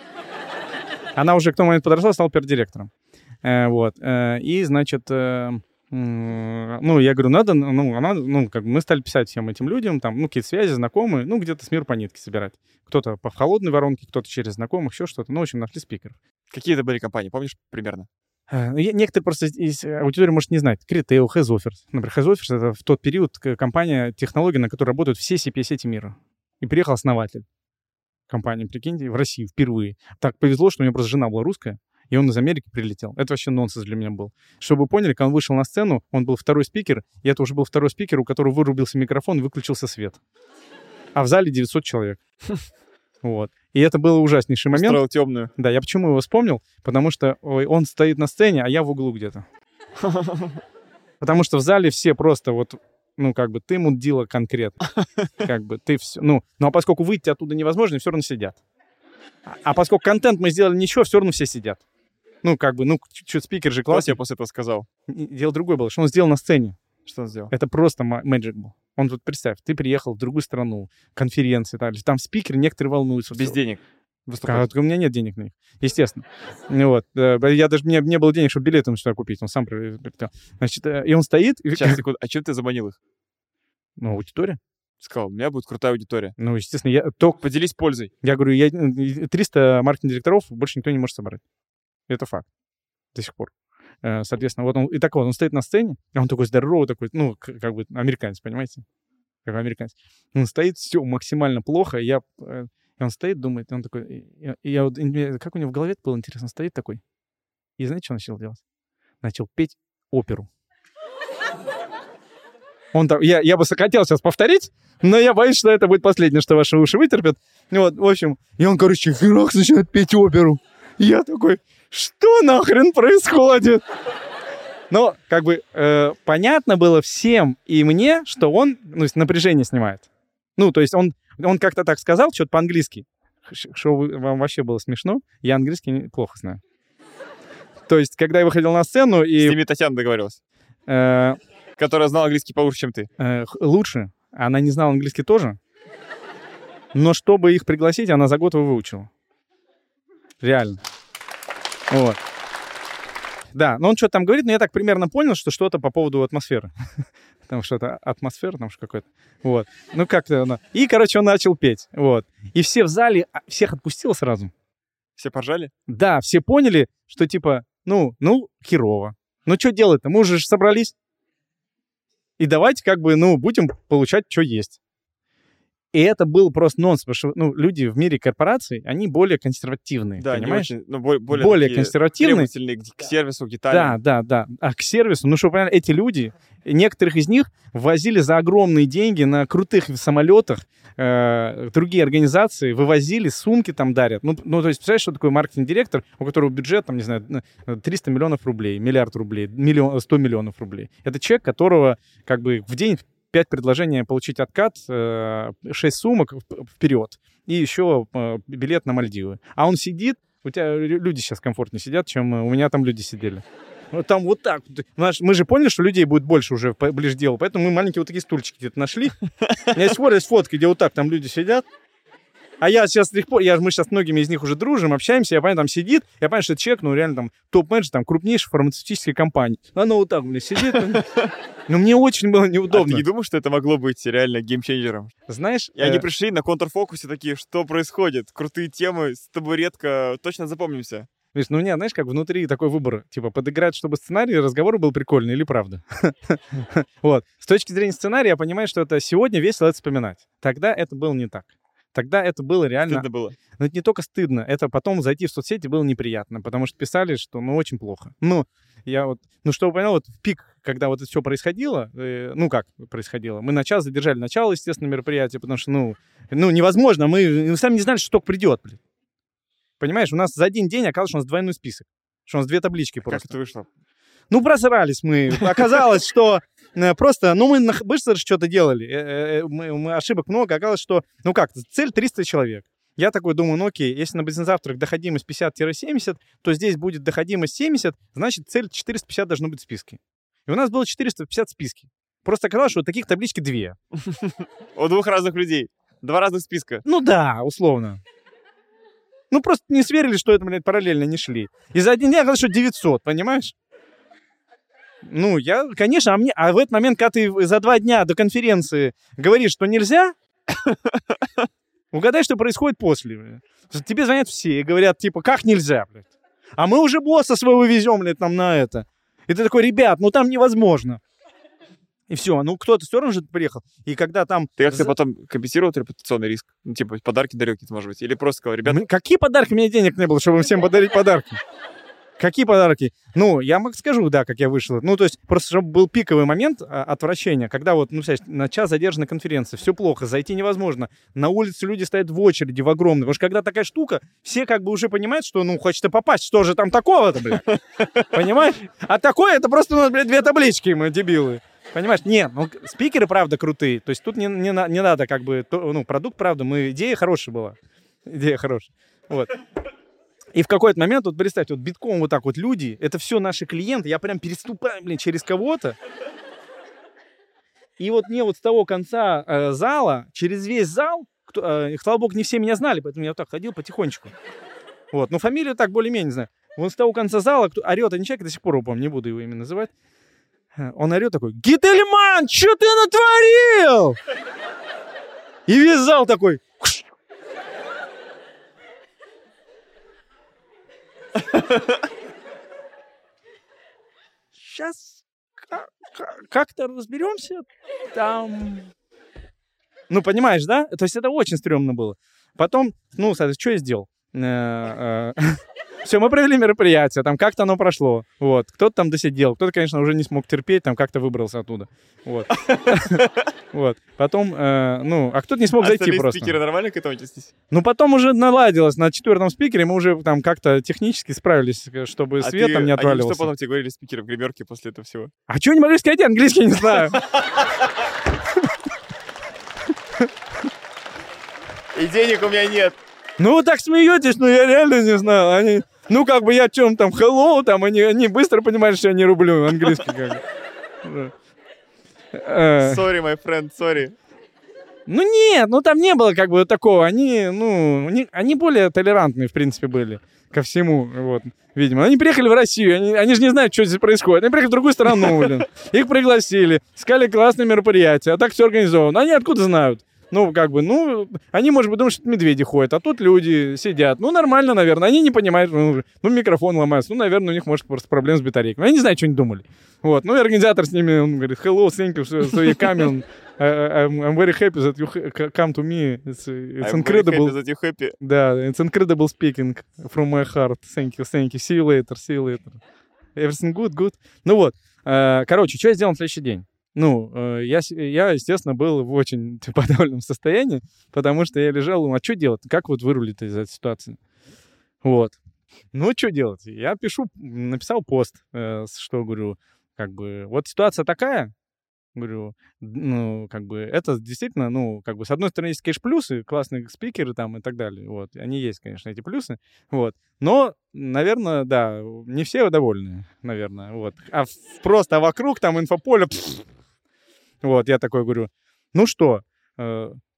Speaker 3: Она уже к тому моменту подросла, стала пиар-директором. Вот. И, значит, я говорю, надо, как бы мы стали писать всем этим людям, там, какие-то связи, знакомые, где-то с миру по нитке собирать. Кто-то по холодной воронке, кто-то через знакомых, еще что-то. В общем, нашли спикеров.
Speaker 2: Какие это были компании, помнишь примерно?
Speaker 3: Некоторые просто из аудитории, может, не знать. Criteo, HazOffers. Например, HazOffers — это в тот период компания, технология, на которой работают все CPA-сети мира. И приехал основатель компании, прикиньте, в Россию впервые. Так повезло, что у него просто жена была русская, и он из Америки прилетел. Это вообще нонсенс для меня был. Чтобы вы поняли, когда он вышел на сцену, он был второй спикер, и это уже был второй спикер, у которого вырубился микрофон и выключился свет. А в зале 900 человек. Вот. И это был ужаснейший момент.
Speaker 2: Устроил темную.
Speaker 3: Да, я почему его вспомнил? Потому что он стоит на сцене, а я в углу где-то. Потому что в зале все просто ты мудила конкретно. Ты все. А поскольку выйти оттуда невозможно, все равно сидят. А поскольку контент мы сделали ничего, все равно все сидят. Чуть спикер же классный.
Speaker 2: Кто тебе после этого сказал?
Speaker 3: Дело другое было, что он сделал на сцене.
Speaker 2: Что он сделал?
Speaker 3: Это просто magic был. Он тут, представь, ты приехал в другую страну, конференции, там спикеры некоторые волнуются.
Speaker 2: Без денег
Speaker 3: выступать. У меня нет денег на них, естественно. Вот. Я даже, мне не было денег, чтобы билеты ему сюда купить. Он сам прилетел. Значит, и он стоит...
Speaker 2: Сейчас, секунду. А чем ты заманил их?
Speaker 3: Аудитория.
Speaker 2: Сказал, у меня будет крутая аудитория.
Speaker 3: Естественно,
Speaker 2: Поделись пользой.
Speaker 3: Я говорю, 300 маркетинг-директоров больше никто не может собрать. Это факт. До сих пор. Соответственно, он стоит на сцене, он такой здоровый, такой, американец, понимаете? Как американец. Он стоит, все максимально плохо, и он стоит, думает, и он такой, как у него в голове было интересно, стоит такой, и знаете, что начал делать? Начал петь оперу. Я бы хотел сейчас повторить, но я боюсь, что это будет последнее, что ваши уши вытерпят. В общем, и он, херак начинает петь оперу. И я такой, что нахрен происходит? Но понятно было всем и мне, что он напряжение снимает. То есть он как-то так сказал, что-то по-английски, что вам вообще было смешно. Я английский плохо знаю. То есть, когда я выходил на сцену и...
Speaker 2: С ними Татьяна договорилась? Которая знала английский получше, чем ты.
Speaker 3: Лучше. Она не знала английский тоже. Но чтобы их пригласить, она за год его выучила. Реально. Вот. Да, но он что-то там говорит, но я так примерно понял, что что-то по поводу атмосферы. Там что-то атмосфера, там что какое-то. Вот. Как-то... И, он начал петь. Вот. И все в зале, всех отпустило сразу.
Speaker 2: Все поржали?
Speaker 3: Да, все поняли, что херово. Что делать-то? Мы уже собрались. И давайте будем получать, что есть. И это был просто нонсенс, потому что люди в мире корпораций, они более консервативные, понимаешь?
Speaker 2: Они очень, более
Speaker 3: консервативные.
Speaker 2: Требовательные к сервису, к деталям.
Speaker 3: Да. А к сервису, чтобы понять, эти люди, некоторых из них ввозили за огромные деньги на крутых самолетах, другие организации вывозили, сумки там дарят. То есть, представляешь, что такое маркетинг-директор, у которого бюджет, 300 миллионов рублей, миллиард рублей, 100 миллионов рублей. Это человек, которого в день 5 предложений получить откат, 6 сумок вперед и еще билет на Мальдивы. А он сидит, у тебя люди сейчас комфортнее сидят, чем у меня там люди сидели. Там вот так. Мы же поняли, что людей будет больше уже ближе к делу, поэтому мы маленькие вот такие стульчики где-то нашли. У меня есть фотки, где вот так там люди сидят. А я сейчас с тех пор, мы сейчас с многими из них уже дружим, общаемся, я понимаю, там сидит, я понимаю, что это человек, ну, реально там топ-менеджер, там, крупнейшей фармацевтической компании. Она вот так, сидит. Но мне очень было неудобно.
Speaker 2: А ты не думаешь, что это могло быть реально геймченджером?
Speaker 3: Знаешь...
Speaker 2: И они пришли на контрфокусе такие, что происходит? Крутые темы, с тобой редко, точно запомнимся.
Speaker 3: Видишь, ну, нет, знаешь, как внутри такой выбор. Типа, подыграть, чтобы сценарий, разговор был прикольный или правда? Вот. С точки зрения сценария, я понимаю, что это сегодня весело это вспоминать. Тогда это было не так. Тогда это было реально...
Speaker 2: Стыдно было.
Speaker 3: Но это не только стыдно, это потом зайти в соцсети было неприятно, потому что писали, что, ну, очень плохо. Ну, я вот... Ну, чтобы вы понял, вот в пик, когда вот это все происходило, ну, как происходило, мы на час задержали начало, естественно, мероприятия, потому что, ну невозможно, мы сами не знали, что только придет, блин. Понимаешь, у нас за один день оказалось, что у нас двойной список, что у нас 2 таблички просто.
Speaker 2: Как это вышло?
Speaker 3: Ну, просрались мы. Оказалось, что просто... Ну, мы быстро что-то делали. Мы ошибок много. Оказалось, что... Ну как, цель 300 человек. Я такой думаю, ну окей, если на бизнес-завтрак доходимость 50-70, то здесь будет доходимость 70, значит, цель 450 должно быть в списке. И у нас было 450 в списке. Просто оказалось, что вот таких таблички 2.
Speaker 2: У 2 разных людей. 2 разных списка.
Speaker 3: Ну да, условно. Ну просто не сверили, что это, блядь, параллельно не шли. И за один день оказалось, что 900, понимаешь? Ну, я, конечно, а в этот момент, когда ты за 2 дня до конференции говоришь, что нельзя, угадай, что происходит после. Блядь. Тебе звонят все и говорят, типа, как нельзя, блядь? А мы уже босса своего везем, блядь, там на это. И ты такой, ребят, ну там невозможно. И все, ну кто-то все равно же приехал. И когда там...
Speaker 2: Ты как-то потом компенсировал репутационный риск? Ну, типа, подарки дарил какие-то, может быть? Или просто сказал, ребята...
Speaker 3: Какие подарки? У меня денег не было, чтобы всем подарить подарки. Какие подарки? Ну, я скажу, да, как я вышел. Ну, то есть, просто чтобы был пиковый момент отвращения, когда вот, ну, на час задержана конференция, все плохо, зайти невозможно. На улице люди стоят в очереди, в огромной. Потому что когда такая штука, все как бы уже понимают, что, ну, хочется попасть. Что же там такого-то, блядь? Понимаешь? А такое, это просто, ну, блядь, 2 таблички, мы дебилы. Понимаешь? Нет, ну, спикеры, правда, крутые. То есть тут не надо, как бы, ну, продукт, правда, идея хорошая была. Идея хорошая. Вот. И в какой-то момент, вот представьте, вот битком вот так вот люди, это все наши клиенты, я прям переступаю, блин, через кого-то. И вот мне вот с того конца зала, через весь зал, слава богу, не все меня знали, поэтому я вот так ходил потихонечку. Вот, но фамилию так более-менее знаю. Вот с того конца зала орет один человек, до сих пор его помню, не буду его имя называть. Он орет такой: «Гительман, что ты натворил?» И весь зал такой... Сейчас как-то разберемся там. Ну, понимаешь, да? То есть это очень стрёмно было. Потом, ну, соответственно, что я сделал? Все, мы провели мероприятие, там как-то оно прошло. Вот. Кто-то там досидел, кто-то, конечно, уже не смог терпеть, там как-то выбрался оттуда. Вот. Вот. Потом, ну, а кто-то не смог зайти просто.
Speaker 2: Спикеры нормально к этому отнеслись?
Speaker 3: Ну, потом уже наладилось. На 4-м спикере мы уже там как-то технически справились, чтобы свет там не отваливался.
Speaker 2: А что потом тебе говорили спикеры в гримерке после этого всего?
Speaker 3: А что не могли сказать? Я английский не знаю.
Speaker 2: И денег у меня нет.
Speaker 3: Ну, вы так смеетесь, но я реально не знаю. Они... Ну, как бы я чем там, hello, там, они быстро понимают, что я не рублю английский как бы.
Speaker 2: Sorry, my friend, sorry.
Speaker 3: Ну, нет, ну, там не было как бы такого. Они более толерантные, в принципе, были ко всему, вот, видимо. Они приехали в Россию, они же не знают, что здесь происходит. Они приехали в другую страну, блин. Их пригласили, сказали, классное мероприятие, а так все организовано. Они откуда знают? Ну, как бы, ну, они, может быть, думают, что медведи ходят, а тут люди сидят. Ну, нормально, наверное. Они не понимают, ну микрофон ломается. Ну, наверное, у них, может, просто проблемы с батарейкой. Я не знаю, что они думали. Вот. Ну, и организатор с ними, он говорит, hello, thank you, so you coming. I'm very happy that you come to me. It's incredible.
Speaker 2: I'm very happy that you happy.
Speaker 3: Да, it's incredible speaking from my heart. Thank you. See you later. Everything good. Ну, вот. Короче, что я сделал на следующий день? Ну, я, естественно, был в очень подавленном состоянии, потому что я лежал, а что делать? Как вот вырулить из этой ситуации? Вот. Ну, что делать? Я написал пост, что, говорю, как бы, вот ситуация такая, говорю, ну, как бы, это действительно, ну, как бы, с одной стороны, есть, конечно, плюсы, классные спикеры там и так далее, вот, они есть, конечно, эти плюсы, вот, но, наверное, да, не все довольны, наверное, вот, просто вокруг там инфополя, вот, я такой говорю, ну что,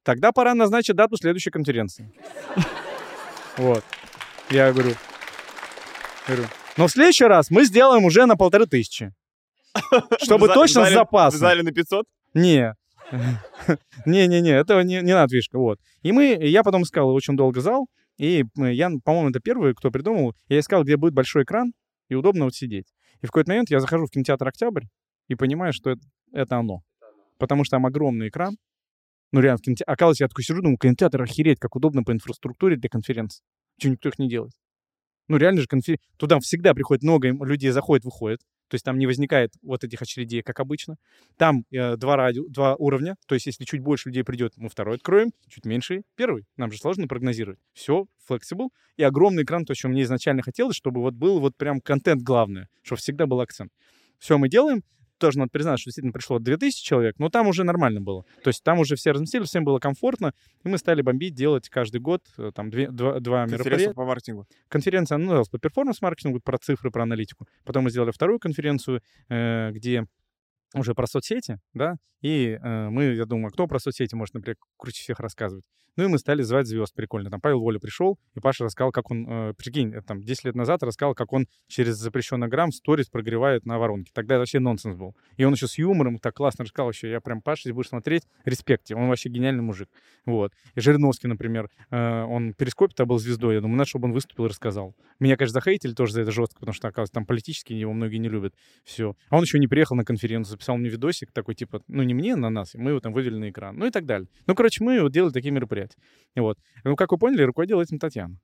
Speaker 3: тогда пора назначить дату следующей конференции. Вот. Я говорю, но в следующий раз мы сделаем уже на 1500. Чтобы точно с запасом.
Speaker 2: В зале на 500?
Speaker 3: Не. Не-не-не, это не надо фишка, вот. И я потом искал очень долго зал, и я, по-моему, это первый, кто придумал, я искал, где будет большой экран, и удобно вот сидеть. И в какой-то момент я захожу в кинотеатр «Октябрь» и понимаю, что это оно. Потому что там огромный экран. Ну, реально, в кинотеатре. Оказывается, я такой сижу, думаю, кинотеатр охереть, как удобно по инфраструктуре для конференций. Чего никто их не делает. Ну, реально же туда всегда приходит много людей, заходит, выходит. То есть там не возникает вот этих очередей, как обычно. Там два уровня. То есть если чуть больше людей придет, мы второй откроем, чуть меньше первый. Нам же сложно прогнозировать. Все, flexible. И огромный экран, то, что мне изначально хотелось, чтобы вот был вот прям контент главное, чтобы всегда был акцент. Все мы делаем. Тоже надо признать, что действительно пришло 2000 человек, но там уже нормально было. То есть там уже все разместили, всем было комфортно, и мы стали бомбить, делать каждый год там два мероприятия.
Speaker 2: По маркетингу.
Speaker 3: Конференция, называлась по перформанс-маркетингу, про цифры, про аналитику. Потом мы сделали вторую конференцию, где уже про соцсети, да, и я думаю, кто про соцсети может, например, круче всех рассказывать. Ну и мы стали звать звезд прикольно. Там Павел Воля пришел, и Паша рассказал, как он, прикинь, там 10 лет назад рассказал, как он через запрещенный грамм сторис прогревает на воронке. Тогда это вообще нонсенс был. И он еще с юмором так классно рассказал вообще. Я прям, Паша, если будешь смотреть, респекте. Он вообще гениальный мужик. Вот. И Жириновский, например, он в Перископе-то был звездой. Я думаю, надо, чтобы он выступил и рассказал. Меня, конечно, захейтили тоже за это жестко, потому что, оказывается, там политически его многие не любят. Все. А он еще не приехал на конференцию, записал мне видосик такой, типа, ну, не мне, на нас, мы его там вывели на экран. Ну и так далее. Ну, короче, мы вот делали такие мероприятия. Вот. Ну, как вы поняли, руководила этим Татьяна.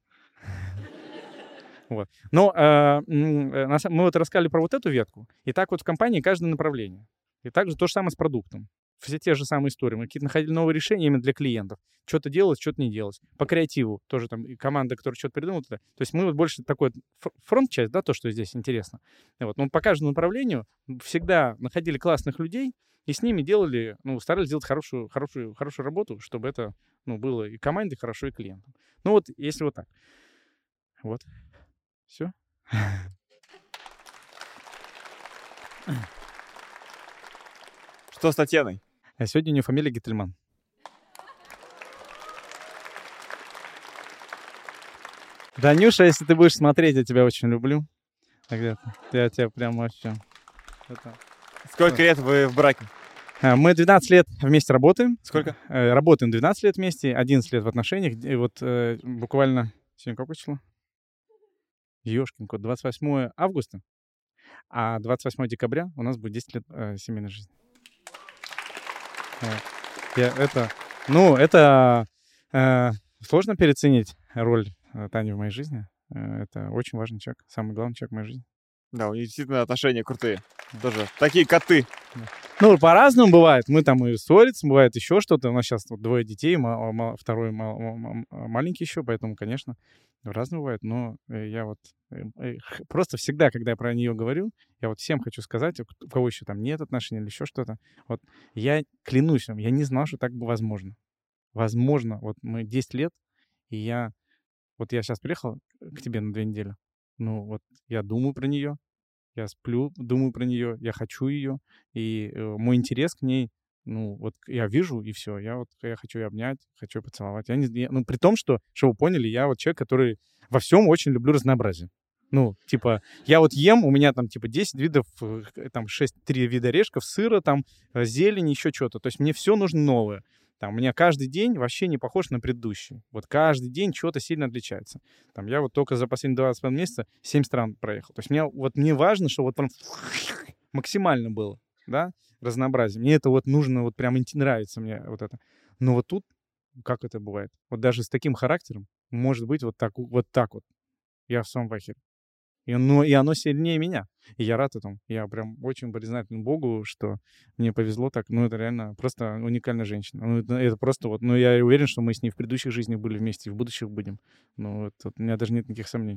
Speaker 3: Вот. Но мы вот рассказали про вот эту ветку. И так вот в компании каждое направление. И также то же самое с продуктом. Все те же самые истории. Мы какие-то находили новые решения именно для клиентов. Что-то делать, что-то не делать. По креативу тоже там и команда, которая что-то придумала. То есть мы вот больше такой фронт-часть, да, то, что здесь интересно. Вот. Но по каждому направлению всегда находили классных людей и с ними делали, ну, старались сделать хорошую работу, чтобы это, ну, было и команде хорошо, и клиентам. Ну вот, если вот так. Вот. Все.
Speaker 2: Что с Татьяной?
Speaker 3: А сегодня у нее фамилия Гительман. Данюша, если ты будешь смотреть, я тебя очень люблю. Я тебя прям вообще...
Speaker 2: Сколько лет вы в браке?
Speaker 3: Мы 12 лет вместе работаем.
Speaker 2: Сколько?
Speaker 3: Работаем 12 лет вместе, 11 лет в отношениях. И вот буквально... Сегодня какое число? Ёшкин кот. 28 августа. А 28 декабря у нас будет 10 лет семейной жизни. Это сложно переоценить роль Тани в моей жизни. Это очень важный человек, самый главный человек в моей жизни.
Speaker 2: Да, у них действительно отношения крутые. Тоже такие коты.
Speaker 3: Ну, по-разному бывает. Мы там и ссориться, бывает еще что-то. У нас сейчас вот 2 детей, второй маленький еще, поэтому, конечно, разное бывает. Но я вот просто всегда, когда я про нее говорю, я вот всем хочу сказать, у кого еще там нет отношений или еще что-то, вот я клянусь вам, я не знал, что так возможно. Возможно, вот мы 10 лет, и я сейчас приехал к тебе на 2 недели. Ну, вот я думаю про нее, я сплю, думаю про нее, я хочу ее, и мой интерес к ней, ну, вот я вижу, и все, я хочу ее обнять, хочу ее поцеловать. Ну, при том, что вы поняли, я вот человек, который во всем очень люблю разнообразие. Ну, типа, я вот ем, у меня там, типа, 10 видов, там, 3 вида орешков, сыра, там, зелени, еще что-то. То есть мне все нужно новое. Там, у меня каждый день вообще не похож на предыдущий. Вот каждый день что-то сильно отличается. Там, я вот только за последние 25 месяца 7 стран проехал. То есть мне важно, что вот прям максимально было, да, разнообразие. Мне это вот нужно, вот прям нравится мне вот это. Но вот тут, как это бывает? Вот даже с таким характером может быть вот так вот. Я в самом вахере. И оно сильнее меня. И я рад этому. Я прям очень признателен Богу, что мне повезло так. Ну, это реально просто уникальная женщина. Ну, это просто вот... Ну, я уверен, что мы с ней в предыдущих жизнях были вместе, и в будущих будем. Ну, вот у меня даже нет никаких сомнений.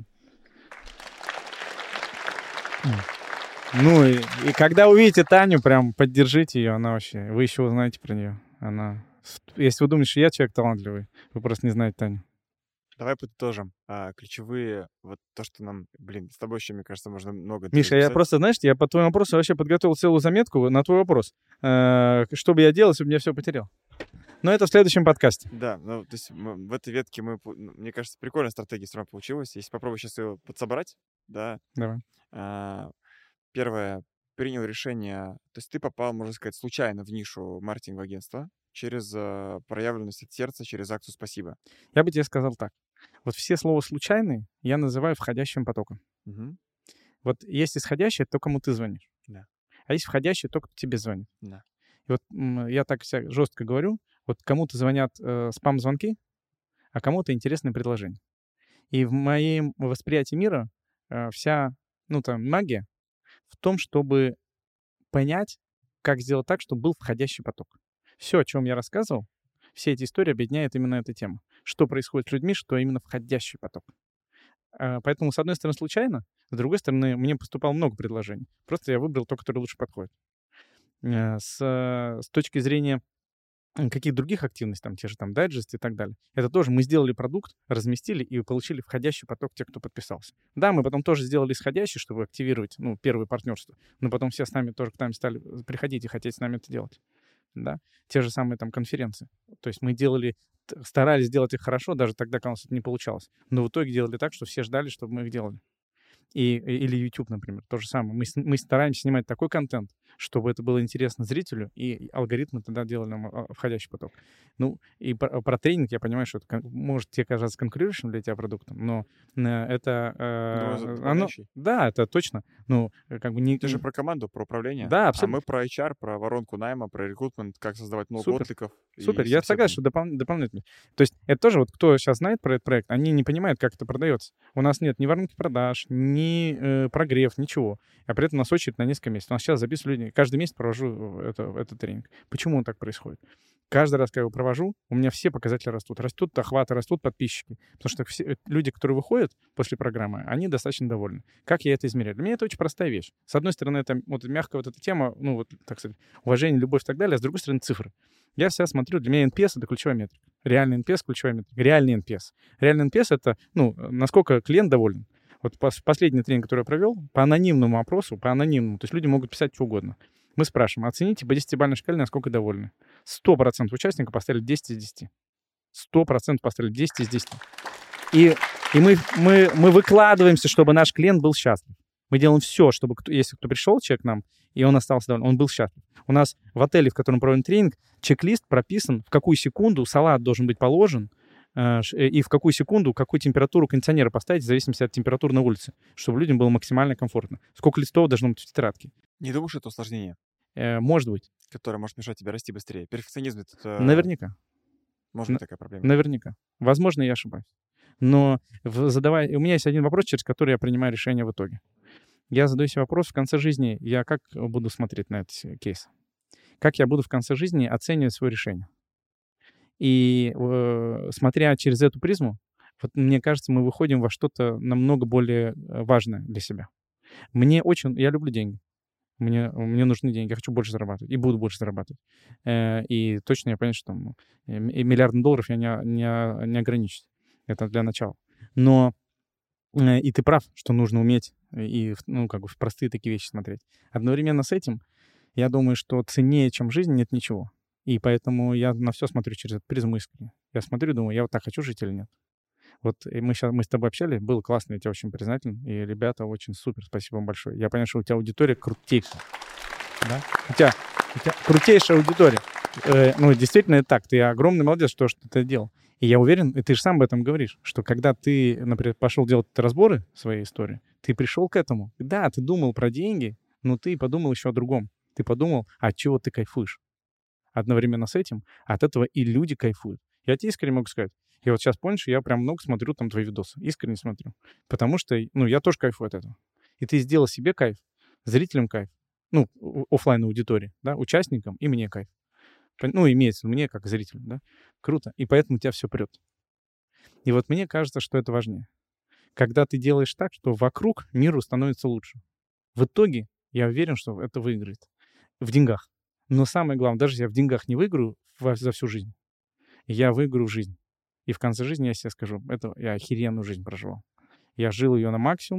Speaker 3: Ну, и когда увидите Таню, прям поддержите ее. Она вообще... Вы еще узнаете про нее. Она... Если вы думаете, что я человек талантливый, вы просто не знаете Таню.
Speaker 2: Давай подытожим. Ключевые, вот то, что нам, с тобой еще, мне кажется, можно много...
Speaker 3: Миша, я просто, знаешь, я по твоему вопросу вообще подготовил целую заметку на твой вопрос. Что бы я делал, если бы я все потерял? Но это в следующем подкасте.
Speaker 2: Да, ну, то есть в этой ветке мне кажется, прикольная стратегия все равно получилась. Если попробую сейчас ее подсобрать, да.
Speaker 3: Давай.
Speaker 2: Первое, принял решение, то есть ты попал, можно сказать, случайно в нишу маркетингового агентства через проявленность от сердца, через акцию «Спасибо».
Speaker 3: Я бы тебе сказал так. Вот все слова «случайные» я называю входящим потоком.
Speaker 2: Угу.
Speaker 3: Вот есть исходящий, это то, кому ты звонишь.
Speaker 2: Да.
Speaker 3: А есть входящий, то, кто тебе звонит.
Speaker 2: Да.
Speaker 3: И вот я так жестко говорю, вот кому-то звонят спам-звонки, а кому-то интересные предложения. И в моем восприятии мира вся, магия в том, чтобы понять, как сделать так, чтобы был входящий поток. Все, о чем я рассказывал, все эти истории объединяет именно эта тема. Что происходит с людьми, что именно входящий поток. Поэтому, с одной стороны, случайно, с другой стороны, мне поступало много предложений. Просто я выбрал то, которое лучше подходит. С точки зрения каких других активностей, там, те же там дайджесты и так далее. Это тоже мы сделали продукт, разместили и получили входящий поток тех, кто подписался. Да, мы потом тоже сделали исходящий, чтобы активировать, первое партнерство, но потом все с нами тоже к нам стали приходить и хотеть с нами это делать. Да, те же самые там конференции. То есть мы старались делать их хорошо, даже тогда, когда у нас это не получалось. Но в итоге делали так, что все ждали, чтобы мы их делали. Или YouTube, например, то же самое. Мы стараемся снимать такой контент, чтобы это было интересно зрителю, и алгоритмы тогда делали нам входящий поток. Ну, и про тренинг я понимаю, что это может тебе казаться конкурирующим для тебя продуктом, но это... Да, это точно.
Speaker 2: Ты же про команду, про управление.
Speaker 3: Да, абсолютно.
Speaker 2: А мы про HR, про воронку найма, про рекрутмент, как создавать много откликов.
Speaker 3: Супер, я согласен, что дополнительно. То есть это тоже вот кто сейчас знает про этот проект, они не понимают, как это продается. У нас нет ни воронки продаж, ни прогрев, ничего. А при этом у нас очередь на несколько месяцев. У нас сейчас записываю людей. Каждый месяц провожу этот тренинг. Почему он так происходит? Каждый раз, когда я его провожу, у меня все показатели растут. Растут охваты, растут подписчики. Потому что все люди, которые выходят после программы, они достаточно довольны. Как я это измеряю? Для меня это очень простая вещь. С одной стороны, это вот мягкая вот эта тема, так сказать, уважение, любовь и так далее, а с другой стороны, цифры. Я всегда смотрю, для меня NPS — это ключевая метрика. Реальный NPS — ключевая метрика. Реальный NPS. Реальный NPS — это, насколько клиент доволен. Вот последний тренинг, который я провел, по анонимному опросу, то есть люди могут писать что угодно. Мы спрашиваем, оцените по 10-бальной шкале, насколько довольны. 100% участников поставили 10 из 10. 100% поставили 10 из 10. И мы выкладываемся, чтобы наш клиент был счастлив. Мы делаем все, чтобы, если кто пришел, человек к нам, и он остался доволен, он был счастлив. У нас в отеле, в котором проводим тренинг, чек-лист прописан, в какую секунду салат должен быть положен, и в какую секунду, какую температуру кондиционера поставить, в зависимости от температуры на улице, чтобы людям было максимально комфортно. Сколько листов должно быть в тетрадке.
Speaker 2: Не думаешь, это усложнение?
Speaker 3: Может быть.
Speaker 2: Которое может мешать тебе расти быстрее. Перфекционизм — это...
Speaker 3: Наверняка.
Speaker 2: Может быть такая проблема.
Speaker 3: Наверняка. Возможно, я ошибаюсь. Но у меня есть один вопрос, через который я принимаю решение в итоге. Я задаю себе вопрос в конце жизни, я как буду смотреть на этот кейс? Как я буду в конце жизни оценивать свое решение? И смотря через эту призму, вот мне кажется, мы выходим во что-то намного более важное для себя. Я люблю деньги. Мне нужны деньги, я хочу больше зарабатывать и буду больше зарабатывать. И точно я понимаю, что $1 миллиард я не ограничусь. Это для начала. Но и ты прав, что нужно уметь и в простые такие вещи смотреть. Одновременно с этим я думаю, что ценнее, чем жизнь, нет ничего. И поэтому я на все смотрю через эту призму искренне. Я смотрю и думаю, я вот так хочу жить или нет. Вот мы с тобой общались, было классно, я тебе очень признателен. И ребята очень супер, спасибо вам большое. Я понял, что у тебя аудитория крутейшая. Да? У тебя крутейшая аудитория. Действительно, это так. Ты огромный молодец, что ты это делал. И я уверен, и ты же сам об этом говоришь, что когда ты, например, пошел делать разборы своей истории, ты пришел к этому. Да, ты думал про деньги, но ты подумал еще о другом. Ты подумал, от чего ты кайфуешь. Одновременно с этим от этого и люди кайфуют. Я тебе искренне могу сказать. Я вот сейчас понял, что я прям много смотрю там твои видосы. Искренне смотрю. Потому что, я тоже кайфую от этого. И ты сделал себе кайф, зрителям кайф, офлайн аудитории, да, участникам и мне кайф. Имеется мне как зрителю, да. Круто. И поэтому у тебя все прет. И вот мне кажется, что это важнее. Когда ты делаешь так, что вокруг миру становится лучше. В итоге я уверен, что это выиграет. В деньгах. Но самое главное, даже если я в деньгах не выиграю за всю жизнь, я выиграю жизнь. И в конце жизни я себе скажу, я охеренную жизнь проживал. Я жил ее на максимум,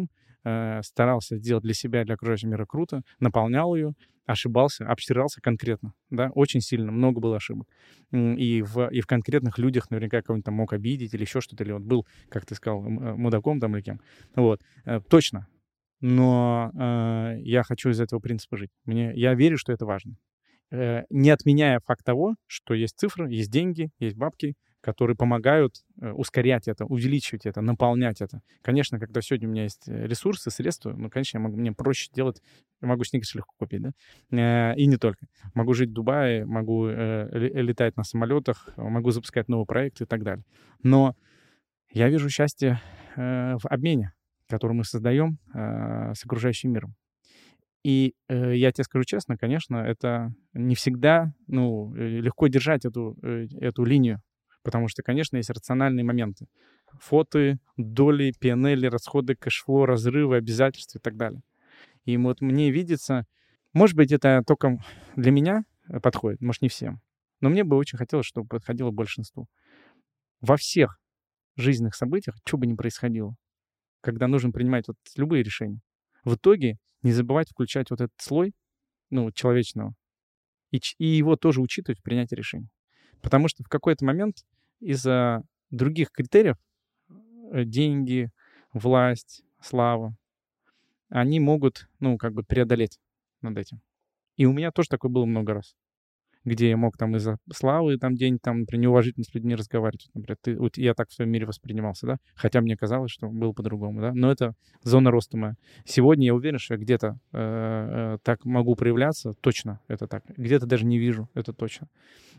Speaker 3: старался сделать для себя, для окружающего мира круто, наполнял ее, ошибался, обсирался конкретно, да, очень сильно, много было ошибок. И в конкретных людях наверняка кого-нибудь там мог обидеть или еще что-то, или вот был, как ты сказал, мудаком там или кем. Вот, точно. Но я хочу из этого принципа жить. Я верю, что это важно. Не отменяя факт того, что есть цифры, есть деньги, есть бабки, которые помогают ускорять это, увеличивать это, наполнять это. Конечно, когда сегодня у меня есть ресурсы, средства, ну, конечно, мне проще делать, я могу сникерс легко купить, да, и не только. Могу жить в Дубае, могу летать на самолетах, могу запускать новые проекты и так далее. Но я вижу счастье в обмене, который мы создаем с окружающим миром. И я тебе скажу честно, конечно, это не всегда легко держать эту линию, потому что, конечно, есть рациональные моменты. Фоты, доли, P&L, расходы, кэшфлоу, разрывы, обязательства и так далее. И вот мне видится, может быть, это только для меня подходит, может, не всем, но мне бы очень хотелось, чтобы подходило большинству. Во всех жизненных событиях, что бы ни происходило, когда нужно принимать вот любые решения, в итоге не забывать включать вот этот слой, человечного, и его тоже учитывать в принятии решений. Потому что в какой-то момент из-за других критериев, деньги, власть, слава, они могут, преодолеть над этим. И у меня тоже такое было много раз, где я мог там из-за славы день, например, неуважительно с людьми разговаривать. Например, я так в своем мире воспринимался, да, хотя мне казалось, что было по-другому, да, но это зона роста моя. Сегодня я уверен, что я где-то так могу проявляться, точно это так, где-то даже не вижу, это точно.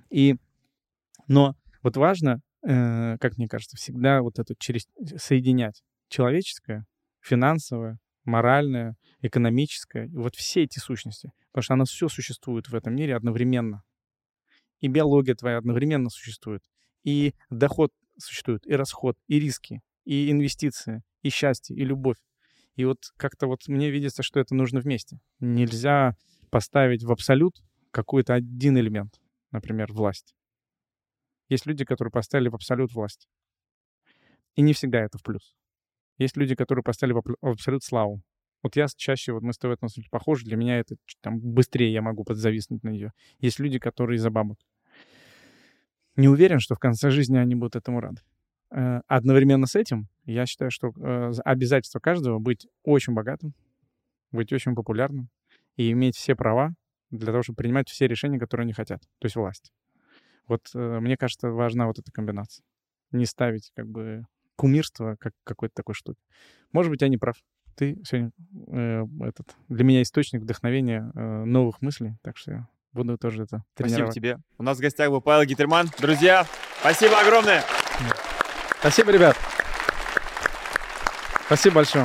Speaker 3: Но вот важно, как мне кажется, всегда вот это соединять человеческое, финансовое, моральное, экономическое, вот все эти сущности, потому что оно все существует в этом мире одновременно. И биология твоя одновременно существует, и доход существует, и расход, и риски, и инвестиции, и счастье, и любовь. И вот как-то вот мне видится, что это нужно вместе. Нельзя поставить в абсолют какой-то один элемент, например, власть. Есть люди, которые поставили в абсолют власть. И не всегда это в плюс. Есть люди, которые поставили в абсолют славу. Вот я чаще, мы с тобой в этом смысле похожи, для меня это быстрее я могу подзависнуть на нее. Есть люди, которые из-за бабок. Не уверен, что в конце жизни они будут этому рады. Одновременно с этим я считаю, что обязательство каждого быть очень богатым, быть очень популярным и иметь все права для того, чтобы принимать все решения, которые они хотят, то есть власть. Вот мне кажется, важна вот эта комбинация. Не ставить кумирство как какой-то такой штуки. Может быть, я не прав. Ты сегодня для меня источник вдохновения новых мыслей, так что я буду тоже это тренировать.
Speaker 2: Спасибо тебе. У нас в гостях был Павел Гительман. Друзья, спасибо огромное.
Speaker 3: Спасибо, ребят. Спасибо большое.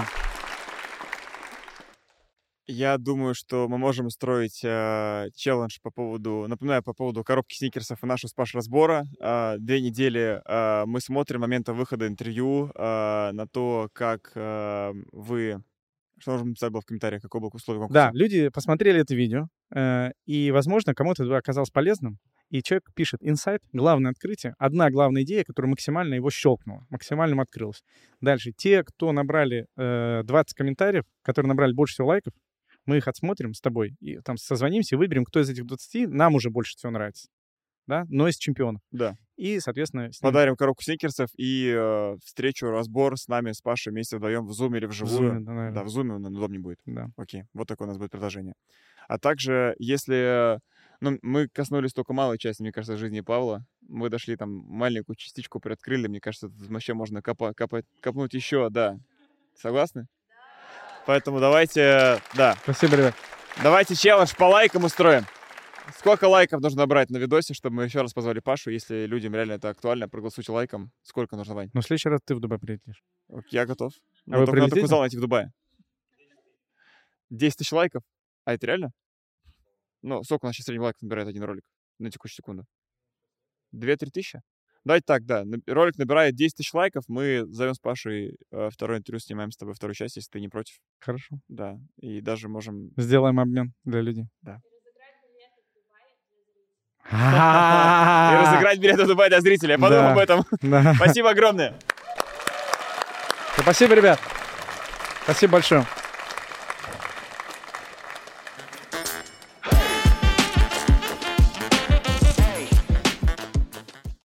Speaker 2: Я думаю, что мы можем устроить челлендж по поводу коробки сникерсов и нашего с Пашей разбора. 2 недели мы смотрим момента выхода интервью на то, как вы... Что нужно написать было в комментариях, какой был условие конкурса?
Speaker 3: Да, люди посмотрели это видео, и, возможно, кому-то это оказалось полезным. И человек пишет: инсайт, главное открытие, одна главная идея, которая максимально его щелкнула, максимально открылась. Дальше, те, кто набрали 20 комментариев, которые набрали больше всего лайков, мы их отсмотрим с тобой и там созвонимся, выберем, кто из этих 20 нам уже больше всего нравится. Да? Но из чемпионов.
Speaker 2: Да.
Speaker 3: И, соответственно...
Speaker 2: Подарим коробку сникерсов и встречу, разбор с нами, с Пашей вместе вдвоем в Zoom или вживую.
Speaker 3: В Zoom,
Speaker 2: да, в Zoom удобнее будет.
Speaker 3: Да.
Speaker 2: Окей, вот такое у нас будет предложение. А также, если... мы коснулись только малой части, мне кажется, жизни Павла. Мы дошли там, маленькую частичку приоткрыли. Мне кажется, тут вообще можно копнуть еще, да. Согласны? Поэтому давайте, да.
Speaker 3: Спасибо, ребят.
Speaker 2: Давайте челлендж по лайкам устроим. Сколько лайков нужно набрать на видосе, чтобы мы еще раз позвали Пашу? Если людям реально это актуально, проголосуйте лайком. Сколько нужно, Вань?
Speaker 3: В следующий раз ты в Дубай прилетишь.
Speaker 2: Я готов.
Speaker 3: А вы
Speaker 2: только надо зал найти в Дубае. 10 000 лайков? А это реально? Сколько у нас сейчас средний лайк набирает один ролик на текущую секунду? 2-3 тысячи? Давайте так, да. Ролик набирает 10 000 лайков, мы зовем с Пашей второе интервью, снимаем с тобой вторую часть, если ты не против.
Speaker 3: Хорошо.
Speaker 2: Да, и даже можем...
Speaker 3: Сделаем обмен для людей.
Speaker 2: Да.
Speaker 3: И
Speaker 2: разыграть билеты в Дубай для зрителей. Я подумал об этом. Спасибо огромное.
Speaker 3: Спасибо, ребят. Спасибо большое.